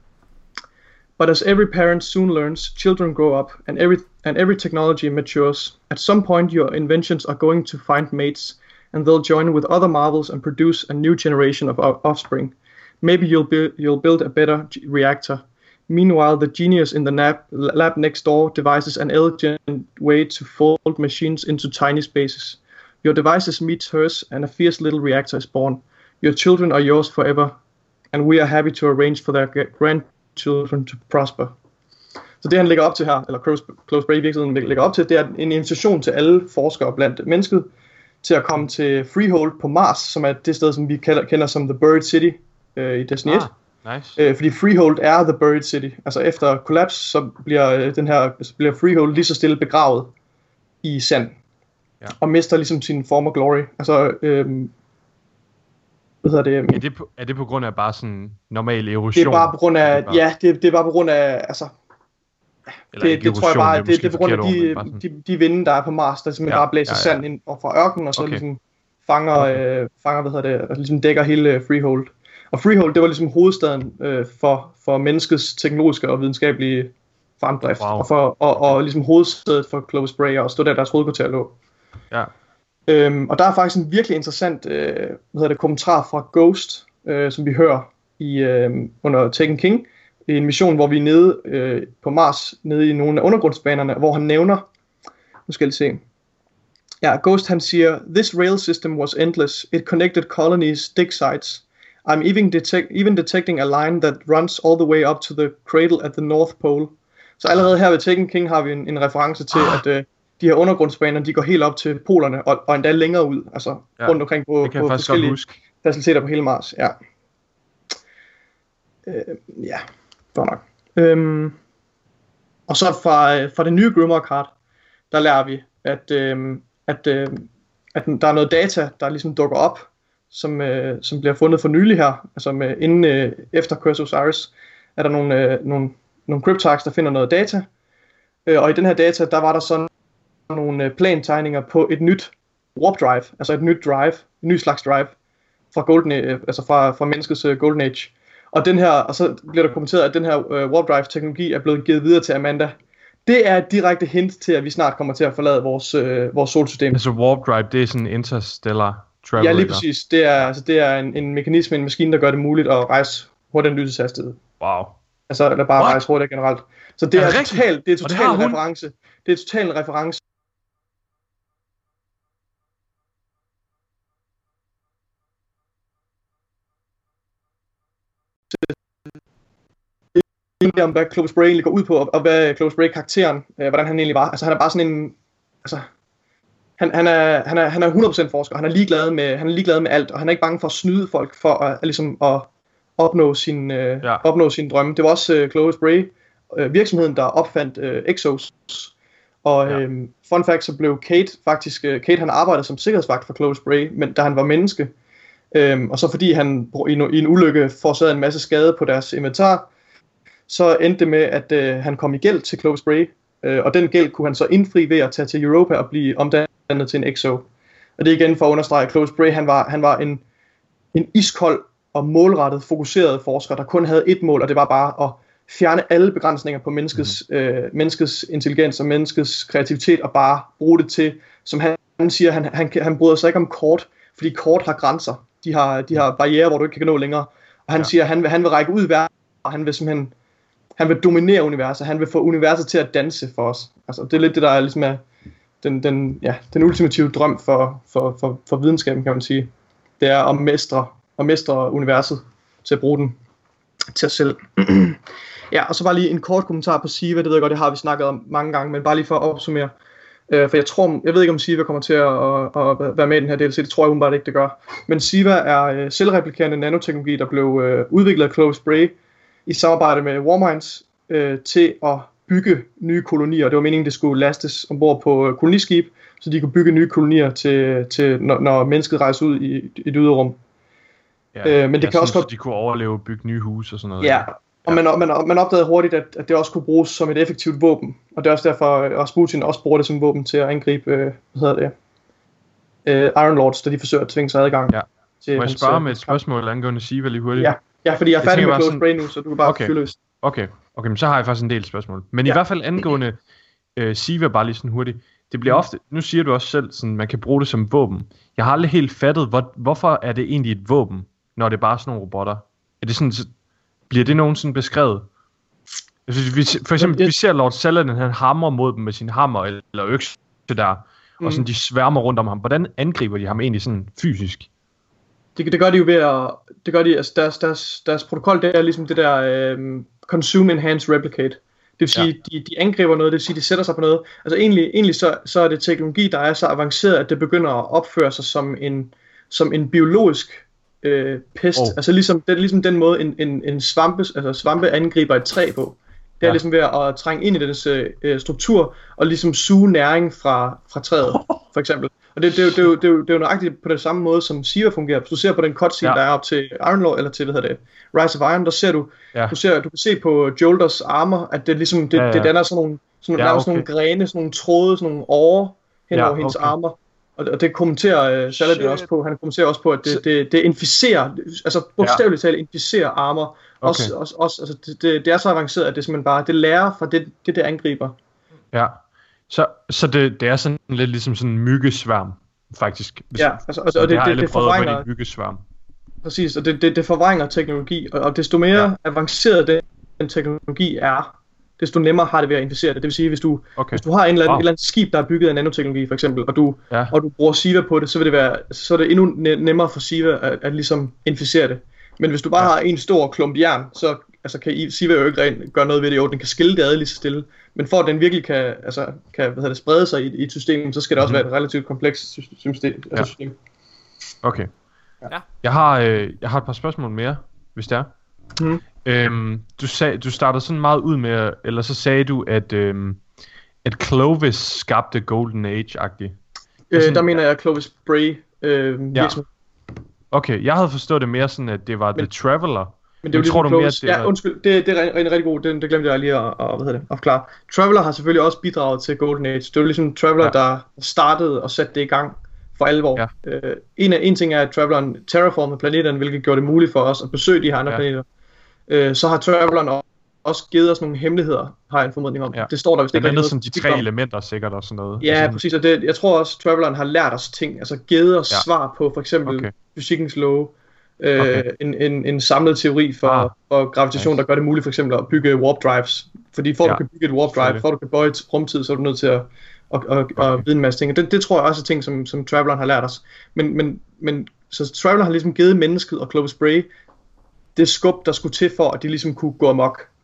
But as every parent soon learns, children grow up, and every and every technology matures. At some point, your inventions are going to find mates, and they'll join with other marvels and produce a new generation of offspring. Maybe you'll build you'll build a better g- reactor. Meanwhile, the genius in the lab, lab next door devises an elegant way to fold machines into tiny spaces. Your devices meet hers, and a fierce little reactor is born. Your children are yours forever, and we are happy to arrange for their grandchildren to prosper. Så det han lægger op til her, eller Clovis Bray virksomheden lægger op til, det er en invitation til alle forskere blandt mennesket, til at komme til Freehold på Mars, som er det sted, som vi kender, kender som The Buried City øh, i Destiny et. Ah, nice. øh, fordi Freehold er The Buried City. Altså efter kollaps, så bliver, øh, den her, så bliver Freehold lige så stille begravet i sand. Ja. Og mister ligesom sin form of glory. Altså, øh, hvad hedder det? Er det, på, er det på grund af bare sådan normal erosion? Det er bare på grund af, det bare... ja, det, det er bare på grund af, altså, Eller det, det tror jeg bare, det, det er på grund af de, ord, de, de vinde, der er på Mars, der simpelthen ja, bare blæser ja, ja. sand ind fra ørkenen, og så okay. ligesom fanger, okay. øh, fanger, hvad hedder det, altså ligesom dækker hele Freehold. Og Freehold, det var ligesom hovedstaden øh, for, for menneskets teknologiske og videnskabelige fremdrift, wow. og, for, og, og ligesom hovedsædet for Clovis Bray, og stod der deres hovedkvarter lå. Ja. Øhm, og der er faktisk en virkelig interessant øh, hvad hedder det, kommentar fra Ghost, øh, som vi hører i, øh, under Taken King, i en mission, hvor vi er nede øh, på Mars, nede i nogle af undergrundsbanerne, hvor han nævner, nu skal jeg se, ja, Ghost han siger, this rail system was endless, it connected colonies, dig sites, I'm even, detect, even detecting a line that runs all the way up to the cradle at the North Pole. Så allerede her ved Taken King har vi en, en reference til, at øh, de her undergrundsbaner, de går helt op til polerne, og, og endda længere ud, altså ja, rundt omkring på, på forskellige faciliteter på hele Mars. Ja, øh, ja, godt nok. Øhm, og så fra, fra det nye Grimoire Card, der lærer vi, at, øh, at, øh, at der er noget data, der ligesom dukker op, som, øh, som bliver fundet for nylig her, altså med, inden øh, efter Curse of Osiris, er der nogle, øh, nogle, nogle cryptarchs, der finder noget data, øh, og i den her data, der var der sådan nogle øh, plantegninger på et nyt warp drive, altså et nyt drive, en ny slags drive, fra, golden, øh, altså fra, fra menneskets øh, Golden Age. Og den her, og så bliver der kommenteret, at den her øh, warp drive teknologi er blevet givet videre til Amanda. Det er et direkte hint til, at vi snart kommer til at forlade vores, øh, vores solsystem. Altså warp drive, det er sådan en interstellar travel. Ja, lige præcis. Det er, altså, det er en, en mekanisme, en maskine, der gør det muligt at rejse hurtigt en lyshastighed. Wow. Altså, eller bare What? rejse hurtigt generelt. Så det er, er totalt, det er totalt en reference. Det er totalt en reference enige om, hvad Clovis Bray egentlig går ud på, og, og hvad Clovis Bray karakteren, øh, hvordan han egentlig var. Altså han er bare sådan en, altså han, han er han er han er hundrede procent forsker. Han er ligeglad med han er ligeglad med alt, og han er ikke bange for at snyde folk for at, at ligesom at opnå sin øh, ja. opnå sin drømme. Det var også øh, Clovis Bray, øh, virksomheden der opfandt øh, Exos. Og ja. øhm, fun fact, så blev Kate faktisk, øh, Kate han arbejdede som sikkerhedsvagt for Clovis Bray, men da han var menneske, øhm, og så fordi han i en, i en ulykke forårsagede en masse skade på deres inventar, så endte det med, at øh, han kom i gæld til Clovis Bray, øh, og den gæld kunne han så indfri ved at tage til Europa og blive omdannet til en Exo. Og det er igen for at understrege, at Clovis Bray han var, han var en, en iskold og målrettet, fokuseret forsker, der kun havde et mål, og det var bare at fjerne alle begrænsninger på menneskets, mm. øh, menneskets intelligens og menneskets kreativitet, og bare bruge det til, som han, han siger, han, han, han bryder sig ikke om kort, fordi kort har grænser. De har, de har barrierer, hvor du ikke kan nå længere. Og han ja. siger, at han vil, han vil række ud i verden, og han vil simpelthen han vil dominere universet. Han vil få universet til at danse for os. Altså, det er lidt det, der er ligesom er den, den, ja, den ultimative drøm for, for, for, for videnskaben, kan man sige. Det er at mestre, at mestre universet til at bruge den til os selv. Ja, og så bare lige en kort kommentar på Siva. Det ved jeg godt, det har vi snakket om mange gange, men bare lige for at opsummere. Øh, for jeg tror, jeg ved ikke om Siva kommer til at, at, at være med i den her D L C. Det tror jeg umiddelbart ikke, det gør. Men Siva er øh, selvreplikerende nanoteknologi, der blev øh, udviklet af Clovis Bray i samarbejde med Warminds øh, til at bygge nye kolonier. Det var meningen, det skulle lastes ombord på koloniskib, så de kunne bygge nye kolonier til, til når, når mennesket rejser ud i, i et yderrum. Ja, øh, men det kan også godt, de kunne overleve og bygge nye huse og sådan noget. Ja. Og man, man, man opdagede hurtigt, at, at det også kunne bruges som et effektivt våben. Og det er også derfor, at Rasputin også bruger det som våben til at angribe, øh, hvad hedder det, øh, Iron Lords, da de forsøger at tvinge sig adgang. Ja. Til Må jeg spørge hans, med et spørgsmål angående Siva lige hurtigt? Ja, ja fordi jeg er færdig med Close sådan... Brain nu, så du kan bare okay. fylde løs. Okay, okay, men så har jeg faktisk en del spørgsmål. Men ja. i hvert fald angående øh, Siva, bare lige sådan hurtigt. Det bliver ofte, nu siger du også selv, sådan, man kan bruge det som våben. Jeg har aldrig helt fattet, hvor, hvorfor er det egentlig et våben, når det er bare sådan nogle robotter? Er det sådan, bliver det nogensinde beskrevet? Vi, for eksempel, vi ser Lord Saladin, han hammer mod dem med sin hammer eller økse der, mm. og sådan de sværmer rundt om ham. Hvordan angriber de ham egentlig sådan fysisk? Det, det gør de jo ved at, det gør de, altså deres, deres, deres protokol, det er ligesom det der øh, consume, enhance, replicate. Det vil sige, ja. de, de angriber noget, det vil sige, de sætter sig på noget. Altså egentlig, egentlig så, så er det teknologi, der er så avanceret, at det begynder at opføre sig som en, som en biologisk øh, pest. Oh. Altså ligesom, det er ligesom den måde, en, en, en svampe, altså svampe angriber et træ på. Det er ja. ligesom ved at trænge ind i dens øh, struktur, og ligesom suge næring fra, fra træet, for eksempel. Og det, det, det, det, det, det, det, det er jo nøjagtigt på den samme måde, som Siva fungerer. Hvis du ser på den cutscene, ja. der er op til Iron Lord, eller til, hvad hedder det, Rise of Iron, der ser du, ja. du, ser, du kan se på Jolders armor, at det ligesom, det, ja, ja. det danner sådan nogle, sådan, ja, okay. sådan nogle grene, sådan nogle tråde, sådan nogle årer hen over ja, hendes okay. armor. Og, og det kommenterer uh, Saladin også på. Han kommenterer også på, at det, det, det inficerer, altså bogstaveligt talt inficerer armor. Okay. Også, også, også, altså det, det, det er så avanceret, at det simpelthen bare, det lærer fra det, det, det angriber. Ja, så, så det, det er sådan lidt ligesom sådan en myggesværm, faktisk. Ja, altså, altså, og det, det, det, det forvrænger... Det myggesværm. Præcis, og det, det, det forvrænger teknologi, og, og desto mere ja. avanceret den, den teknologi er, desto nemmere har det ved at inficere det. Det vil sige, hvis du, okay. hvis du har en eller anden, wow. et eller andet skib, der er bygget af nanoteknologi, for eksempel, og du, ja. og du bruger Siva på det, så vil det være, så er det endnu nemmere for Siva at, at ligesom inficere det. Men hvis du bare ja. har en stor klump jern, så altså kan Siva jo ikke rent gøre noget ved det. Jo, den kan skille det ad lige så stille. Men for at den virkelig kan, altså, kan hvad hedder det, sprede sig i, i et system, så skal det også mm-hmm. være et relativt komplekst system. Altså ja. system. Okay. Ja. Jeg, har, øh, jeg har et par spørgsmål mere, hvis det er. Mm. Øhm, du, sag, du startede sådan meget ud med, eller så sagde du, at, øhm, at Clovis skabte Golden Age-agtigt. Øh, sådan, der mener jeg Clovis Bray øh, ja. Okay, jeg havde forstået det mere sådan, at det var men, The Traveler. Men det er jo tror ligesom du Clovis, mere, det ja, undskyld, det, det er en, en rigtig god, det, det glemte jeg lige at, at, hvad hedder det, at forklare. Traveler har selvfølgelig også bidraget til Golden Age. Det var ligesom Traveler, ja. der startede og satte det i gang for alvor. Ja. Øh, en, af, en ting er, at Traveleren terraformede planeterne, hvilket gjorde det muligt for os at besøge de her andre ja. planeter. Øh, så har Traveleren også givet os nogle hemmeligheder, har jeg en formodning om. Ja. Det står der vist ikke. Det er noget som de tre elementer sikkert og sådan noget. Ja, altså, præcis. Og det, jeg tror også, Traveleren har lært os ting, altså givet os ja. svar på for eksempel okay. fysikkens love. Øh, okay. en, en, en samlet teori for, ah. for gravitation, nice. der gør det muligt for eksempel at bygge warp drives. Fordi for at ja. du kan bygge et warp drive, for at du kan bøje et rumtid, så er du nødt til at, at, at, okay. at vide en masse ting. Det, det tror jeg også er ting, som, som Traveleren har lært os. Men, men, men så Traveleren har ligesom givet mennesket og Clovis Bray det skub, der skulle til for, at de ligesom kunne gå amok.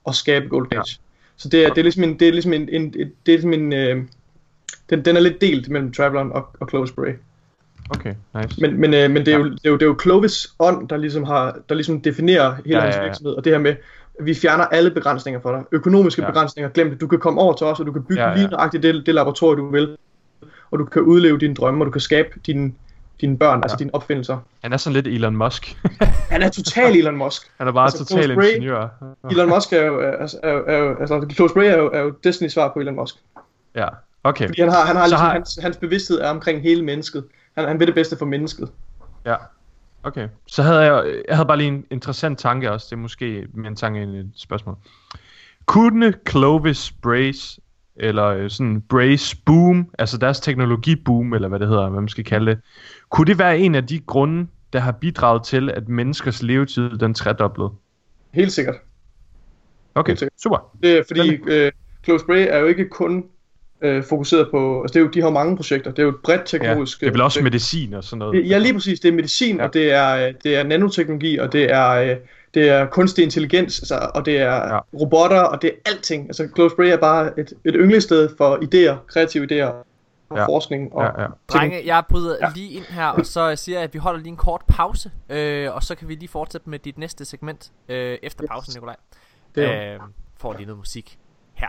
at skabe Golden Age. Så det er, det er ligesom en, det er ligesom en, en, det er ligesom en øh, den, den er lidt delt mellem Traveleren og, og Clovis Bray. Okay, nice. Men, men, øh, men det, er jo, det, er jo, det er jo Clovis ånd, der ligesom, har, der ligesom definerer hele Ja, hans ja, ja. virksomhed, og det her med, at vi fjerner alle begrænsninger for dig. Økonomiske Ja. begrænsninger, glem det. Du kan komme over til os, og du kan bygge Ja, ja. lige nøjagtigt det, det laboratorium, du vil. Og du kan udleve dine drømme, og du kan skabe dine, dine børn, ja. altså dine opfindelser. Han er sådan lidt Elon Musk. Han er total Elon Musk. Han er bare Altså, total Close Bray- ingeniør. Elon Musk er jo, er, er, er, er, altså Close Bray er jo, er jo Destiny svar på Elon Musk. Ja, okay. Fordi han har, han har, Så ligesom, har- hans, hans bevidsthed er omkring hele mennesket. Han, han vil det bedste for mennesket. Ja, okay. Så havde jeg, jeg havde bare lige en interessant tanke også. Det er måske mere en tanke end et spørgsmål. Kunne Clovis Brace, eller øh, sådan Brace boom, altså deres teknologiboom, eller hvad det hedder, hvad man skal kalde det, kunne det være en af de grunde, der har bidraget til, at menneskers levetid den tredoblede? Helt sikkert. Okay, Helt sikkert. super. Det er fordi, øh, Close Bray er jo ikke kun øh, fokuseret på, altså det er jo, de har jo mange projekter, det er jo et bredt Ja, teknologisk... det er vel også projekt. medicin og sådan noget. Ja, lige præcis, det er medicin, Ja. ja. og det er, øh, det er nanoteknologi, og det er, øh, det er kunstig intelligens, altså, og det er Ja. ja. robotter, og det er alting. Altså Close Bray er bare et, et ynglested for idéer, kreative idéer, og Ja. forskning. Og Ja, ja. Drenge, jeg bryder Ja. lige ind her, og så siger jeg, at vi holder lige en kort pause, øh, og så kan vi lige fortsætte med dit næste segment øh, efter Yes. pausen, Nikolaj. Det er Øh, får lige noget musik her.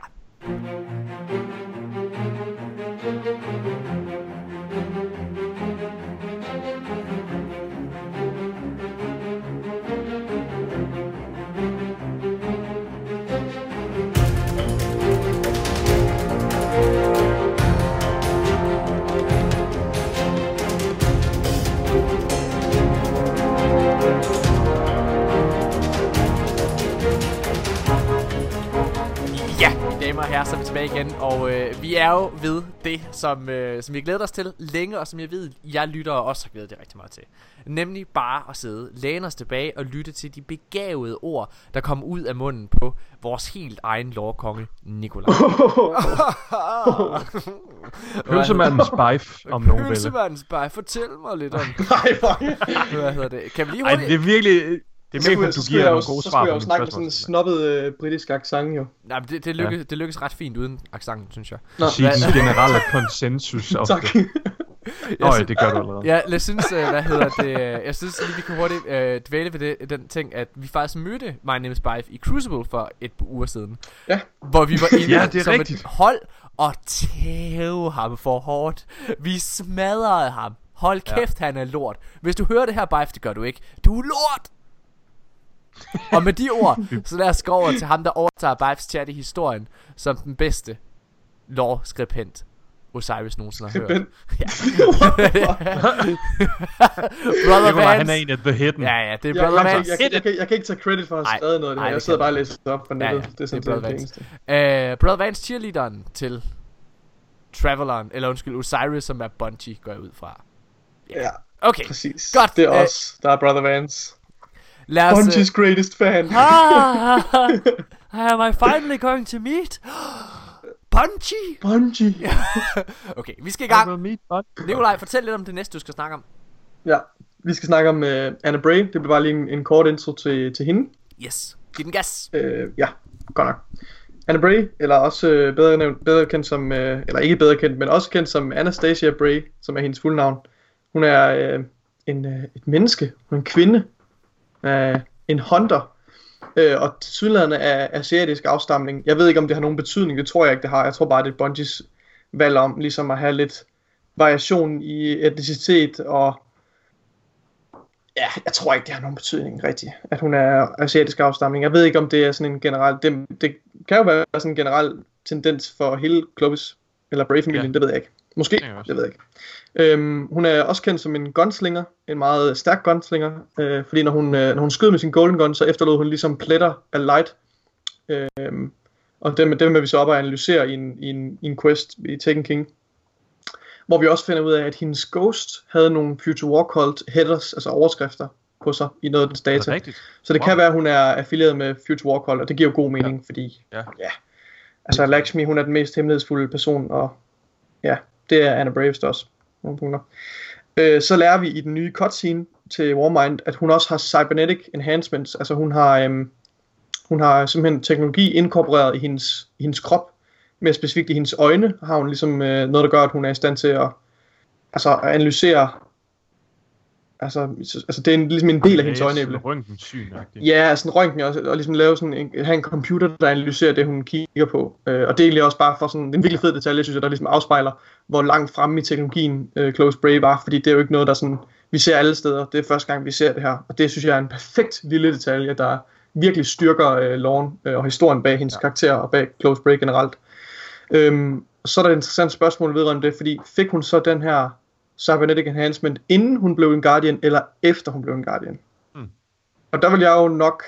Ja, mine damer og herrer, så er vi tilbage igen, og øh, vi er jo ved det, som, øh, som vi har glædet os til længe, og som jeg ved, jeg lytter og også har glædet det rigtig meget til. Nemlig bare at sidde, læne os tilbage og lytte til de begavede ord, der kommer ud af munden på vores helt egen lovkonge, Nikolaj. Pølsemandens bife, om nogen vil. Pølsemandens bare, fortæl mig lidt om, Nej, fuck. hvad hedder det. Kan vi lige Ej, hurtigt... det er virkelig... Det er Så mega, skulle, at så du skulle giver jeg jo, nogle så gode skulle svar jeg på jo mine snakke med sådan en spørgsmål. snobbet øh, britisk accent jo. Nej, men det, det, lykkes, det lykkes ret fint uden accenten, synes jeg. Nå, Sige den generelle konsensus. tak. Nå ja, det gør du allerede. Ja, jeg synes, øh, hvad hedder det, øh, jeg synes lige, vi kan hurtigt øh, dvæle ved det, den ting, at vi faktisk mødte My Name is Bife i Crucible for et par uger siden. Ja. Hvor vi var inde Ja, det er som rigtigt. et hold og tæve ham for hårdt. Vi smadrede ham. Hold kæft, ja. Han er lort. Hvis du hører det her, Bife, det gør du ikke. Du er lort! Og med de ord, så lad os gå over til ham, der overtager Bifes chat i historien som den bedste lore-skribent Osiris nogensinde har hørt. Ben. Ja. Brother Nikolaj, han Vance. er en af the hidden. Ja, ja, det er Jeg, Brother jeg, jeg, Vance. jeg, jeg, jeg, kan, jeg kan ikke tage credit for at Nej. have skrevet noget af det Nej, her. det Jeg sidder kan bare og du. læser det op på Ja, nettet. ja, Det er sådan det er set Brother det Vance. eneste. Uh, Brother Vance cheerleaderen til Traveleren, eller undskyld, Osiris, som er Bungie, går jeg ud fra. Ja, Okay, præcis. Godt. Det er Øh, os, der er Brother Vance. lad os... Bungie's greatest fan. Ah, am I finally going to meet Bungie! Bungie. Okay, vi skal i I gang. will meet Bungie. Nikolaj, fortæl lidt om det næste, du skal snakke om. Ja, vi skal snakke om uh, Anna Bray. Det bliver bare lige en, en kort intro til, til hende. Yes, giv den gas. Uh, ja, godt nok. Anna Bray, eller også uh, bedre, nævnt, bedre kendt som, uh, eller ikke bedre kendt, men også kendt som Anastasia Bray, som er hendes fulde navn. Hun er uh, en, uh, et menneske, hun er en kvinde, uh, en hunter, uh, og tilsyneladende af asiatisk afstamning. Jeg ved ikke, om det har nogen betydning, det tror jeg ikke, det har. Jeg tror bare, det er Bungies valg om ligesom at have lidt variation i etnicitet, og ja, jeg tror ikke, det har nogen betydning rigtigt, at hun er asiatisk afstamning. Jeg ved ikke, om det er sådan en generel... Det, det kan jo være sådan en generel tendens for hele Clovis, eller Bray-familien, Ja. det ved jeg ikke. Måske, Det er også. det ved jeg ikke. Øhm, hun er også kendt som en gunslinger, en meget stærk gunslinger, øh, fordi når hun, øh, når hun skød med sin golden gun, så efterlod hun ligesom pletter af light. Øhm, og dem, dem er vi så op og analysere i en, i, en, i en quest i Taken King. Hvor vi også finder ud af, at hendes ghost havde nogle Future War Cult headers, altså overskrifter på sig i noget af dens Er det data. rigtigt? Så det Wow. kan være, at hun er affilieret med Future War Cult, og det giver jo god mening, ja. fordi Ja. ja, altså Lakshmi, hun er den mest hemmelighedsfulde person, og ja, det er Anna Bravest også. Nogle punkter. Øh, så lærer vi i den nye cutscene til Warmind, at hun også har cybernetic enhancements, altså hun har, øhm, Hun har simpelthen teknologi inkorporeret i hendes, i hendes krop, mere specifikt i hendes øjne, har hun ligesom øh, noget, der gør, at hun er i stand til at, altså, at analysere. Altså, altså det er en, ligesom en del af hendes øjenæble. Røntgensyn. Ja, altså en røntgen og, og ligesom lave sådan en, have en computer, der analyserer det, hun kigger på. Øh, og det er egentlig også bare for sådan en virkelig fed detalje, synes jeg, der ligesom afspejler, hvor langt fremme i teknologien øh, Chloe Spray var, fordi det er jo ikke noget, der sådan, vi ser alle steder. Det er første gang, vi ser det her. Og det synes jeg er en perfekt lille detalje, der virkelig styrker øh, loven øh, og historien bag hendes ja. karakter og bag Chloe Spray generelt. Øhm, så er der et interessant spørgsmål vedrørende det, fordi fik hun så den her cybernetic enhancement, inden hun blev en Guardian, eller efter hun blev en Guardian? Hmm. Og der vil jeg jo nok...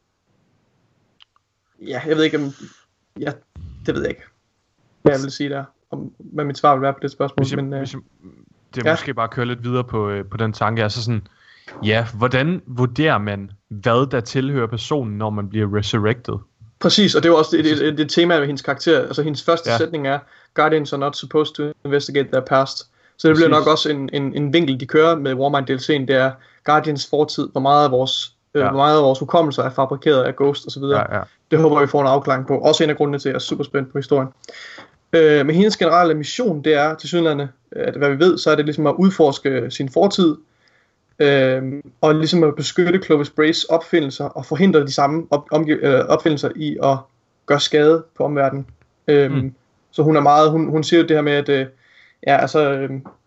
Ja, jeg ved ikke om... Ja, det ved jeg ikke, hvad jeg vil sige der, om hvad mit svar vil være på det spørgsmål. Hvis jeg, men, hvis jeg, det er ja. måske bare at køre lidt videre på, øh, på den tanke, altså sådan... Ja, hvordan vurderer man, hvad der tilhører personen, når man bliver resurrected? Præcis, og det er jo også det, det, det, det tema med hendes karakter. Altså hendes første ja. sætning er, Guardians are not supposed to investigate their past. Så det bliver nok også en, en, en vinkel, de kører med Warmind D L C'en, det er Guardians fortid, hvor meget af vores, ja. øh, hvor meget af vores hukommelser er fabrikeret af Ghost osv. Ja, ja. Det håber vi får en afklaring på. Også en af grundene til, at jeg er super spændt på historien. Øh, men hendes generelle mission, det er til synligheden, at hvad vi ved, så er det ligesom at udforske sin fortid, øh, og ligesom at beskytte Chloe Sprays opfindelser, og forhindre de samme op, omgiv, øh, opfindelser i at gøre skade på omverdenen. Øh, mm. Så hun er meget, hun, hun siger jo det her med, at øh, ja, altså, øh,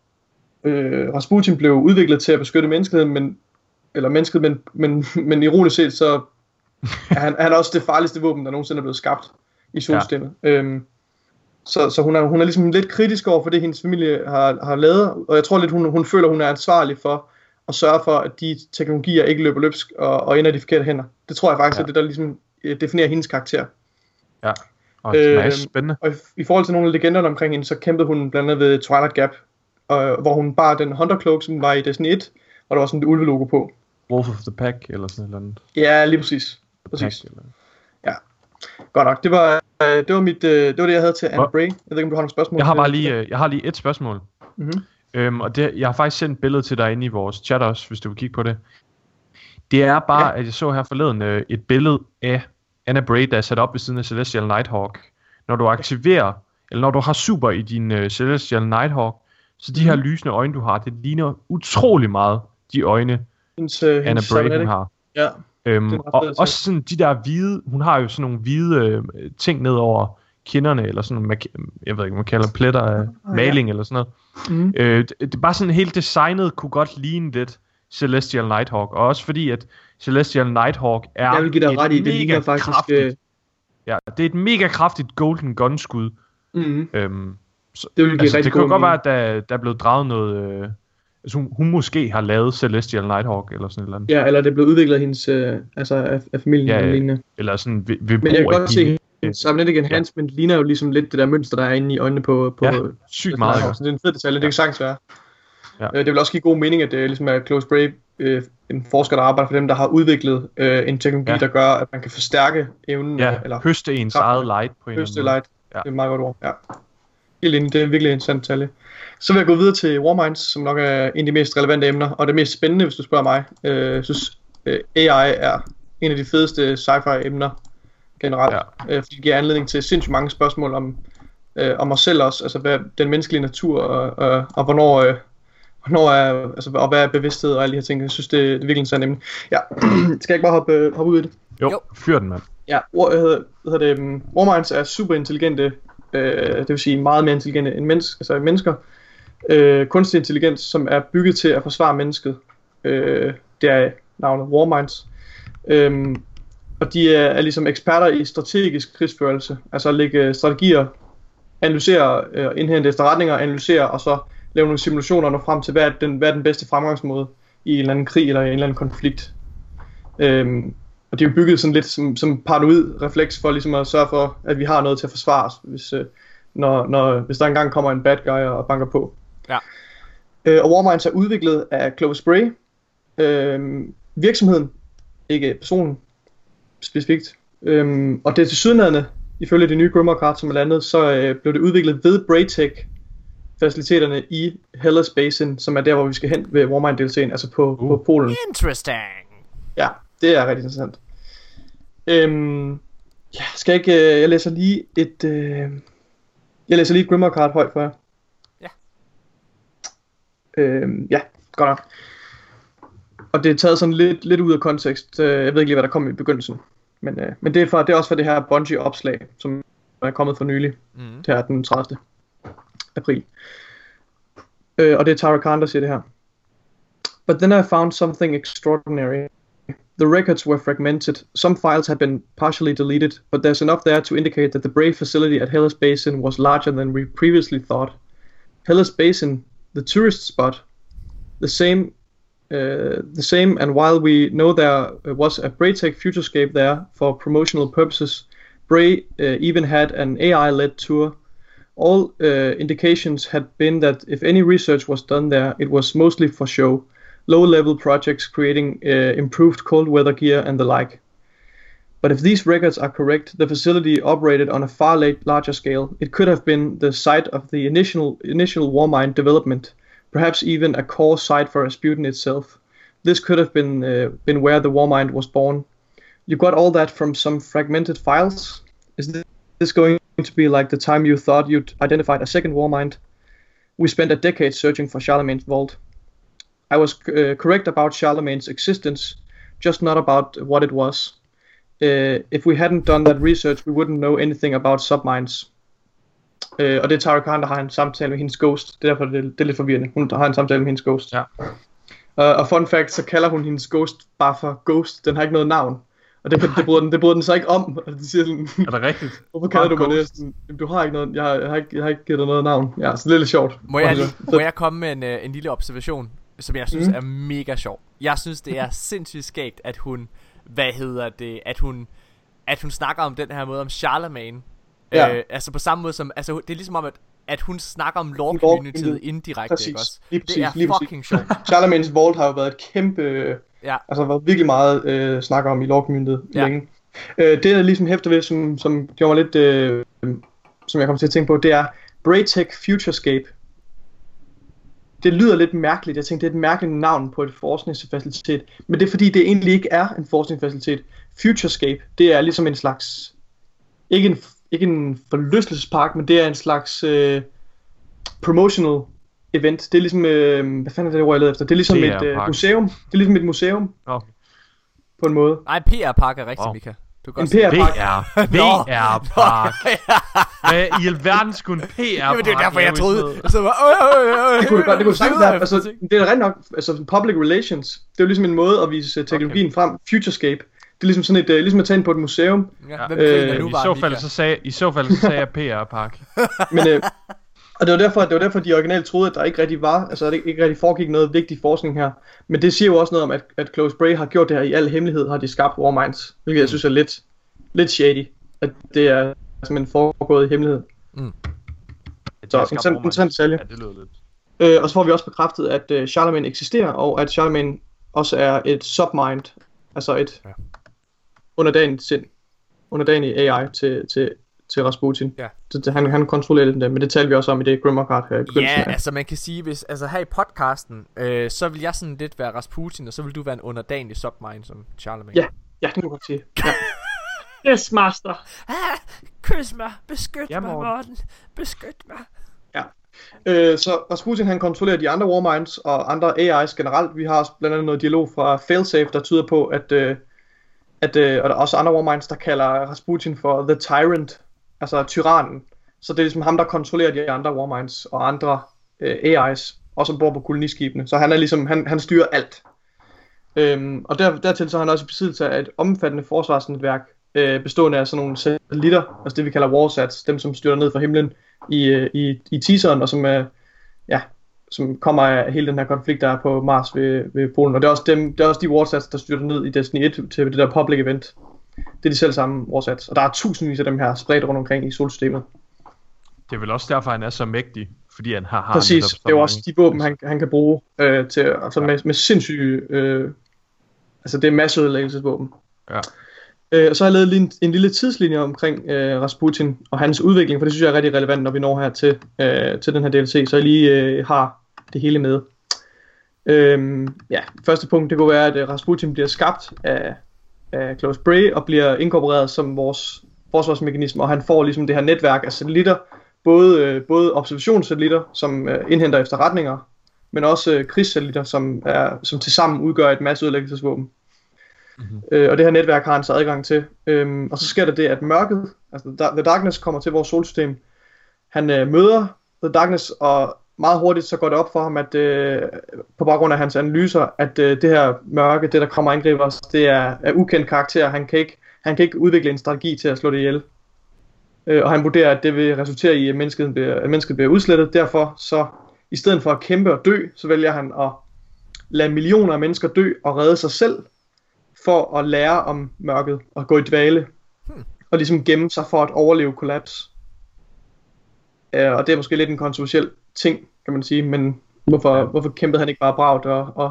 øh, Rasputin blev udviklet til at beskytte menneskeheden, men, eller mennesket, men, men, men ironisk set, så er han, han er også det farligste våben, der nogensinde er blevet skabt i solsystemet. Ja. Øhm, så så hun, er, hun er ligesom lidt kritisk over for det, hendes familie har, har lavet, og jeg tror lidt, hun, hun føler, hun er ansvarlig for at sørge for, at de teknologier ikke løber løbsk og, og ender i de forkerte hænder. Det tror jeg faktisk, ja. er det, der ligesom definerer hendes karakter. Ja. Og øhm, spændende. Og i, i forhold til nogle af legenderne omkring hende, så kæmpede hun blandt andet ved Twilight Gap, øh, hvor hun bar den Hunter Cloak, som var i Destiny et, og der var sådan et ulvelogo på. Wolf of the Pack, eller sådan noget andet. Ja, lige præcis. præcis. Pack, ja, godt nok. Det var, øh, det var, mit, øh, det var det, jeg havde til Anne Bray. Jeg ved ikke, om du har nogle spørgsmål? Jeg har bare lige, øh, jeg har lige et spørgsmål. Mm-hmm. Øhm, og det, jeg har faktisk sendt et billede til dig inde i vores chat også, hvis du vil kigge på det. Det er bare, ja. at jeg så her forleden øh, et billede af Anna Bray, der er sat op ved siden af Celestial Nighthawk. Når du aktiverer, eller når du har super i din uh, Celestial Nighthawk, så de mm. her lysende øjne, du har, det ligner utrolig meget de øjne, hendes, uh, Anna Bray, hun har. Ja, øhm, og også sådan de der hvide, hun har jo sådan nogle hvide øh, ting ned over kinderne, eller sådan nogle, jeg ved ikke, man kalder pletter af oh, maling, ja. eller sådan noget. Mm. Øh, det, det er bare sådan helt designet, kunne godt ligne lidt Celestial Nighthawk, og også fordi, at Celestial Nighthawk er jeg vil give dig ret i, det ligner faktisk kraftigt. Ja, det er et mega kraftigt Golden Gun skud. Mm-hmm. Øhm, så, det vil give altså, det kan jo godt være, at der, der er blevet draget noget... Øh, altså hun, hun måske har lavet Celestial Nighthawk eller sådan et eller andet. Ja, eller det er blevet udviklet af hendes... Øh, altså af, af familien ja, eller lignende. Eller sådan ved, ved Men jeg kan godt se, at Cybernetic Enhancement ja. ligner jo ligesom lidt det der mønster, der er inde i øjnene på... på ja, sygt meget. Så det er en fed detalje, ja. det kan sagtens være. Ja. Øh, det vil også give god mening, at det ligesom er Chloe Spray, øh, en forsker, der arbejder for dem, der har udviklet øh, en teknologi, ja. der gør, at man kan forstærke evnen. Ja, eller høste ens eget light på en høste light, ja. det er et meget godt ord. Ja. Helt enig, det er virkelig en interessant detalje. Så vil jeg gå videre til Warminds, som nok er en af de mest relevante emner, og det mest spændende, hvis du spørger mig. Øh, jeg synes, øh, A I er en af de fedeste sci-fi emner generelt, ja. øh, fordi det giver anledning til sindssygt mange spørgsmål om, øh, om os selv også, altså hvad, den menneskelige natur, og, og, og hvornår... Øh, Hvornår er, altså, og hvad er bevidsthed og alle de her ting. Jeg synes, det, det er virkelig en interessant emne. Ja, skal jeg ikke bare hoppe, hoppe ud i det? Jo, jo. Fyr den, mand. Ja, hvad hedder, hvad hedder det? Um, Warminds er super intelligente, øh, det vil sige meget mere intelligente end mennesker, altså mennesker. Øh, kunstig intelligens, som er bygget til at forsvare mennesket. Øh, det er navnet Warminds. Øh, og de er, er ligesom eksperter i strategisk krigsførelse. Altså at lægge strategier, analysere, øh, indhente efterretninger, analysere og så lave nogle simulationer og nå frem til, hvad er den, hvad er den bedste fremgangsmåde i en eller anden krig eller en eller anden konflikt. Øhm, og det er jo bygget sådan lidt som, som paranoid refleks for ligesom at sørge for, at vi har noget til at forsvare os, hvis, øh, når, når, hvis der engang kommer en bad guy og banker på. Ja. Øh, og Warminds er udviklet af Chloe Spray. Øhm, virksomheden, ikke personen specifikt. Øhm, og det er tilsyneladende, ifølge det nye Grimoire kart, som er landet, så øh, blev det udviklet ved Braytech faciliteterne i Hellas Basin, som er der, hvor vi skal hen ved Warmind D L C'en, altså på, uh. på Polen. Interesting. Ja, det er rigtig interessant. Øhm, ja, skal jeg ikke... Øh, jeg læser lige et... Øh, jeg læser lige Grimmer Card højt for jer. Ja. Øhm, ja, godt nok. Og det er taget sådan lidt, lidt ud af kontekst. Jeg ved ikke lige, hvad der kom i begyndelsen. Men, øh, men det, er for, det er også for det her Bungie-opslag, som er kommet for nylig. Mm. Det er den tredivte april. Øh, og det er Tara Khan, der siger det her. But then I found something extraordinary. The records were fragmented. Some files had been partially deleted, but there's enough there to indicate that the Bray facility at Hellas Basin was larger than we previously thought. Hellas Basin, the tourist spot, the same Uh, the same, and while we know there was a Braytech Futurescape there for promotional purposes, Bray uh, even had an A I-led tour. All uh, indications had been that if any research was done there, it was mostly for show, low-level projects creating uh, improved cold weather gear and the like. But if these records are correct, the facility operated on a far late, larger scale. It could have been the site of the initial initial Warmind development, perhaps even a core site for Rasputin itself. This could have been uh, been where the Warmind was born. You got all that from some fragmented files? Is this going to be like the time you thought you'd identified a second Warmind? We spent a decade searching for Charlemagne's vault. I was uh, correct about Charlemagne's existence, just not about what it was. Uh, if we hadn't done that research, we wouldn't know anything about submines. Uh, og det er Tara Khan, der har en samtale med hendes ghost. Det er derfor, det, det er lidt forvirrende. Hun har en samtale med hendes ghost. Ja. Uh, og fun fact, så kalder hun hendes ghost bare for Ghost. Den har ikke noget navn. Og det, det, bryder den, det bryder den så ikke om. Og det siger sådan, Er det rigtigt? hvorfor kalder du mig det? Sådan, du har ikke noget, jeg har, jeg, har ikke, jeg har ikke givet dig noget navn. Ja, så det er lidt sjovt. Må jeg, lige, må jeg komme med en, uh, en lille observation, som jeg synes mm. er mega sjov. Jeg synes, det er sindssygt skægt, at hun, hvad hedder det, at hun, at hun snakker om den her måde om Charlemagne. Ja. Øh, altså på samme måde som, altså det er ligesom om, at, at hun snakker om lore communityet indirekte, præcis, ikke også? lige præcis, Det er lige fucking sjovt. Charlemagne's Vault har jo været et kæmpe, Ja. altså været virkelig meget øh, snakker om i lore communityet Ja. længe. Øh, det er ligesom hæfter ved, som, som gjorde mig lidt, øh, som jeg kom til at tænke på, det er Braytech Futurescape. Det lyder lidt mærkeligt. Jeg tænkte, det er et mærkeligt navn på et forskningsfacilitet. Men det er fordi, det egentlig ikke er en forskningsfacilitet. Futurescape, det er ligesom en slags, ikke en, ikke en forlystelsespark, men det er en slags øh, promotional event. Det er ligesom, øh, hvad fanden er det ord, jeg leder efter? Det er ligesom P R et øh, park. museum. Det er ligesom et museum, Oh. på en måde. Nej, P R-park er rigtig, Wow. Mika. Du kan En godt sige- P R-park. V R. V R-park. Hvad i alverden skulle en P R-park? Jamen, det er derfor, jeg lave i troede. sådan noget? Og så var, øh, øh, øh, Det kunne det godt, det kunne det sagtens øh, være. Altså, det er da rent nok, altså public relations. Det er jo ligesom en måde at vise uh, teknologien okay. frem. Futurescape. Det er ligesom sådan et, uh, ligesom at tage ind på et museum. Ja, hvem Øh, griner nu I bare, så fald Mika? så sagde i så fald så sagde jeg P R-park. Men, øh, og det var derfor, det var derfor, de originalt troede, at der ikke rigtig var, altså at der ikke rigtig foregik noget vigtig forskning her. Men det siger jo også noget om, at, at Close Bray har gjort det her i al hemmelighed, har de skabt Warminds. Hvilket jeg synes er lidt, lidt shady, at det er simpelthen foregået i hemmelighed. Så interessant, interessant detalje. Ja, det lyder lidt. Øh, og så får vi også bekræftet, at øh, Charlemagne eksisterer, og at Charlemagne også er et submind, altså et Ja. underdanigt sind, underdanig A I til, til, til Rasputin. Ja. Så det, han, han kontrollerer den der, men det talte vi også om i det Grimmer Card her i begyndelsen Ja, af. altså man kan sige, hvis altså her i podcasten, øh, så vil jeg sådan lidt være Rasputin, og så vil du være en underdanig submind som Charlemagne. Ja, ja, det kan du godt sige. Ja. Yes, master. Ah, kys mig. Beskyt Ja, mig, Morten. Morten. Beskyt mig. Øh, så Rasputin han kontrollerer de andre Warminds og andre A Is generelt. Vi har også blandt andet noget dialog fra Failsafe, der tyder på, at, øh, at øh, og der er også andre Warminds, der kalder Rasputin for The Tyrant, altså tyrannen. Så det er ligesom ham, der kontrollerer de andre Warminds og andre øh, A Is, også ombord på koloniskibene. Så han er ligesom, han, han styrer alt. Øhm, og der, dertil så er han også i besiddelse af et omfattende forsvarsnetværk, øh, bestående af sådan nogle satellitter, altså det vi kalder warsats, dem som styrter ned fra himlen i, øh, i, i teaseren, og som er, ja, som kommer af hele den her konflikt, der er på Mars ved, ved Polen. Og det er også dem, det er også de warsats, der styrter ned i Destiny et til det der public event. Det er de selv samme warsats, og der er tusindvis af dem her spredt rundt omkring i solsystemet. Det er vel også derfor, han er så mægtig, fordi han har, har Præcis, netop så det er jo mange- også de våben, han, han kan bruge øh, til, altså med, med sindssyge, øh, altså det er masseødelæggelsesvåben. Ja. Øh, og så har jeg lavet lige en, en lille tidslinje omkring øh, Rasputin og hans udvikling, for det synes jeg er rigtig relevant, når vi når her til, øh, til den her D L C, så jeg lige øh, har det hele med. Øh, ja, første punkt, det kunne være, at øh, Rasputin bliver skabt af af Close Bray og bliver inkorporeret som vores forsvarsmekanisme, og han får ligesom det her netværk af satellitter, både, øh, både observationssatellitter, som øh, indhenter efterretninger, men også øh, krigssatellitter, som, er, som tilsammen udgør et masseødelæggelsesvåben. Mm-hmm. Øh, og det her netværk har han så adgang til. Øhm, og så sker der det, at mørket, altså The Darkness, kommer til vores solsystem. Han øh, møder The Darkness, og meget hurtigt så går det op for ham, at øh, på baggrund af hans analyser, at øh, det her mørke, det der kommer og angriber os, det er, er ukendt karakter. Han kan, ikke, han kan ikke udvikle en strategi til at slå det ihjel. Øh, og han vurderer, at det vil resultere i, at mennesket bliver, at mennesket bliver udslettet. Derfor så, i stedet for at kæmpe og dø, så vælger han at lade millioner af mennesker dø og redde sig selv, for at lære om mørket og gå i dvale, hmm. og ligesom gemme sig for at overleve kollaps. Uh, og det er måske lidt en kontroversiel ting, kan man sige, men hvorfor, hvorfor kæmpede han ikke bare bragt og, og,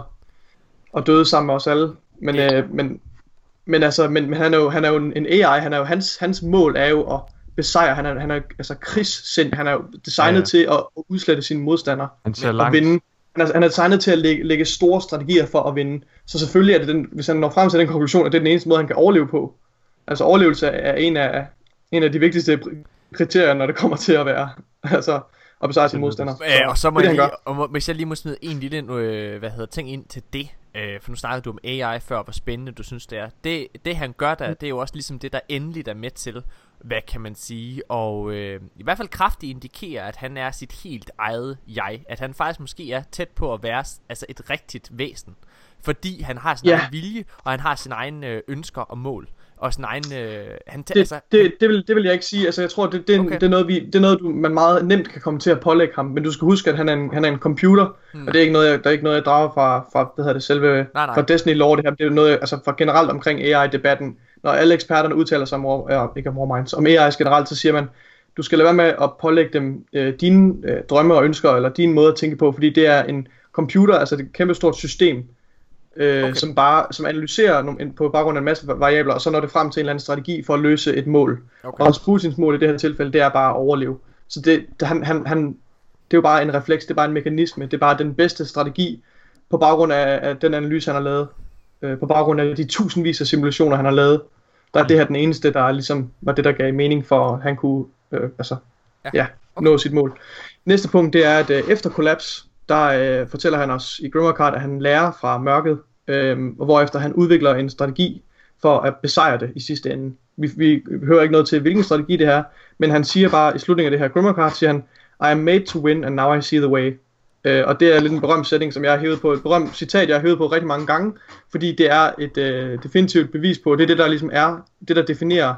og døde sammen med os alle? Men, yeah. uh, men, men altså, men, men han er jo, han er jo en, en A I, han er jo, hans, hans mål er jo at besejre, han er, han er altså krigssind, han er jo designet ja, ja. til at, at udslette sine modstandere og vinde. Han er, han er designet til at lægge, lægge store strategier for at vinde. Så selvfølgelig er det den, hvis han når frem til den konklusion, at det er den eneste måde, han kan overleve på. Altså overlevelse er en af, en af de vigtigste kriterier, når det kommer til at være, altså at besejre sine modstandere. Ja, og så må det, jeg lige, og må, hvis jeg lige må smide en lille, øh, hvad hedder, ting ind til det, øh, for nu snakkede du om A I før, hvor spændende du synes det er. Det, det han gør der, det er jo også ligesom det, der endeligt er med til, hvad kan man sige, og øh, i hvert fald kraftigt indikerer, at han er sit helt eget jeg, at han faktisk måske er tæt på at være altså et rigtigt væsen, fordi han har sin yeah. egen vilje, og han har sine egne øh, ønsker og mål, og sin egen øh, han det, altså, det, det, vil, det vil jeg ikke sige. Altså jeg tror det, det, er, okay. det er noget vi det er noget du, man meget nemt kan komme til at pålægge ham, men du skal huske at han er en, han er en computer, hmm. og det er ikke noget jeg, der er ikke noget jeg drager fra fra hvad hedder det selve nej, nej. fra Destiny lore, det her, det er noget altså fra generelt omkring A I debatten. Når alle eksperterne udtaler sig om ja, ikke om Warminds, om A I's generelt, så siger man du skal lade være med at pålægge dem øh, dine øh, drømme og ønsker eller din måde at tænke på, fordi det er en computer, altså det er et kæmpe stort system. Øh, okay. som bare som analyserer nogle, på baggrund af en masse variabler, og så når det frem til en eller anden strategi for at løse et mål. Okay. Og Putins mål i det her tilfælde, det er bare at overleve. Så det, det, han, han, han, det er jo bare en refleks, det er bare en mekanisme, det er bare den bedste strategi på baggrund af, af den analyse, han har lavet. Øh, på baggrund af de tusindvis af simulationer, han har lavet. Der er det her den eneste, der ligesom var det, der gav mening for, at han kunne øh, altså, ja. Ja, okay. nå sit mål. Næste punkt, det er, at øh, efter kollaps, der øh, fortæller han os i Grimdark, at han lærer fra mørket, øh, og hvorefter han udvikler en strategi for at besejre det i sidste ende. Vi, vi hører ikke noget til, hvilken strategi det er, men han siger bare i slutningen af det her Grimdark, siger han, I am made to win, and now I see the way. Øh, og det er lidt en berømt sætning, som jeg har hævet på, et berømt citat, jeg har hævet på rigtig mange gange, fordi det er et øh, definitivt bevis på, det er det, der ligesom er, det der definerer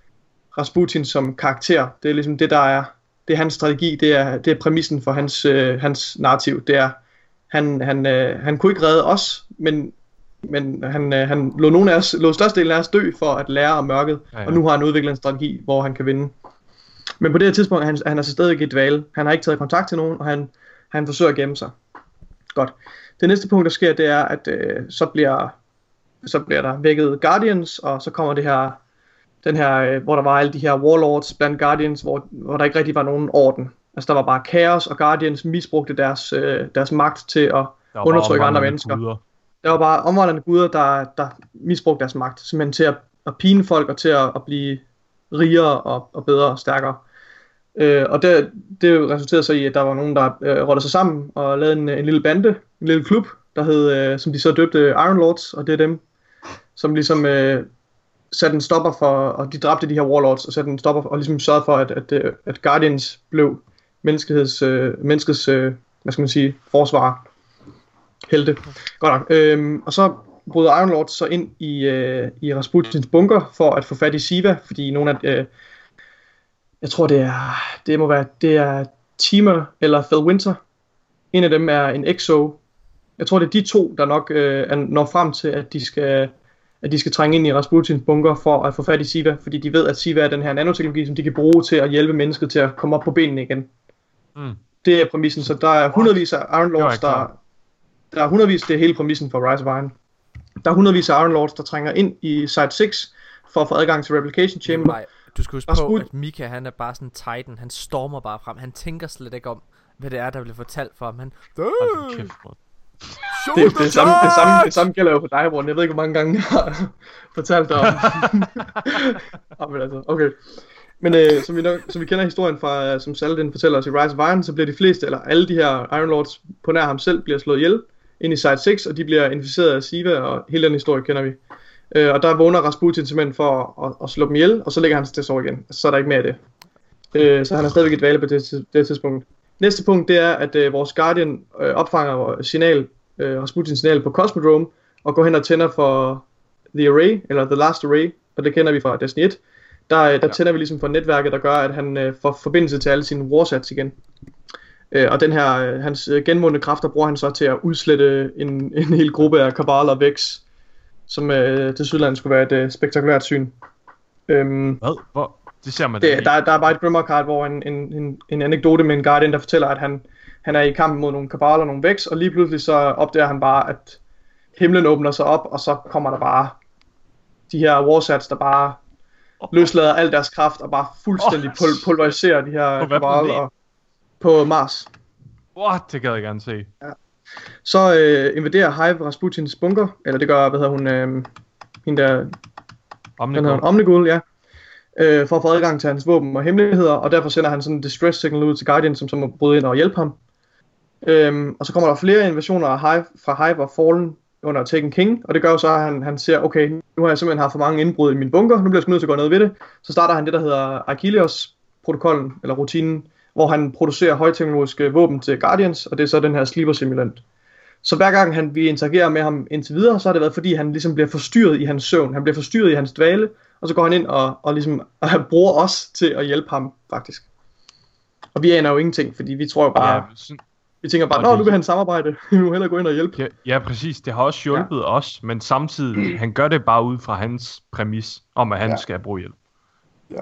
Rasputin som karakter. Det er ligesom det, der er, det er hans strategi, det er, det er præmissen for hans, øh, hans narrativ. Det er, han, han, øh, han kunne ikke redde os, men, men han, øh, han lod, nogen af os, lod størstedelen af os dø for at lære om mørket, ja, ja. Og nu har han udviklet en strategi, hvor han kan vinde. Men på det her tidspunkt er han, han er så stadig i dvale. Han har ikke taget kontakt til nogen, og han, han forsøger at gemme sig. Godt. Det næste punkt, der sker, det er, at øh, så, bliver, så bliver der vækket Guardians, og så kommer det her, den her, øh, hvor der var alle de her warlords blandt Guardians, hvor, hvor der ikke rigtig var nogen orden. Altså der var bare kaos, og Guardians misbrugte deres, øh, deres magt til at undertrykke andre mennesker. Guder. Der var bare omvandrende guder, der, der misbrugte deres magt, simpelthen til at, at pine folk, og til at, at blive rigere og, og bedre og stærkere. Øh, og det, det resulterede så i, at der var nogen, der øh, rottede sig sammen og lavede en, en lille bande, en lille klub, der hed, øh, som de så døbte Iron Lords, og det er dem, som ligesom øh, satte en stopper for, og de dræbte de her Warlords, og satte en stopper for, og ligesom sørgede for, at, at, at Guardians blev menneskeheds, øh, menneskets, øh, hvad skal man sige, forsvar, helte. Godt nok. Øh, og så bryder Iron Lords så ind i, øh, i Rasputins bunker for at få fat i Siva, fordi nogle af øh, jeg tror det er det må være det er Teamer eller Phil Winter. En af dem er en Exo. Jeg tror det er de to der nok øh, når frem til at de skal at de skal trænge ind i Rasputins bunker for at få fat i Siva, fordi de ved at Siva er den her nanoteknologi, som de kan bruge til at hjælpe mennesket til at komme op på benene igen. Mm. Det er præmissen, så der er hundredvis af Iron Lords, der der er hundredvis, det er hele præmissen for Rise of Iron. Der er hundredvis af Iron Lords, der trænger ind i Site seks for at få adgang til Replication Chamber. Nej, du skal huske på, at Mika, han er bare sådan en titan. Han stormer bare frem. Han tænker slet ikke om, hvad det er, der bliver fortalt for ham. Han... Det, det, samme, det, samme, det samme gælder jo for dig, Morten. Jeg ved ikke, hvor mange gange jeg har fortalt dig om. oh, men altså, okay. Men øh, som, vi nok, som vi kender historien fra, som Saladin fortæller os i Rise of Iron, så bliver de fleste, eller alle de her Iron Lords på nær ham selv, bliver slået ihjel ind i Side seks, og de bliver inficeret af Siva, og hele den historie kender vi. Øh, og der vågner Rasputin simpelthen for at, at, at slå dem ihjel, og så lægger han sig til at sove igen. Så er der ikke mere af det. Øh, så han er stadigvæk et dvale på det, det tidspunkt. Næste punkt, det er, at øh, vores Guardian øh, opfanger signal, øh, Rasputins signal på Cosmodrome, og går hen og tænder for The Array, eller The Last Array, og det kender vi fra Destiny et. Der, der ja. tænder vi ligesom for netværket, der gør, at han øh, får forbindelse til alle sine warsats igen. Øh, og den her, øh, hans øh, genvundne kræfter bruger han så til at udslette en, en hel gruppe af Cabal og Vex, som øh, til Sydland skulle være et øh, spektakulært syn. Øhm, Hvad? Hvor? Det ser man det, der, der er bare et Grimmer card, hvor en, en, en, en anekdote med en Guardian, der fortæller, at han, han er i kampen mod nogle Cabal og nogle Vex, og lige pludselig så opdager han bare, at himlen åbner sig op, og så kommer der bare de her warsats, der bare løslader al deres kraft, og bare fuldstændig pul pulveriserer de her Cabal og på Mars. What? Det gad jeg gerne se. Ja. Så øh, invaderer Hive Rasputins bunker, eller det gør, hvad hedder hun, øh, hende der, Omnigul. Omnigul, ja. Øh, for at få adgang til hans våben og hemmeligheder, og derfor sender han sådan en distress signal ud til Guardian, som så må bryde ind og hjælpe ham. Øhm, og så kommer der flere invasioner af Hive, fra Hive og Fallen under Taken King, og det gør jo så, at han, han ser, okay, nu har jeg simpelthen haft for mange indbrud i min bunker, nu bliver jeg sgu nødt til at gå ned ved det. Så starter han det, der hedder Achilles-protokollen, eller rutinen, hvor han producerer højteknologiske våben til Guardians, og det er så den her Sleeper Simulant. Så hver gang han, vi interagerer med ham indtil videre, så har det været, fordi han ligesom bliver forstyrret i hans søvn, han bliver forstyrret i hans dvale, og så går han ind og, og ligesom og bruger os til at hjælpe ham, faktisk. Og vi aner jo ingenting, fordi vi tror jo bare, ja, sådan, vi tænker bare, nå, nu vil han samarbejde, vi må hellere gå ind og hjælpe. Ja, ja, præcis, det har også hjulpet ja. os, men samtidig, han gør det bare ud fra hans præmis, om at han ja. skal bruge hjælp. Ja.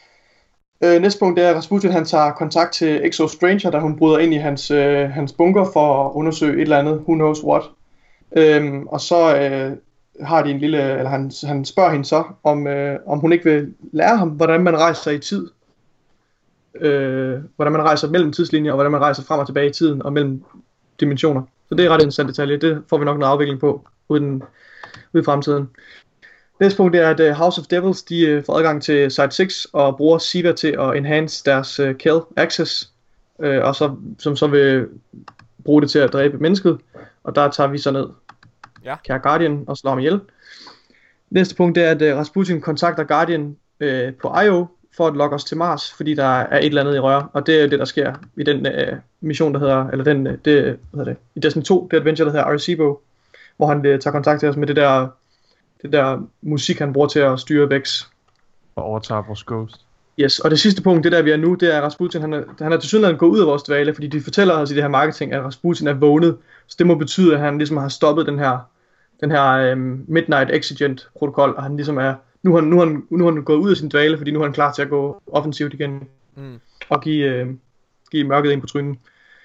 Øh, næste punkt er, at Rasputin han tager kontakt til Exo Stranger, da hun bryder ind i hans, øh, hans bunker for at undersøge et eller andet, who knows what. Øhm, og så øh, har de en lille, eller han, han spørger hende så, om, øh, om hun ikke vil lære ham, hvordan man rejser i tid. Øh, hvordan man rejser mellem tidslinjer, og hvordan man rejser frem og tilbage i tiden, og mellem dimensioner. Så det er ret interessant detalje, det får vi nok noget afvikling på, ude, den, ude i fremtiden. Næste punkt er, at House of Devils, de får adgang til Side seks, og bruger Siva til at enhance deres uh, kill access, øh, og så, som så vil bruge det til at dræbe mennesket, og der tager vi så ned, ja. Kære Guardian, og slår ham ihjel. Næste punkt er, at uh, Rasputin kontakter Guardian uh, på I O, for at lokke os til Mars, fordi der er et eller andet i røre, og det er det, der sker i den uh, mission, der hedder, eller den, uh, det, hvad hedder det, i Destiny to, det adventure, der hedder Arecibo, hvor han uh, tager kontakt til os med det der, det der musik, han bruger til at styre Vex. Og overtager vores Ghost. Yes, og det sidste punkt, det der vi er nu, det er, at Rasputin, han er, han er til synligheden gået ud af vores dvale, fordi de fortæller os i det her marketing, at Rasputin er vågnet, så det må betyde, at han ligesom har stoppet den her, den her um, Midnight Exigent protokol, og han ligesom er, nu har han, nu har han, nu har han gået ud af sin dvale, fordi nu er han klar til at gå offensivt igen, mm. og give, uh, give mørket ind på trynen.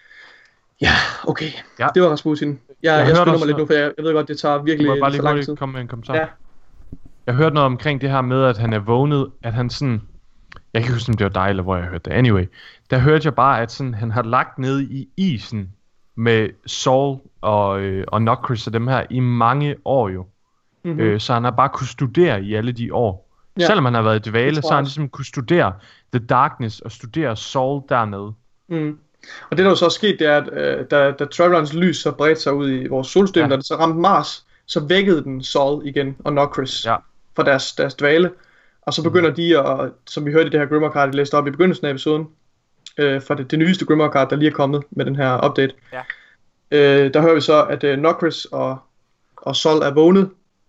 Ja, okay, ja. Det var Rasputin. Jeg, jeg, jeg skynder mig lidt nu, for jeg, jeg ved godt, det tager virkelig bare lige så lang tid. Komme med en kommentar. Ja. Jeg hørte noget omkring det her med, at han er vågnet, at han sådan, jeg kan ikke huske, om det var dig, eller hvor jeg hørte det. Anyway, der hørte jeg bare, at sådan, han har lagt ned i isen med Saul og, øh, og Nokris og dem her i mange år jo. Mm-hmm. Øh, så han har bare kunne studere i alle de år. Ja. Selvom han har været i dvale, så har han ligesom kunne studere The Darkness og studere Saul dernede. Mm. Og det der jo så er sket, det er, at øh, da, da Travelerens lys så bredte sig ud i vores solsystem, ja. Da det så ramte Mars, så vækkede den Saul igen og Nokris ja. Fra deres, deres dvale. Og så begynder mm. de at, som vi hørte i det her Grimmer card, vi læste op i begyndelsen af episoden, øh, fra det, det nyeste Grimmer card, der lige er kommet med den her update. Ja. Øh, der hører vi så, at øh, Nokris og, og Saul er vågnet.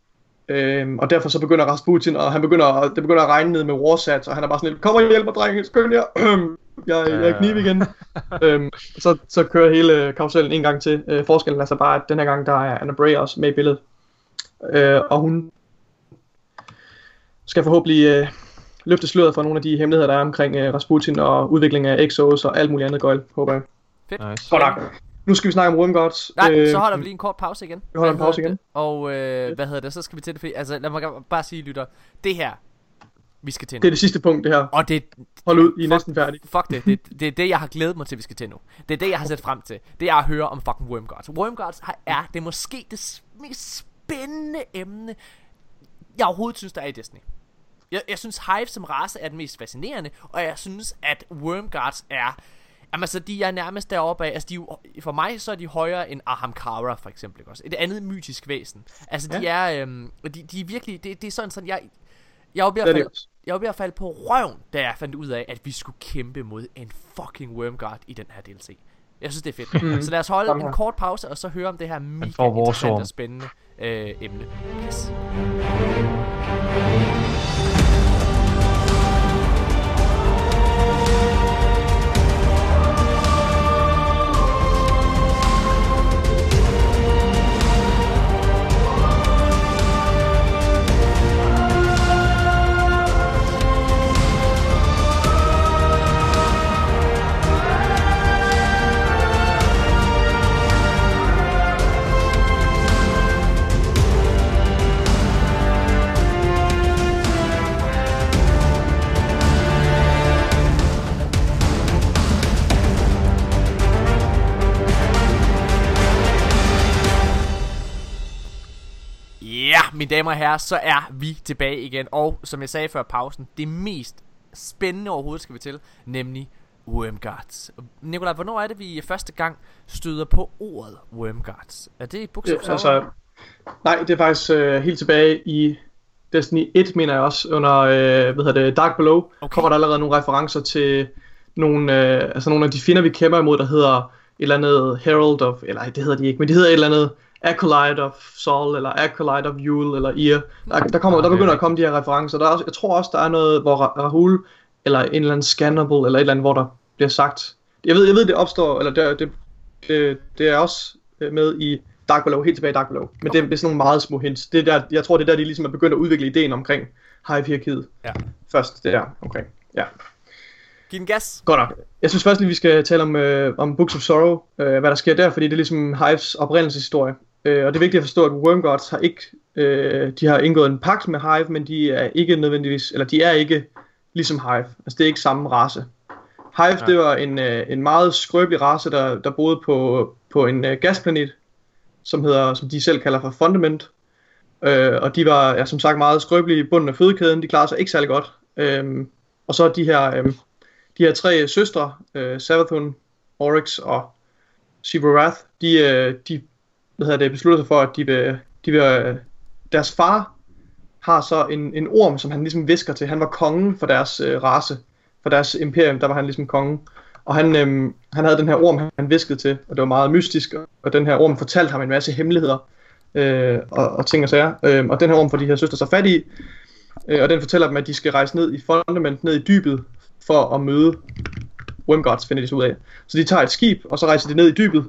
Øh, og derfor så begynder Rasputin, og han begynder, det begynder at regne ned med warsats, og han er bare sådan lidt, kom og hjælp mig, drenge, skynd jer. Jeg, jeg er kniv igen. øhm, så, så kører hele karusellen en gang til. Øh, forskellen er så bare, at den her gang, der er Anna Bray også med i billedet. Øh, og hun skal forhåbentlig øh, løfte sløret for nogle af de hemmeligheder, der er omkring øh, Rasputin og udvikling af Exos og alt muligt andet gøjl, håber jeg. Fedt. Nice. Godt nok. Nu skal vi snakke om Rumgods. Nej, øh, så holder vi lige en kort pause igen. Vi holder en pause igen. Og øh, hvad hedder det, så skal vi til det, fordi, altså lad mig bare sige, lytter, det her, vi skal til nu. Det er det sidste punkt, det her. Og det, Hold ud, I er fuck, næsten færdige. Fuck det. det, det er det, jeg har glædet mig til, vi skal til nu. Det er det, jeg har set frem til. Det er at høre om fucking Wormgods. Wormgods er, det er måske det mest spændende emne, jeg overhovedet synes, der er i Destiny. Jeg, jeg synes, Hive som race er den mest fascinerende, og jeg synes, at Wormgods er... Jamen altså, de er nærmest deroppe af. Altså, de er jo, for mig så er de højere end Ahamkara, for eksempel, ikke også? Et andet mytisk væsen. Altså, de ja. er... Øhm, de, de er virkelig... Det, det er sådan sådan... Jeg, jeg var ved at falde, jeg var ved at falde på røven, da jeg fandt ud af, at vi skulle kæmpe mod en fucking Wormgod i den her D L C. Jeg synes, det er fedt. Mm. Så lad os holde en kort pause, og så høre om det her mega interessante og spændende øh, emne. Yes. Ja, mine damer og herrer, så er vi tilbage igen. Og som jeg sagde før pausen, det mest spændende overhovedet skal vi til, nemlig Wormgods. Nikolaj, hvornår er det, vi første gang støder på ordet Wormgods? Er det i Books of Sorrow? Altså, nej, det er faktisk øh, helt tilbage i Destiny et, mener jeg også, under øh, hvad hedder det, Dark Below. Okay. Kommer der allerede nogle referencer til nogle, øh, altså nogle af de fjender, vi kæmper imod, der hedder et eller andet Herald of, eller det hedder de ikke, men det hedder et eller andet Acolyte of Sol, eller Acolyte of Yule, eller Ear. Der, der, kommer, der begynder at komme de her referencer. Der er også, jeg tror også, der er noget, hvor Rahul, eller en eller anden Scannable, eller et eller andet, hvor der bliver sagt. Jeg ved, jeg ved det opstår, eller det, det, det, det er også med i Dark Below, helt tilbage i Dark Below. Men okay. det, det er sådan nogle meget små hints. Det der, jeg tror, det er der, de ligesom er begyndt at udvikle ideen omkring Hive-hierarkiet. Ja. Først, det er omkring. Ja. Giv en gas. Godt nok. Jeg synes først lige, vi skal tale om, øh, om Books of Sorrow, øh, hvad der sker der, fordi det er ligesom Hives oprindelseshistorie. Øh, og det er vigtigt at forstå, at Wormgods har ikke, øh, de har indgået en pagt med Hive, men de er ikke nødvendigvis, eller de er ikke ligesom Hive. Altså det er ikke samme race. Hive, ja. Det var en, øh, en meget skrøbelig race, der, der boede på, på en øh, gasplanet, som hedder, som de selv kalder for Fundament. Øh, og de var, ja, som sagt, meget skrøbelige i bunden af fødekæden. De klarer sig ikke særlig godt. Øh, og så de her, øh, de her tre søstre, øh, Savathun, Oryx og Shivarath, de, øh, de hvad hedder det, beslutter sig for, at de vil, de vil, deres far har så en, en orm, som han ligesom visker til. Han var kongen for deres øh, race, for deres imperium, der var han ligesom kongen. Og han, øh, han havde den her orm, han viskede til, og det var meget mystisk, og den her orm fortalte ham en masse hemmeligheder øh, og, og ting og sager. Øh, og den her orm får de her søstre så fat i, øh, og den fortæller dem, at de skal rejse ned i Fundament, ned i dybet, for at møde Wormgods, finder de så ud af. Så de tager et skib, og så rejser de ned i dybet,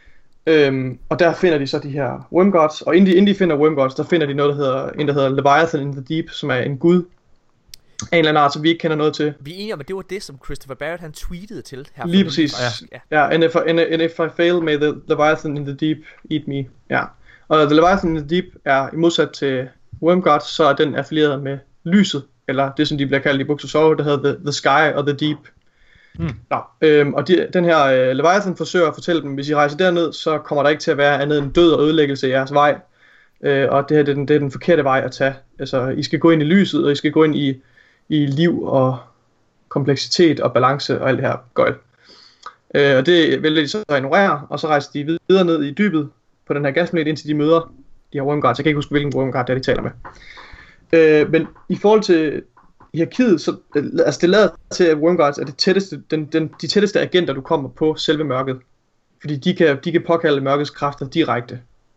Øhm, og der finder de så de her Wormgods, og inden de, inden de finder Wormgods, der finder de noget, der hedder, en der hedder Leviathan in the Deep, som er en gud af en eller anden art, som vi ikke kender noget til. Vi er enige om, at det var det, som Christopher Barrett han tweetede til her. Lige præcis. Ja, ja. And, if I, and, and if I fail, may the Leviathan in the Deep eat me. Ja. Og The Leviathan in the Deep er i modsat til Wormgods, så er den affilieret med lyset, eller det som de bliver kaldt i Books of Sorrow, der hedder the, the Sky og The Deep. Hmm. Nå, øhm, og de, den her øh, Leviathan forsøger at fortælle dem, hvis I rejser derned, så kommer der ikke til at være andet end død og ødelæggelse i jeres vej. Øh, og det her det er, den, det er den forkerte vej at tage. Altså, I skal gå ind i lyset, og I skal gå ind i, i liv og kompleksitet og balance og alt det her gøjl. Øh, og det vælger de så at ignorere, og så rejser de videre ned i dybet på den her gasplanet, indtil de møder de her Wormgods. Jeg kan ikke huske, hvilken Wormgod det er, de taler med. Øh, men i forhold til hierarkiet, så altså det lader til, at Wormgods er det tætteste, den, den, de tætteste agenter, du kommer på selve mørket. Fordi de kan, de kan påkalde mørkets kræfter direkte.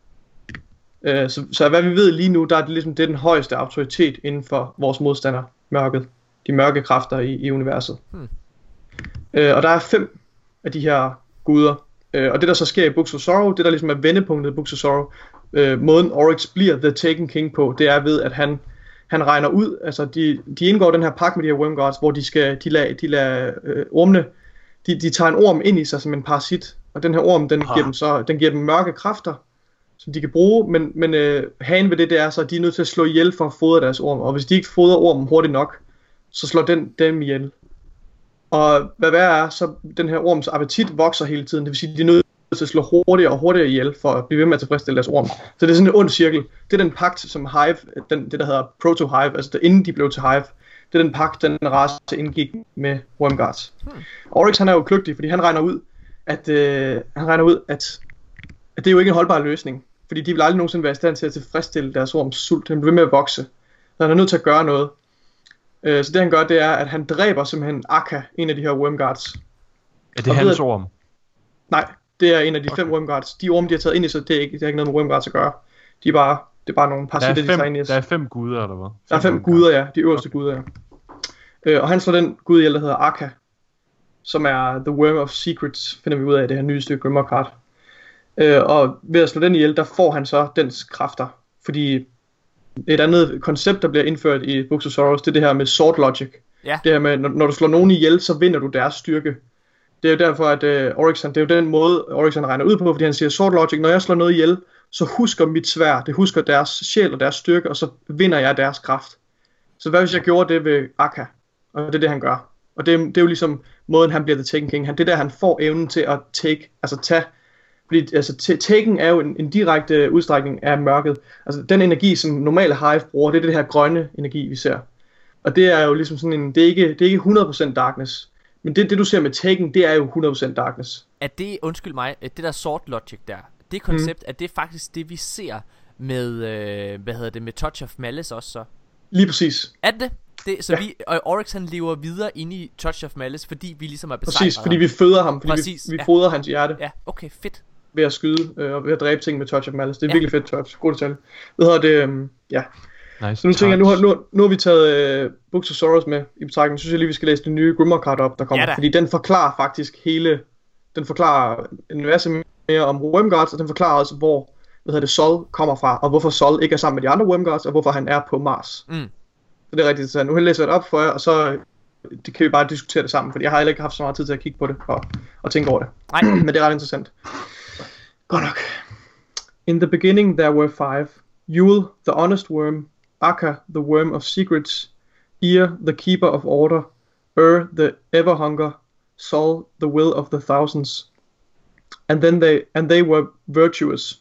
Øh, så, så hvad vi ved lige nu, der er det ligesom det er den højeste autoritet inden for vores modstander, mørket. De mørke kræfter i, i universet. Hmm. Øh, og der er fem af de her guder. Øh, og det der så sker i Books of Sorrow, det der ligesom er vendepunktet i Books of Sorrow, øh, måden Oryx bliver The Taken King på, det er ved, at han Han regner ud, altså de, de indgår den her pagt med de her Wormgods, hvor de skal, de lader, de lader øh, ormene, de, de tager en orm ind i sig som en parasit, og den her orm, den giver dem så, den giver dem mørke kræfter, som de kan bruge, men, men øh, hagen ved det, det er så, at de er nødt til at slå ihjel for at fodre deres orm, og hvis de ikke fodrer ormen hurtigt nok, så slår den dem ihjel. Og hvad værre er, så den her orms appetit vokser hele tiden. Det vil sige, at de er nødt til at slå hurtigere og hurtigere ihjel, for at blive ved med at tilfredsstille deres orm. Så det er sådan en ond cirkel. Det er den pagt, som Hive, den, det der hedder Proto-Hive, altså der, inden de blev til Hive, det er den pagt, den race indgik med Wormguards. Hmm. Oryx, han er jo kløgtig, fordi han regner ud, at, øh, han regner ud, at, at det er jo ikke en holdbar løsning. Fordi de vil aldrig nogensinde være i stand til at tilfredsstille deres orms sult. Den bliver ved med at vokse. Så han er nødt til at gøre noget. Så det han gør, det er, at han dræber simpelthen Akka, en af de her Wormguards. Er det hans orm? Nej, det er en af de okay. fem Wormguards. De orme, de har taget ind i sig, det er ikke, det har ikke noget med Wormguards at gøre. De er bare, det er bare nogle parasitter, de tager ind i sig. Der er fem guder, eller hvad? Fem der er fem Wormguards. Guder, ja. De øverste okay. guder, ja. Øh, og han slår den gud ihjel, der hedder Akka, som er The Worm of Secrets, finder vi ud af det her nye stykke Grimoire Card. Øh, og ved at slå den ihjel, der får han så dens kræfter. Fordi et andet koncept, der bliver indført i Books of Sorrows, det er det her med sword logic. Ja. Det her med, når, når du slår nogen ihjel, så vinder du deres styrke. Det er jo derfor, at uh, Oryxen, det er jo den måde, Oryxen regner ud på, fordi han siger, sword logic, når jeg slår noget ihjel, så husker mit sværd, det husker deres sjæl og deres styrke, og så vinder jeg deres kraft. Så hvad hvis jeg gjorde det ved Akka? Og det er det, han gør. Og det, det er jo ligesom måden, han bliver The Taken King. Han, det er der, han får evnen til at take, altså tage. Fordi altså, Taken er jo en, en direkte udstrækning af mørket. Altså den energi, som normale Hive bruger, det er det her grønne energi, vi ser. Og det er jo ligesom sådan en, det er ikke, det er ikke hundrede procent darkness. Men det, det du ser med Taken, det er jo hundrede procent darkness. Er det, undskyld mig, det der sword logic der, det koncept, mm. er det faktisk det, vi ser med, øh, hvad hedder det, med Touch of Malice også så? Lige præcis. Er det? Det, så ja. vi, og Oryx han lever videre inde i Touch of Malice, fordi vi ligesom er besejret. Præcis, fordi vi føder ham, fordi præcis, vi, vi ja. fodrer hans hjerte. Ja, okay, fedt. Ved at skyde øh, og ved at dræbe ting med Touch of Malice. Det er ja. virkelig fedt touch. God detalje. Hvad hedder det? Øh, ja. Nice. Så nu tænker jeg, nu har, nu, nu har vi taget øh, Books of Sorrows med i betragtning. Så synes jeg lige, vi skal læse den nye Grimoire Card op, der kommer. Ja, fordi den forklarer faktisk hele... Den forklarer en masse mere om Wormguards, og den forklarer også, hvor hvad hedder det, Sol kommer fra, og hvorfor Sol ikke er sammen med de andre Wormguards, og hvorfor han er på Mars. Mm. Så det er rigtig interessant. Nu læser jeg det op for jer, og så det kan vi bare diskutere det sammen, fordi jeg har heller ikke haft så meget tid til at kigge på det og, og tænke over det. Nej. Men det er ret interessant. Godt nok. In the beginning there were five. Yule, the honest worm. Akka, the worm of secrets. Ear, the keeper of order. Ur, the ever hunger. Sol, the will of the thousands. And then they and they were virtuous.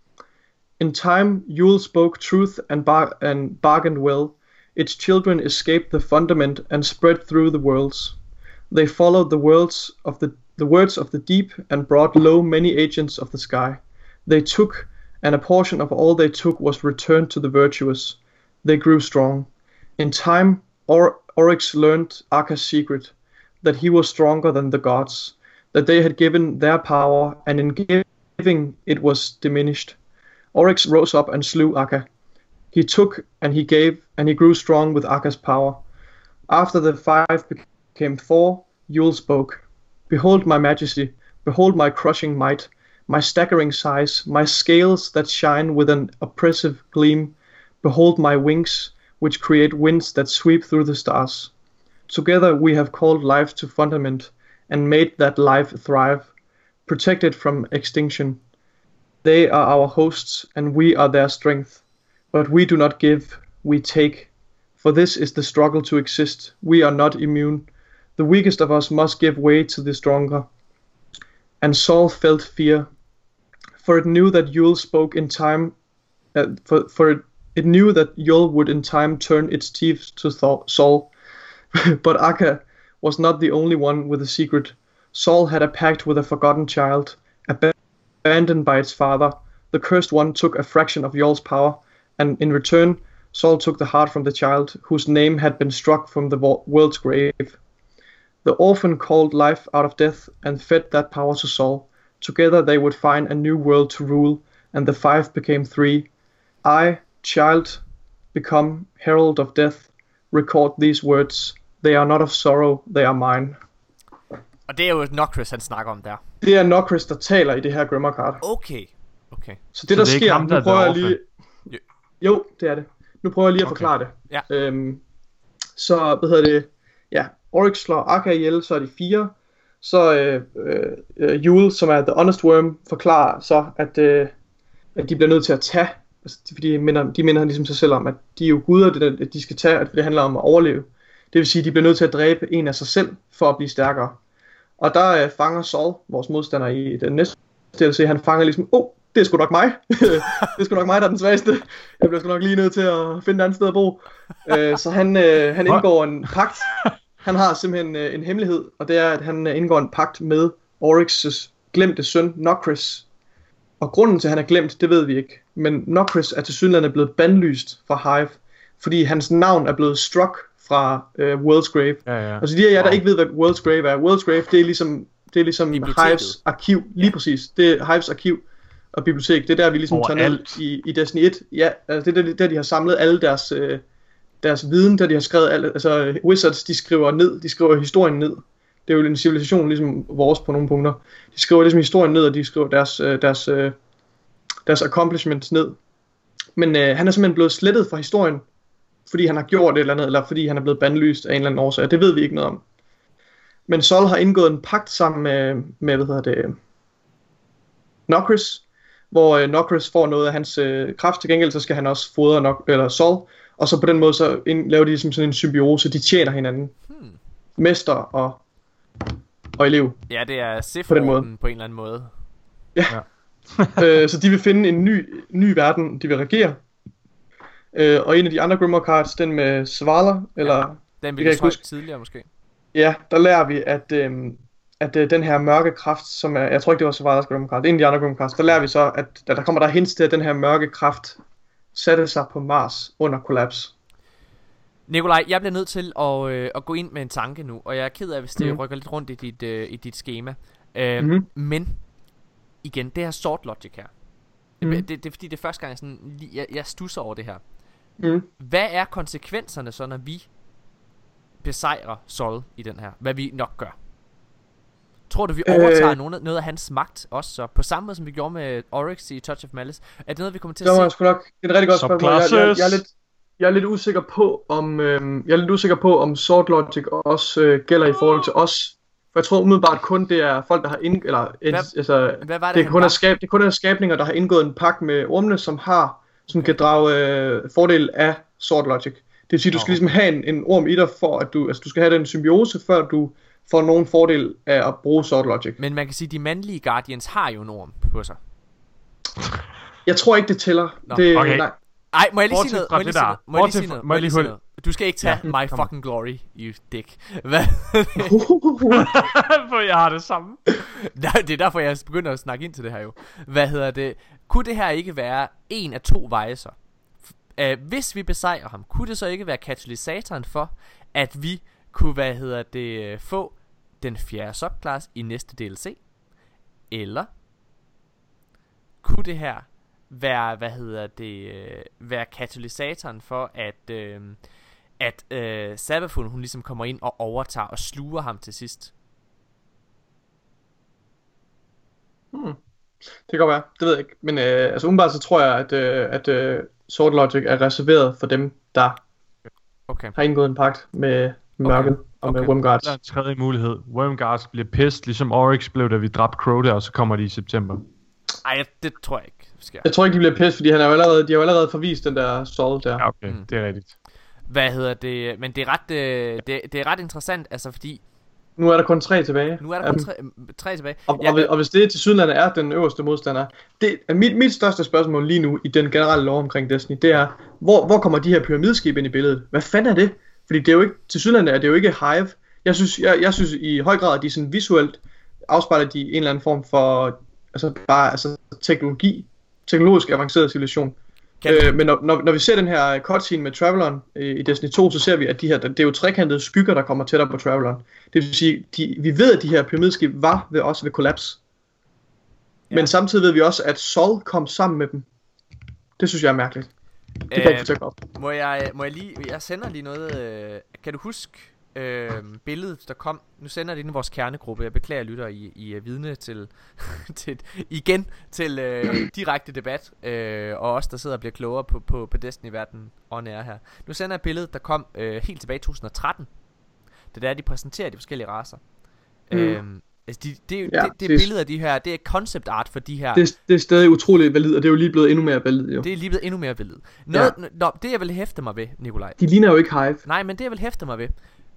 In time, Yule spoke truth and bar- and bargained well. Its children escaped the fundament and spread through the worlds. They followed the worlds of the the words of the deep and brought low many agents of the sky. They took, and a portion of all they took was returned to the virtuous. They grew strong. In time, Or- Oryx learned Akka's secret, that he was stronger than the gods, that they had given their power, and in giving it was diminished. Oryx rose up and slew Akka. He took, and he gave, and he grew strong with Akka's power. After the five became four, Yule spoke. Behold my majesty, behold my crushing might, my staggering size, my scales that shine with an oppressive gleam. Behold my wings, which create winds that sweep through the stars. Together we have called life to fundament, and made that life thrive, protected from extinction. They are our hosts, and we are their strength. But we do not give, we take. For this is the struggle to exist. We are not immune. The weakest of us must give way to the stronger. And Saul felt fear, for it knew that Yule spoke in time, uh, for, for it, it knew that Yule would in time turn its teeth to Thor- Saul. But Akka was not the only one with a secret. Saul had a pact with a forgotten child, ab- abandoned by its father. The cursed one took a fraction of Yul's power, and in return, Saul took the heart from the child, whose name had been struck from the wo- world's grave. The orphan called life out of death and fed that power to Saul. Together they would find a new world to rule, and the five became three. I, child, become herald of death, record these words. They are not of sorrow, they are mine. Og det er jo Nokris, han snakker om der. Det er Nokris, der taler i det her Grimoire Card. Okay, okay. Så det, der Så det er sker, ham, der nu prøver er jeg lige... Jo, det er det. Nu prøver jeg lige at Okay. forklare det. Ja. Øhm, så, hvad hedder det? Ja, Oryx slår Akka ihjel, så er de fire. Så øh, øh, Yule, som er The Honest Worm, forklarer så, at, øh, at de bliver nødt til at tage. Altså, fordi de minder, de minder ligesom sig selv om, at de er jo guder, det, at de skal tage, at det handler om at overleve. Det vil sige, at de bliver nødt til at dræbe en af sig selv for at blive stærkere. Og der øh, fanger Saul, vores modstander i den næste D L C, han fanger ligesom, åh, oh, det er sgu nok mig. Det er sgu nok mig, der er den svageste. Jeg bliver sgu nok lige nødt til at finde et andet sted at bo. Øh, så han, øh, han indgår en pagt. Han har simpelthen øh, en hemmelighed, og det er, at han øh, indgår en pagt med Oryx's glemte søn, Nokris. Og grunden til, at han er glemt, det ved vi ikke. Men Nokris er tilsyneladende blevet bandlyst fra Hive, fordi hans navn er blevet struck fra øh, World's Grave. Ja, ja. Og så de af jer, der ikke ved, hvad World's Grave er. World's Grave, det er ligesom, det er ligesom Hives arkiv, lige ja. præcis. Det er Hives arkiv og bibliotek. Det er der, vi ligesom tager ned i, i Destiny et. Ja, altså det er der, der, de har samlet alle deres, øh, deres viden, der de har skrevet, alle, altså Wizards, de skriver ned, de skriver historien ned. Det er jo en civilisation, ligesom vores på nogle punkter. De skriver ligesom historien ned, og de skriver deres, øh, deres, øh, deres accomplishments ned. Men øh, han er simpelthen blevet slettet fra historien, fordi han har gjort et eller andet, eller fordi han er blevet bandlyst af en eller anden årsag. Det ved vi ikke noget om. Men Sol har indgået en pagt sammen med, med hvad hedder det, Nokris, hvor øh, Nokris får noget af hans øh, kraft. Til gengæld så skal han også fodre Nok- eller Sol, og så på den måde så ind, laver de ligesom sådan en symbiose. De tjener hinanden. Hmm. Mester og, og elev. Ja, det er Sith på den måde. På en eller anden måde. Ja. ja. øh, så de vil finde en ny, ny verden, de vil regere. Øh, og en af de andre Grimoire cards, den med Svala, eller... Ja, den vi ikke huske tidligere måske. Ja, der lærer vi, at, øhm, at øh, den her mørke kraft, som er... Jeg tror ikke, det var Svalas Grimoire card, en af de andre Grimoire cards, der lærer vi så, at, at der kommer der hints til, at den her mørke kraft satte sig på Mars under kollaps. Nikolaj, jeg bliver nødt til at, øh, at gå ind med en tanke nu, og jeg er ked af, hvis det mm. rykker lidt rundt i dit, øh, i dit schema. Øh, mm-hmm. Men, igen, det her Sword Logic her. Mm. Det, det, det er fordi, det er første gang, jeg, sådan, jeg, jeg stusser over det her. Mm. Hvad er konsekvenserne så, når vi besejrer Sol i den her? Hvad vi nok gør? Tror du, vi overtager øh, noget, noget af hans magt også så? På samme måde, som vi gjorde med Oryx i Touch of Malice? Er det noget, vi kommer til at se? Det er nok det er et rigtig godt spørgsmål. Jeg, jeg, jeg, er lidt, jeg er lidt usikker på, om øhm, jeg er lidt usikker på, om Sword Logic også øh, gælder i forhold til os. For jeg tror umiddelbart kun, det er folk, der har ind, eller hvad, altså, hvad var det, det, kun er skab, det kun er skabninger, der har indgået en pagt med ormene, som har, som okay. kan drage øh, fordel af Sword Logic. Det vil sige, du skal ligesom have en, en orm i dig, for at du, altså du skal have den symbiose, før du får nogen fordel af at bruge Sword Logic. Men man kan sige, at de mandlige Guardians har jo en orm på sig. Jeg tror ikke, det tæller. Det, okay. Nej. Ej, må jeg lige sige noget? Må jeg lige sige noget? Må jeg lige sige noget? Må jeg lige sige noget? Du skal ikke tage ja, my fucking glory, you dick. Hvad? For jeg har det samme. Nej, det er derfor, jeg begynder at snakke ind til det her jo. Hvad hedder det? Kunne det her ikke være en af to veje så? Uh, hvis vi besejrer ham, kunne det så ikke være katalysatoren for, at vi kunne, hvad hedder det, få den fjerde subclass i næste D L C? Eller kunne det her være, hvad hedder det, være katalysatoren for, at øh, at øh, Savathun, hun ligesom kommer ind og overtager og sluger ham til sidst? Hmm. Det kan godt være, det ved jeg ikke. Men øh, altså umiddelbart så tror jeg, at, øh, at øh, Sword Logic er reserveret for dem, der okay. har indgået en pagt med mørket okay. og med okay. Wormguards. Der er en tredje mulighed. Wormguards bliver pissed, ligesom Oryx blev, da vi dræbte Crota, og så kommer de i september. Ej, det tror jeg ikke sker. Jeg tror ikke, de bliver pissed, fordi han er jo allerede, de har jo allerede forvist den der Sol der. Ja, okay, mm. det er rigtigt. Hvad hedder det? Men det er ret, øh, det, det er ret interessant, altså fordi nu er der kun tre tilbage. Nu er der kun tre, tre tilbage. Og, ja, og, og hvis det til Sydlandet er den øverste modstander, det er mit, mit største spørgsmål lige nu i den generelle lov omkring Destiny, det er, hvor, hvor kommer de her pyramideskib ind i billedet? Hvad fanden er det? Fordi det er jo ikke, til Sydlandet er det jo ikke Hive. Jeg synes, jeg, jeg synes i høj grad, at de sådan visuelt afspejler de en eller anden form for, altså bare altså teknologi, teknologisk avanceret civilisation. Øh, men når, når, når vi ser den her cutscene med Traveleren øh, i Destiny to, så ser vi, at de her, det er jo trekantede skygger, der kommer tættere på Traveleren. Det vil sige, de, vi ved, at de her pyramideskib var ved os ved kollaps. Ja. Men samtidig ved vi også, at Sol kom sammen med dem. Det synes jeg er mærkeligt. Det kan øh, jeg ikke fortælle op. Må jeg, må jeg lige, jeg sender lige noget, øh, kan du huske øh, billedet, der kom? Nu sender det ind i vores kernegruppe. Jeg beklager, lytter, I, I er vidne til, til igen til øh, direkte debat, øh, og os der sidder og bliver klogere på, på, på Destiny-verdenen on air her. Nu sender jeg billedet, der kom øh, helt tilbage i to tusind og tretten. Det er der, de præsenterer de forskellige racer. Mm. Øhm, altså de, det, ja, det, det, det er billeder af de her, det er concept art for de her. Det, det er stadig utroligt valid, og det er jo lige blevet endnu mere valid, jo. Det er lige blevet endnu mere valid. Noget, ja. Nå, det jeg vil hæfte mig ved, Nikolaj. De ligner jo ikke Hive. Nej, men det jeg vil hæfte mig ved,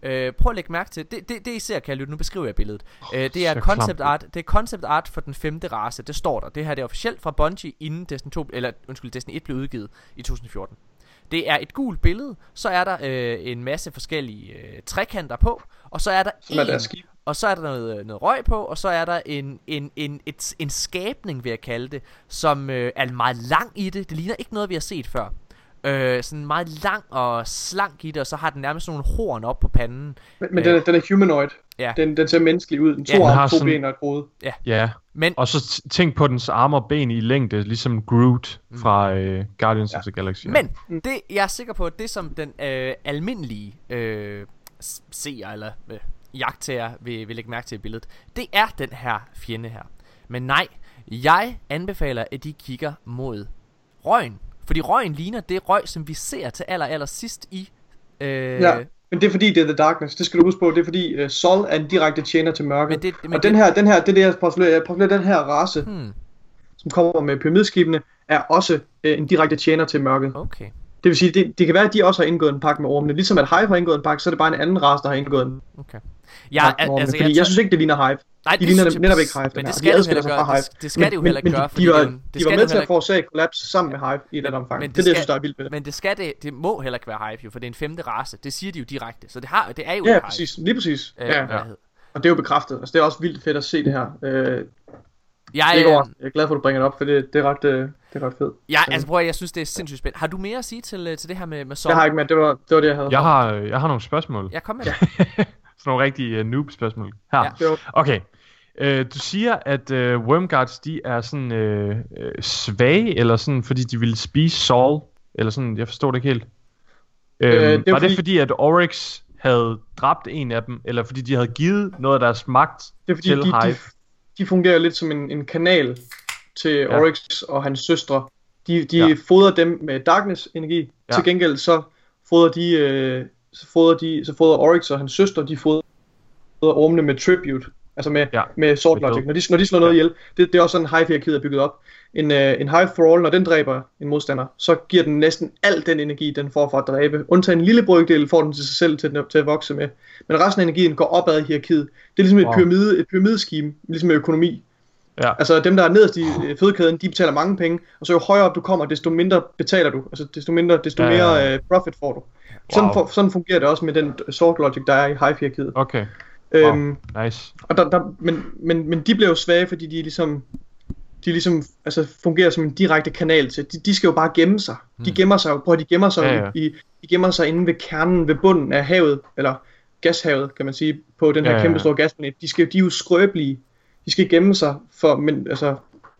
Øh, prøv at lægge mærke til, det, det, det I ser, kan jeg lytte, nu beskriver jeg billedet. Øh, det er så concept klamt. art, det er concept art for den femte race, det står der. Det her det er officielt fra Bungie, inden Destiny to, eller undskyld, Destiny et blev udgivet i to tusind fjorten. Det er et gult billede, så er der øh, en masse forskellige øh, trekanter på, og så er der Som er en, deres skib. og så er der noget, noget røg på, og så er der en, en, en, et, en skabning, vil jeg kalde det, som øh, er meget lang i det. Det ligner ikke noget, vi har set før. Øh, sådan meget lang og slank i det, og så har den nærmest nogle horn op på panden. Men, men den, er, den er humanoid. Ja. Den, den ser menneskelig ud. Den Ja, to den har arme, to sådan- ben og et hoved. Ja, Men og så t- tænk på dens arme og ben i længde, ligesom Groot fra øh, Guardians Ja. of the Galaxy. Men det, jeg er sikker på, at det som den øh, almindelige øh, s- seer eller øh, jagttager vil, vil lægge mærke til i billedet, det er den her fjende her. Men nej, jeg anbefaler, at de kigger mod røgen. Fordi røgen ligner det røg, som vi ser til aller, aller sidst i... Øh, Ja, men det er fordi, det er The Darkness. Det skal du huske på. Det er fordi, uh, Sol er en direkte tjener til mørket. Men det- men og den det- her, den her, det er det, jeg postulerer. Jeg postulerer, den her race, hmm, som kommer med pyramideskibene, er også uh, en direkte tjener til mørket. okay. Det vil sige, det, det kan være, at de også har indgået en pagt med ormene. Ligesom at Hive har indgået en pagt, så er det bare en anden race, der har indgået en okay. Ja, pagt med ormene. altså, Fordi jeg, jeg synes ikke, det ligner Hive. nej, De ligner synes jeg netop bes- ikke Hive, den Men her. det De skal det jo adskiller heller sig gøre. fra Hive. Det, det skal det jo heller ikke men gøre, de, fordi de var, det, er jo- det de skal var det med jo til heller at ikke. forårsage kollaps sammen med Hive i den omfang. Men Det det er det, jeg skal- synes, der er vildt ved det. Men det skal det, det må heller ikke være Hive jo, for det er en femte race. Det siger de jo direkte. Så det har, det er jo Ja, ikke præcis. Lige præcis. Hive. Ja. Øh, hvad hedder- Og det er jo bekræftet. Altså, det er også vildt fedt at se det her. Øh, Jeg, det er, øh, over. Jeg er glad for, at du bringer det op, for det, det, er, ret, øh, det er ret fedt. ja, altså prøv at, jeg synes det er sindssygt spændende. Har du mere at sige til, øh, til det her med, med Sol? Jeg har ikke med, det var det, var det jeg havde. Jeg har, øh, jeg har nogle spørgsmål. Ja, kom med det. Sådan nogle rigtige uh, noob-spørgsmål. Her. Ja. Det var, Okay. Øh, du siger, at øh, Wormguards, de er sådan øh, øh, svage, eller sådan, fordi de ville spise Saul, eller sådan, jeg forstår det ikke helt. Øh, Øh, det er var fordi- det fordi, at Oryx havde dræbt en af dem, eller fordi de havde givet noget af deres magt det er fordi, til de, de, Hive? de fungerer lidt som en, en kanal til Ja. Oryx og hans søstre. De, de Ja. fodrer dem med Darkness-energi. Ja. Til gengæld så fodrer de, øh, så fodrer de, så fodrer Oryx og hans søstre, de fodrer ormene med Tribute. Altså med, Ja. med Sword Med Logic. død. Når de, når de slår noget ihjel, det, det er også sådan, Hive-hierarkiet er bygget op. En, øh, en Hive Thrall, når den dræber en modstander, så giver den næsten al den energi, den får for at dræbe. Undtagen en lille brøkdel får den til sig selv til, til at vokse med. Men resten af energien går opad i hierarkiet. Det er ligesom et, Wow. pyramide, et pyramideskime, ligesom med økonomi. Ja. Altså dem, der er nederst i øh, fødekæden, de betaler mange penge, og så jo højere op du kommer, desto mindre betaler du. Altså desto mindre, desto Ja, ja, mere ja. øh, profit får du. Sådan, Wow. for, sådan fungerer det også med den Sword Logic, der er i Hive-hierarkiet. Okay, Øhm, nice. og der, der, men, men, men de bliver jo svage, fordi de ligesom, de ligesom altså, fungerer som en direkte kanal til. De, de skal jo bare gemme sig. De gemmer sig jo, prøv at de gemmer sig Ja, ja, ja. ja. I, de gemmer sig inde ved kernen, ved bunden af havet, eller gashavet, kan man sige, på den her Ja, ja, ja. kæmpe store gasplanet. De skal, de er jo skrøbelige. De skal gemme sig for, men altså,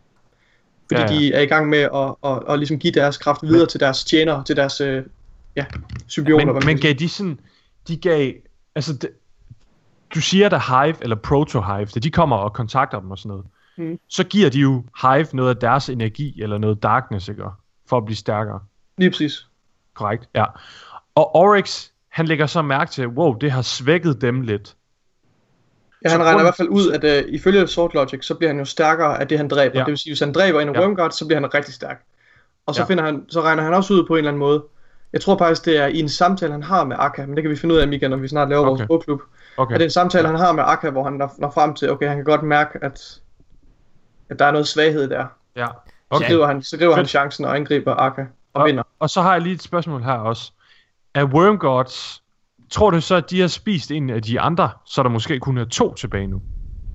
fordi Ja, ja. de er i gang med at, at, at, at ligesom give deres kraft videre Men- til deres tjenere, til deres øh, ja, symbioter. Men, hvad man men kan sige. gav de sådan, de gav, altså, de, du siger, at Hive, eller Proto-Hive, da de kommer og kontakter dem og sådan noget, Mm. så giver de jo Hive noget af deres energi, eller noget darkness, ikke? For at blive stærkere. Lige præcis. Korrekt, ja. Og Oryx, han lægger så mærke til, wow, det har svækket dem lidt. Ja, Så han regner i grunden- hvert fald ud, at uh, ifølge Sword Logic, så bliver han jo stærkere af det, han dræber. Ja. Det vil sige, hvis han dræber en af Ja. Wormguard, så bliver han rigtig stærk. Og så, Ja. finder han, så regner han også ud på en eller anden måde. Jeg tror faktisk, det er i en samtale, han har med Akka, men det kan vi finde ud af, Mika, når vi snart laver Okay. vores bogklub. Okay. At det er en samtale, han har med Akka, hvor han når, når frem til, okay, han kan godt mærke, at, at der er noget svaghed der. Ja. Så Okay. griber han, så griber han Fedt. chancen og angriber Akka og, Og, vinder. og så har jeg lige et spørgsmål her også. Er Wormguards, tror du så, at de har spist en af de andre, så der måske kun er to tilbage nu?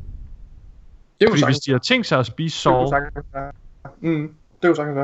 Det kunne Fordi hvis sagtens, de har tænkt sig at spise det kunne Saul, sagtens være. Mm, det kunne sagtens være.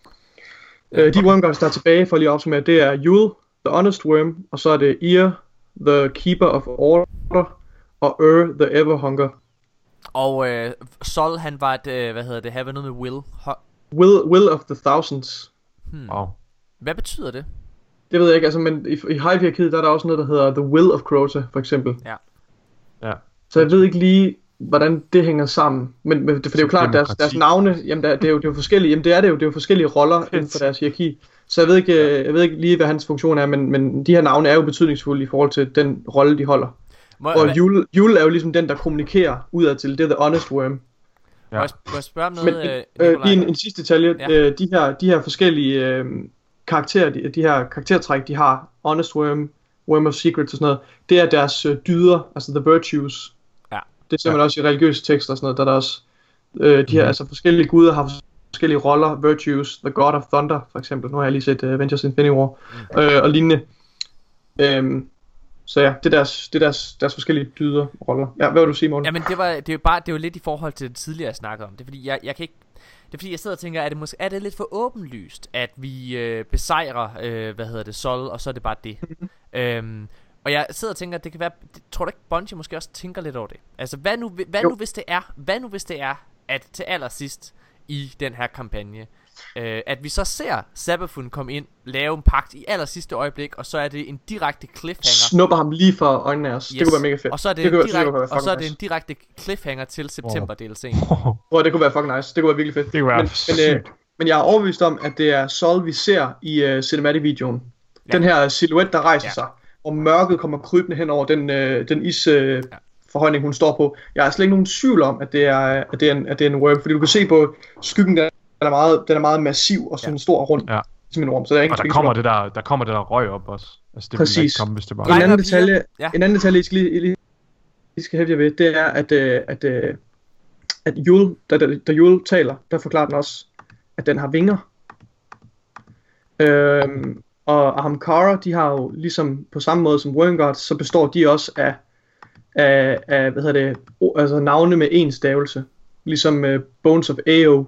Øh, de Wormguards, der er tilbage, for lige at opsummere, det er Yule, The Honest Worm, og så er det Ear, The Keeper of Order, og Ur, The Everhunger. Og øh, Sol, han var et, øh, hvad hedder det, have noget med Will. Ho- Will, Will of the Thousands. hmm. wow. Hvad betyder det? Det ved jeg ikke, altså, men i, i Hive-hierarkiet, der er der også noget, der hedder The Will of Crota, for eksempel. Ja. Ja. Så jeg ved ikke lige, hvordan det hænger sammen. Men, men det, for det er jo klart, deres, Demokrati. deres navne, jamen der, det, er jo, det er jo forskellige, jamen det er det jo, det er jo forskellige roller inden for deres hierarki. Så jeg ved ikke, jeg ved ikke lige, hvad hans funktion er, men, men de her navne er jo betydningsfulde i forhold til den rolle, de holder. Må, Og må, Yule, Yule er jo ligesom den, der kommunikerer udadtil, det er The Honest Worm. må, jeg, må jeg spørge om Men noget, øh, øh, øh, lige en, en sidste detalje, Ja. ja. øh, de, her, de her forskellige øh, karakterer, de, de her karaktertræk, de har, Honest Worm, Worm of Secrets og sådan noget, det er deres øh, dyder, altså the virtues. Ja. Det ser man ja. også i religiøse tekster og sådan noget, der er der også, øh, de her, mm. altså forskellige guder har forskellige roller, virtues, the god of thunder for eksempel, nu har jeg lige set uh, Avengers Infinity War, mm. øh, og lignende. Øhm, så ja, det er deres, det er deres, deres forskellige dyder roller. Ja, hvad vil du sige, Morten? Jamen det var, det er jo bare, det er jo lidt i forhold til det tidligere, jeg snakkede om. Det er fordi, jeg, jeg kan ikke, det er fordi, jeg sidder og tænker, er det, måske, er det lidt for åbenlyst, at vi øh, besejrer, øh, hvad hedder det, Sol, og så er det bare det. Mm-hmm. Øhm, og jeg sidder og tænker, at det kan være, det, tror du ikke, Bungie måske også tænker lidt over det? Altså, hvad nu, hvad nu hvis det er, hvad nu hvis det er, at til allersidst i den her kampagne, øh, at vi så ser Savathun komme ind, lave en pagt i aller sidste øjeblik, og så er det en direkte cliffhanger. Snupper ham lige for øjnene af os. Yes. Det kunne være mega fedt. Og så er det, det, en, kunne, direkte, det og så er nice. det en direkte cliffhanger til september D L C'en. Tror det kunne være fucking nice. Det kunne være virkelig fedt. Det kunne være men, men, øh, men jeg er overbevist om, at det er Sol, vi ser i uh, cinematic-videoen. Ja. Den her silhuet, der rejser ja. sig, og mørket kommer krybende hen over den, øh, den is... Øh, ja. forhøjning hun står på. Jeg har slet ikke nogen tvivl om, at det er, at det er, en, at det er en worm, fordi du kan se på skyggen, den er meget, den er meget massiv og sådan ja. stor rundt ja. som en orm. Så der er og der kommer, det der, der kommer det der røg op også. Altså det Præcis. vil ikke komme, hvis det bare... En anden detalje, ja. en anden detalje, I skal lige, lige, lige skal hæfte jer ved, det er, at, at, at, at Yul, da, da, da Yul taler, der forklarer den også, at den har vinger. Øhm, og Ahamkara, de har jo ligesom på samme måde som Wormguard, så består de også af Af, af, hvad hedder det, altså navne med en stavelse, ligesom uh, Bones of Ao.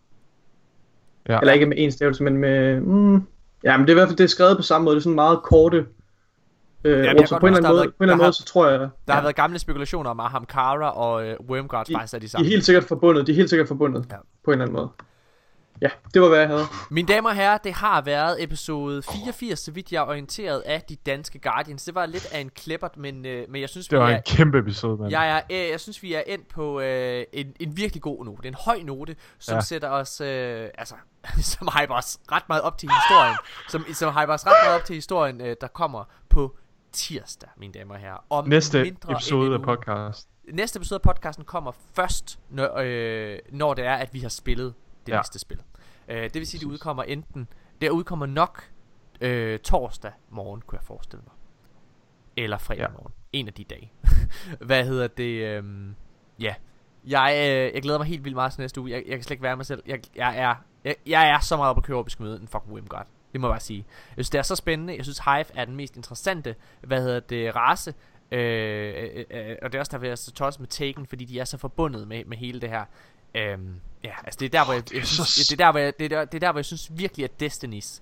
Ja. Eller ikke med en stavelse, men med, mm, ja, men det er i hvert fald det er skrevet på samme måde, det er sådan meget korte. Øh, ja, så på en eller anden måde, på en eller anden måde, så tror jeg. Der ja. har været gamle spekulationer om Ahamkara og uh, Wormguard faktisk er de samme. De er helt sikkert forbundet, de er helt sikkert forbundet ja. på en eller anden måde. Ja, det var hvad jeg havde. Mine damer og herrer, det har været episode fireogfirs, så vidt jeg er orienteret af de danske Guardians. Det var lidt af en klippert, men, øh, men jeg synes det var vi en er, kæmpe episode, mand. Jeg, er, øh, jeg synes vi er endt på øh, en, en virkelig god note, en høj note, som ja. sætter os, øh, altså, som hyper os ret meget op til historien, som, som hyper os ret meget op til historien, øh, der kommer på tirsdag, mine damer og herrer. Om næste episode af podcast. Næste episode af podcasten kommer først, når, øh, når det er, at vi har spillet det ja. næste spil. Uh, det vil sige, det udkommer enten det udkommer nok uh, torsdag morgen, kunne jeg forestille mig, eller fredag ja. morgen, en af de dage. Hvad hedder det? Um, ja, jeg uh, jeg glæder mig helt vildt meget til næste uge. Jeg, jeg kan slet ikke være mig selv. Jeg, jeg er jeg, jeg er så meget oppe at køre op i skmøde en fucking Wormguard. Det må jeg bare sige. Jeg synes det er så spændende. Jeg synes Hive er den mest interessante, hvad hedder det, race. Uh, uh, uh, og det er også derfor jeg er så tosset med Taken, fordi de er så forbundet med med hele det her. Øhm, ja, altså det er der hvor jeg, jeg synes, det er der hvor jeg, det er der, det er der hvor jeg synes virkelig at Destiny's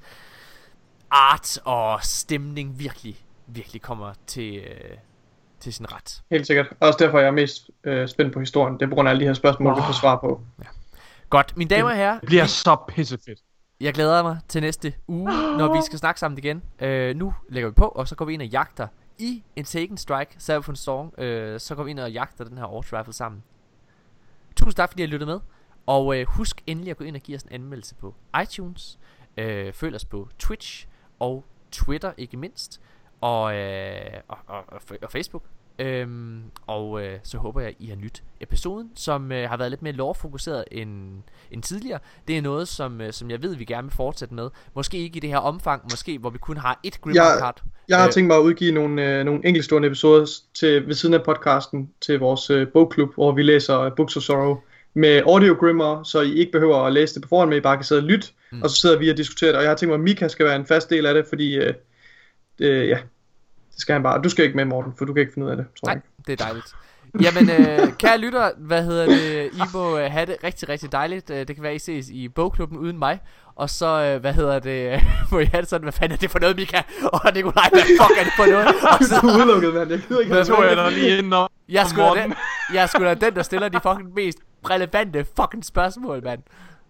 art og stemning virkelig virkelig kommer til øh, til sin ret. Helt sikkert. Også derfor jeg er mest øh, spændt på historien. Det er på grund af alle de her spørgsmål, oh. vi får svar på. Ja. Godt, mine damer og herrer. Det bliver så pissefedt. Jeg glæder mig til næste uge, når vi skal snakke sammen igen. Øh, nu lægger vi på, og så går vi ind og jagter i en Taken Strike Savathun Storm. Øh, så går vi ind og jagter den her Orch Rifle sammen. Tusind tak fordi I har lyttet med. Og øh, husk endelig at gå ind og give os en anmeldelse på iTunes. øh, Følg os på Twitch og Twitter ikke mindst. Og, øh, og, og, og, og Facebook. øhm, Og øh, så håber jeg I har nydt episoden, som øh, har været lidt mere lore-fokuseret end, end tidligere. Det er noget som, øh, som jeg ved vi gerne vil fortsætte med. Måske ikke i det her omfang. Måske hvor vi kun har et Grimdark. Jeg, jeg har øh, tænkt mig at udgive nogle, øh, nogle enkeltstående episoder til, ved siden af podcasten til vores øh, bogklub, hvor vi læser uh, Books of Sorrow med audio grimmer, så I ikke behøver at læse det på forhånd, men I bare kan sidde og lytte, mm. og så sidder vi og diskuterer det. Og jeg har tænkt mig, at Mika skal være en fast del af det, fordi øh, øh, ja, det skal han bare. Du skal ikke med, Morten, for du kan ikke finde ud af det, tror Nej, jeg. det er dejligt. Jamen, øh, kære lytter, hvad hedder det, I må øh, have det rigtig, rigtig dejligt. Det kan være, I ses i bogklubben uden mig. Og så, øh, hvad hedder det, må I have det sådan, hvad fanden er det for noget, Mika? Og Nikolaj, hvad fuck er det for noget? Og så, du er udelukket, mand. Jeg gider ikke. Jeg tror, jeg er lige inde om Jeg skulle den, jeg skulle da den, der stiller de fucking mest relevante fucking spørgsmål, mand.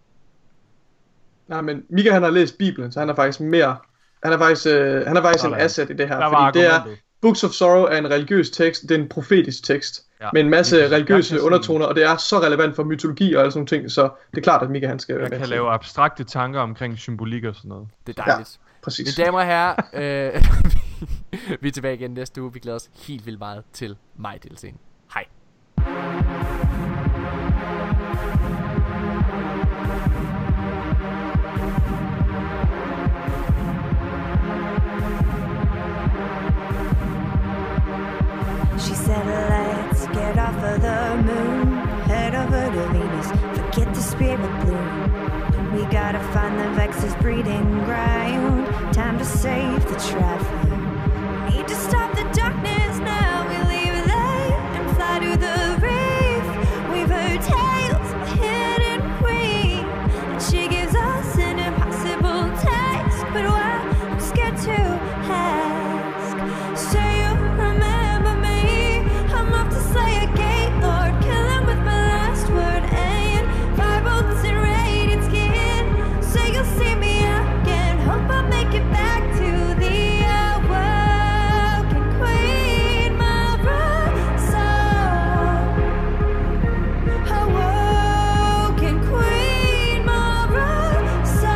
Nej, men Mika, han har læst Bibelen, så han er faktisk mere, han er faktisk, øh, han er faktisk en asset i det her. Der fordi det er, Books of Sorrow er en religiøs tekst, det er en profetisk tekst. Ja, med en masse religiøse undertoner, og det er så relevant for mytologi og alle sådan ting, så det er klart, at Mika han skal være med. Jeg kan lave abstrakte tanker omkring symbolik og sådan noget. Det er dejligt. Ja, præcis. Mine damer og herrer, øh, vi er tilbage igen næste uge. Vi glæder os helt vildt meget til mig D L C'en. Hej. Gotta find the Vex's breeding ground. Time to save the traffic. Need to stop the darkness now. We leave there and fly to the reef. We've heard tales of a hidden queen, and she gives us an impossible task. But why I'm scared to ask. Say you remember me. I'm off to slay a gate lord, kill him with my last word. And fire bolts and radiant skin. Say you'll see me again. Hope I'll make it back to the awoken queen, Marissa. Awoken queen, Marissa.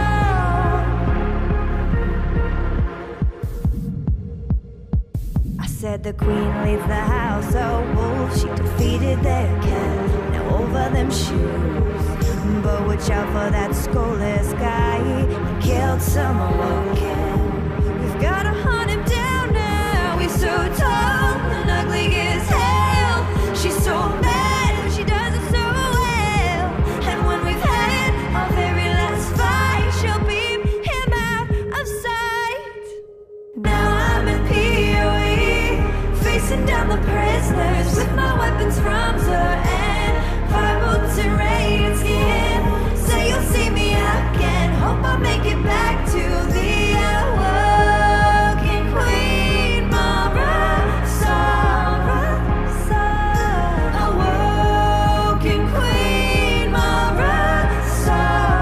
I said the queen leads the house of wolves. She defeated their cat, now over them shoes. But watch out for that soulless guy. He killed some awoken. We've gotta hunt him down now. He's so tall and ugly as hell. She's so bad, but she does it so well. And when we've had our very last fight, she'll beam him out of sight. Now I'm in P O E, facing down the prisoners with my weapons from Zur and fire bolts and radiant skin. Say you'll see me again. Hope I'll make it back to the awoken queen, Marissa. Awoken queen, Marissa.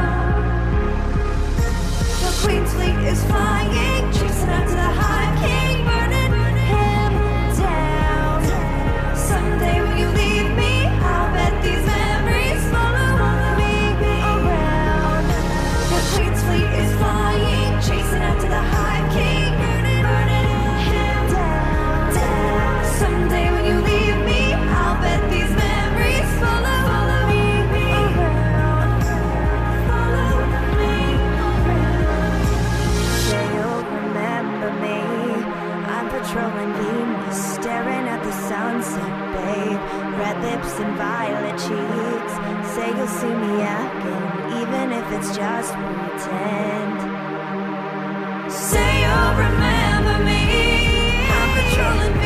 The queen's fleet is flying, chasing after the high king, burning him down. Someday when you leave me, I'll bet these memories follow me around. The queen's fleet is flying, chasing after the high king, burning, burning him down, down. Someday when you leave me, I'll bet these memories follow, follow me around. Follow me around. Say you'll remember me. I'm patrolling Venus, staring at the sunset, babe. Red lips and violet cheeks. Say you'll see me again, even if it's just pretend. Say you'll remember me. I'm patrolling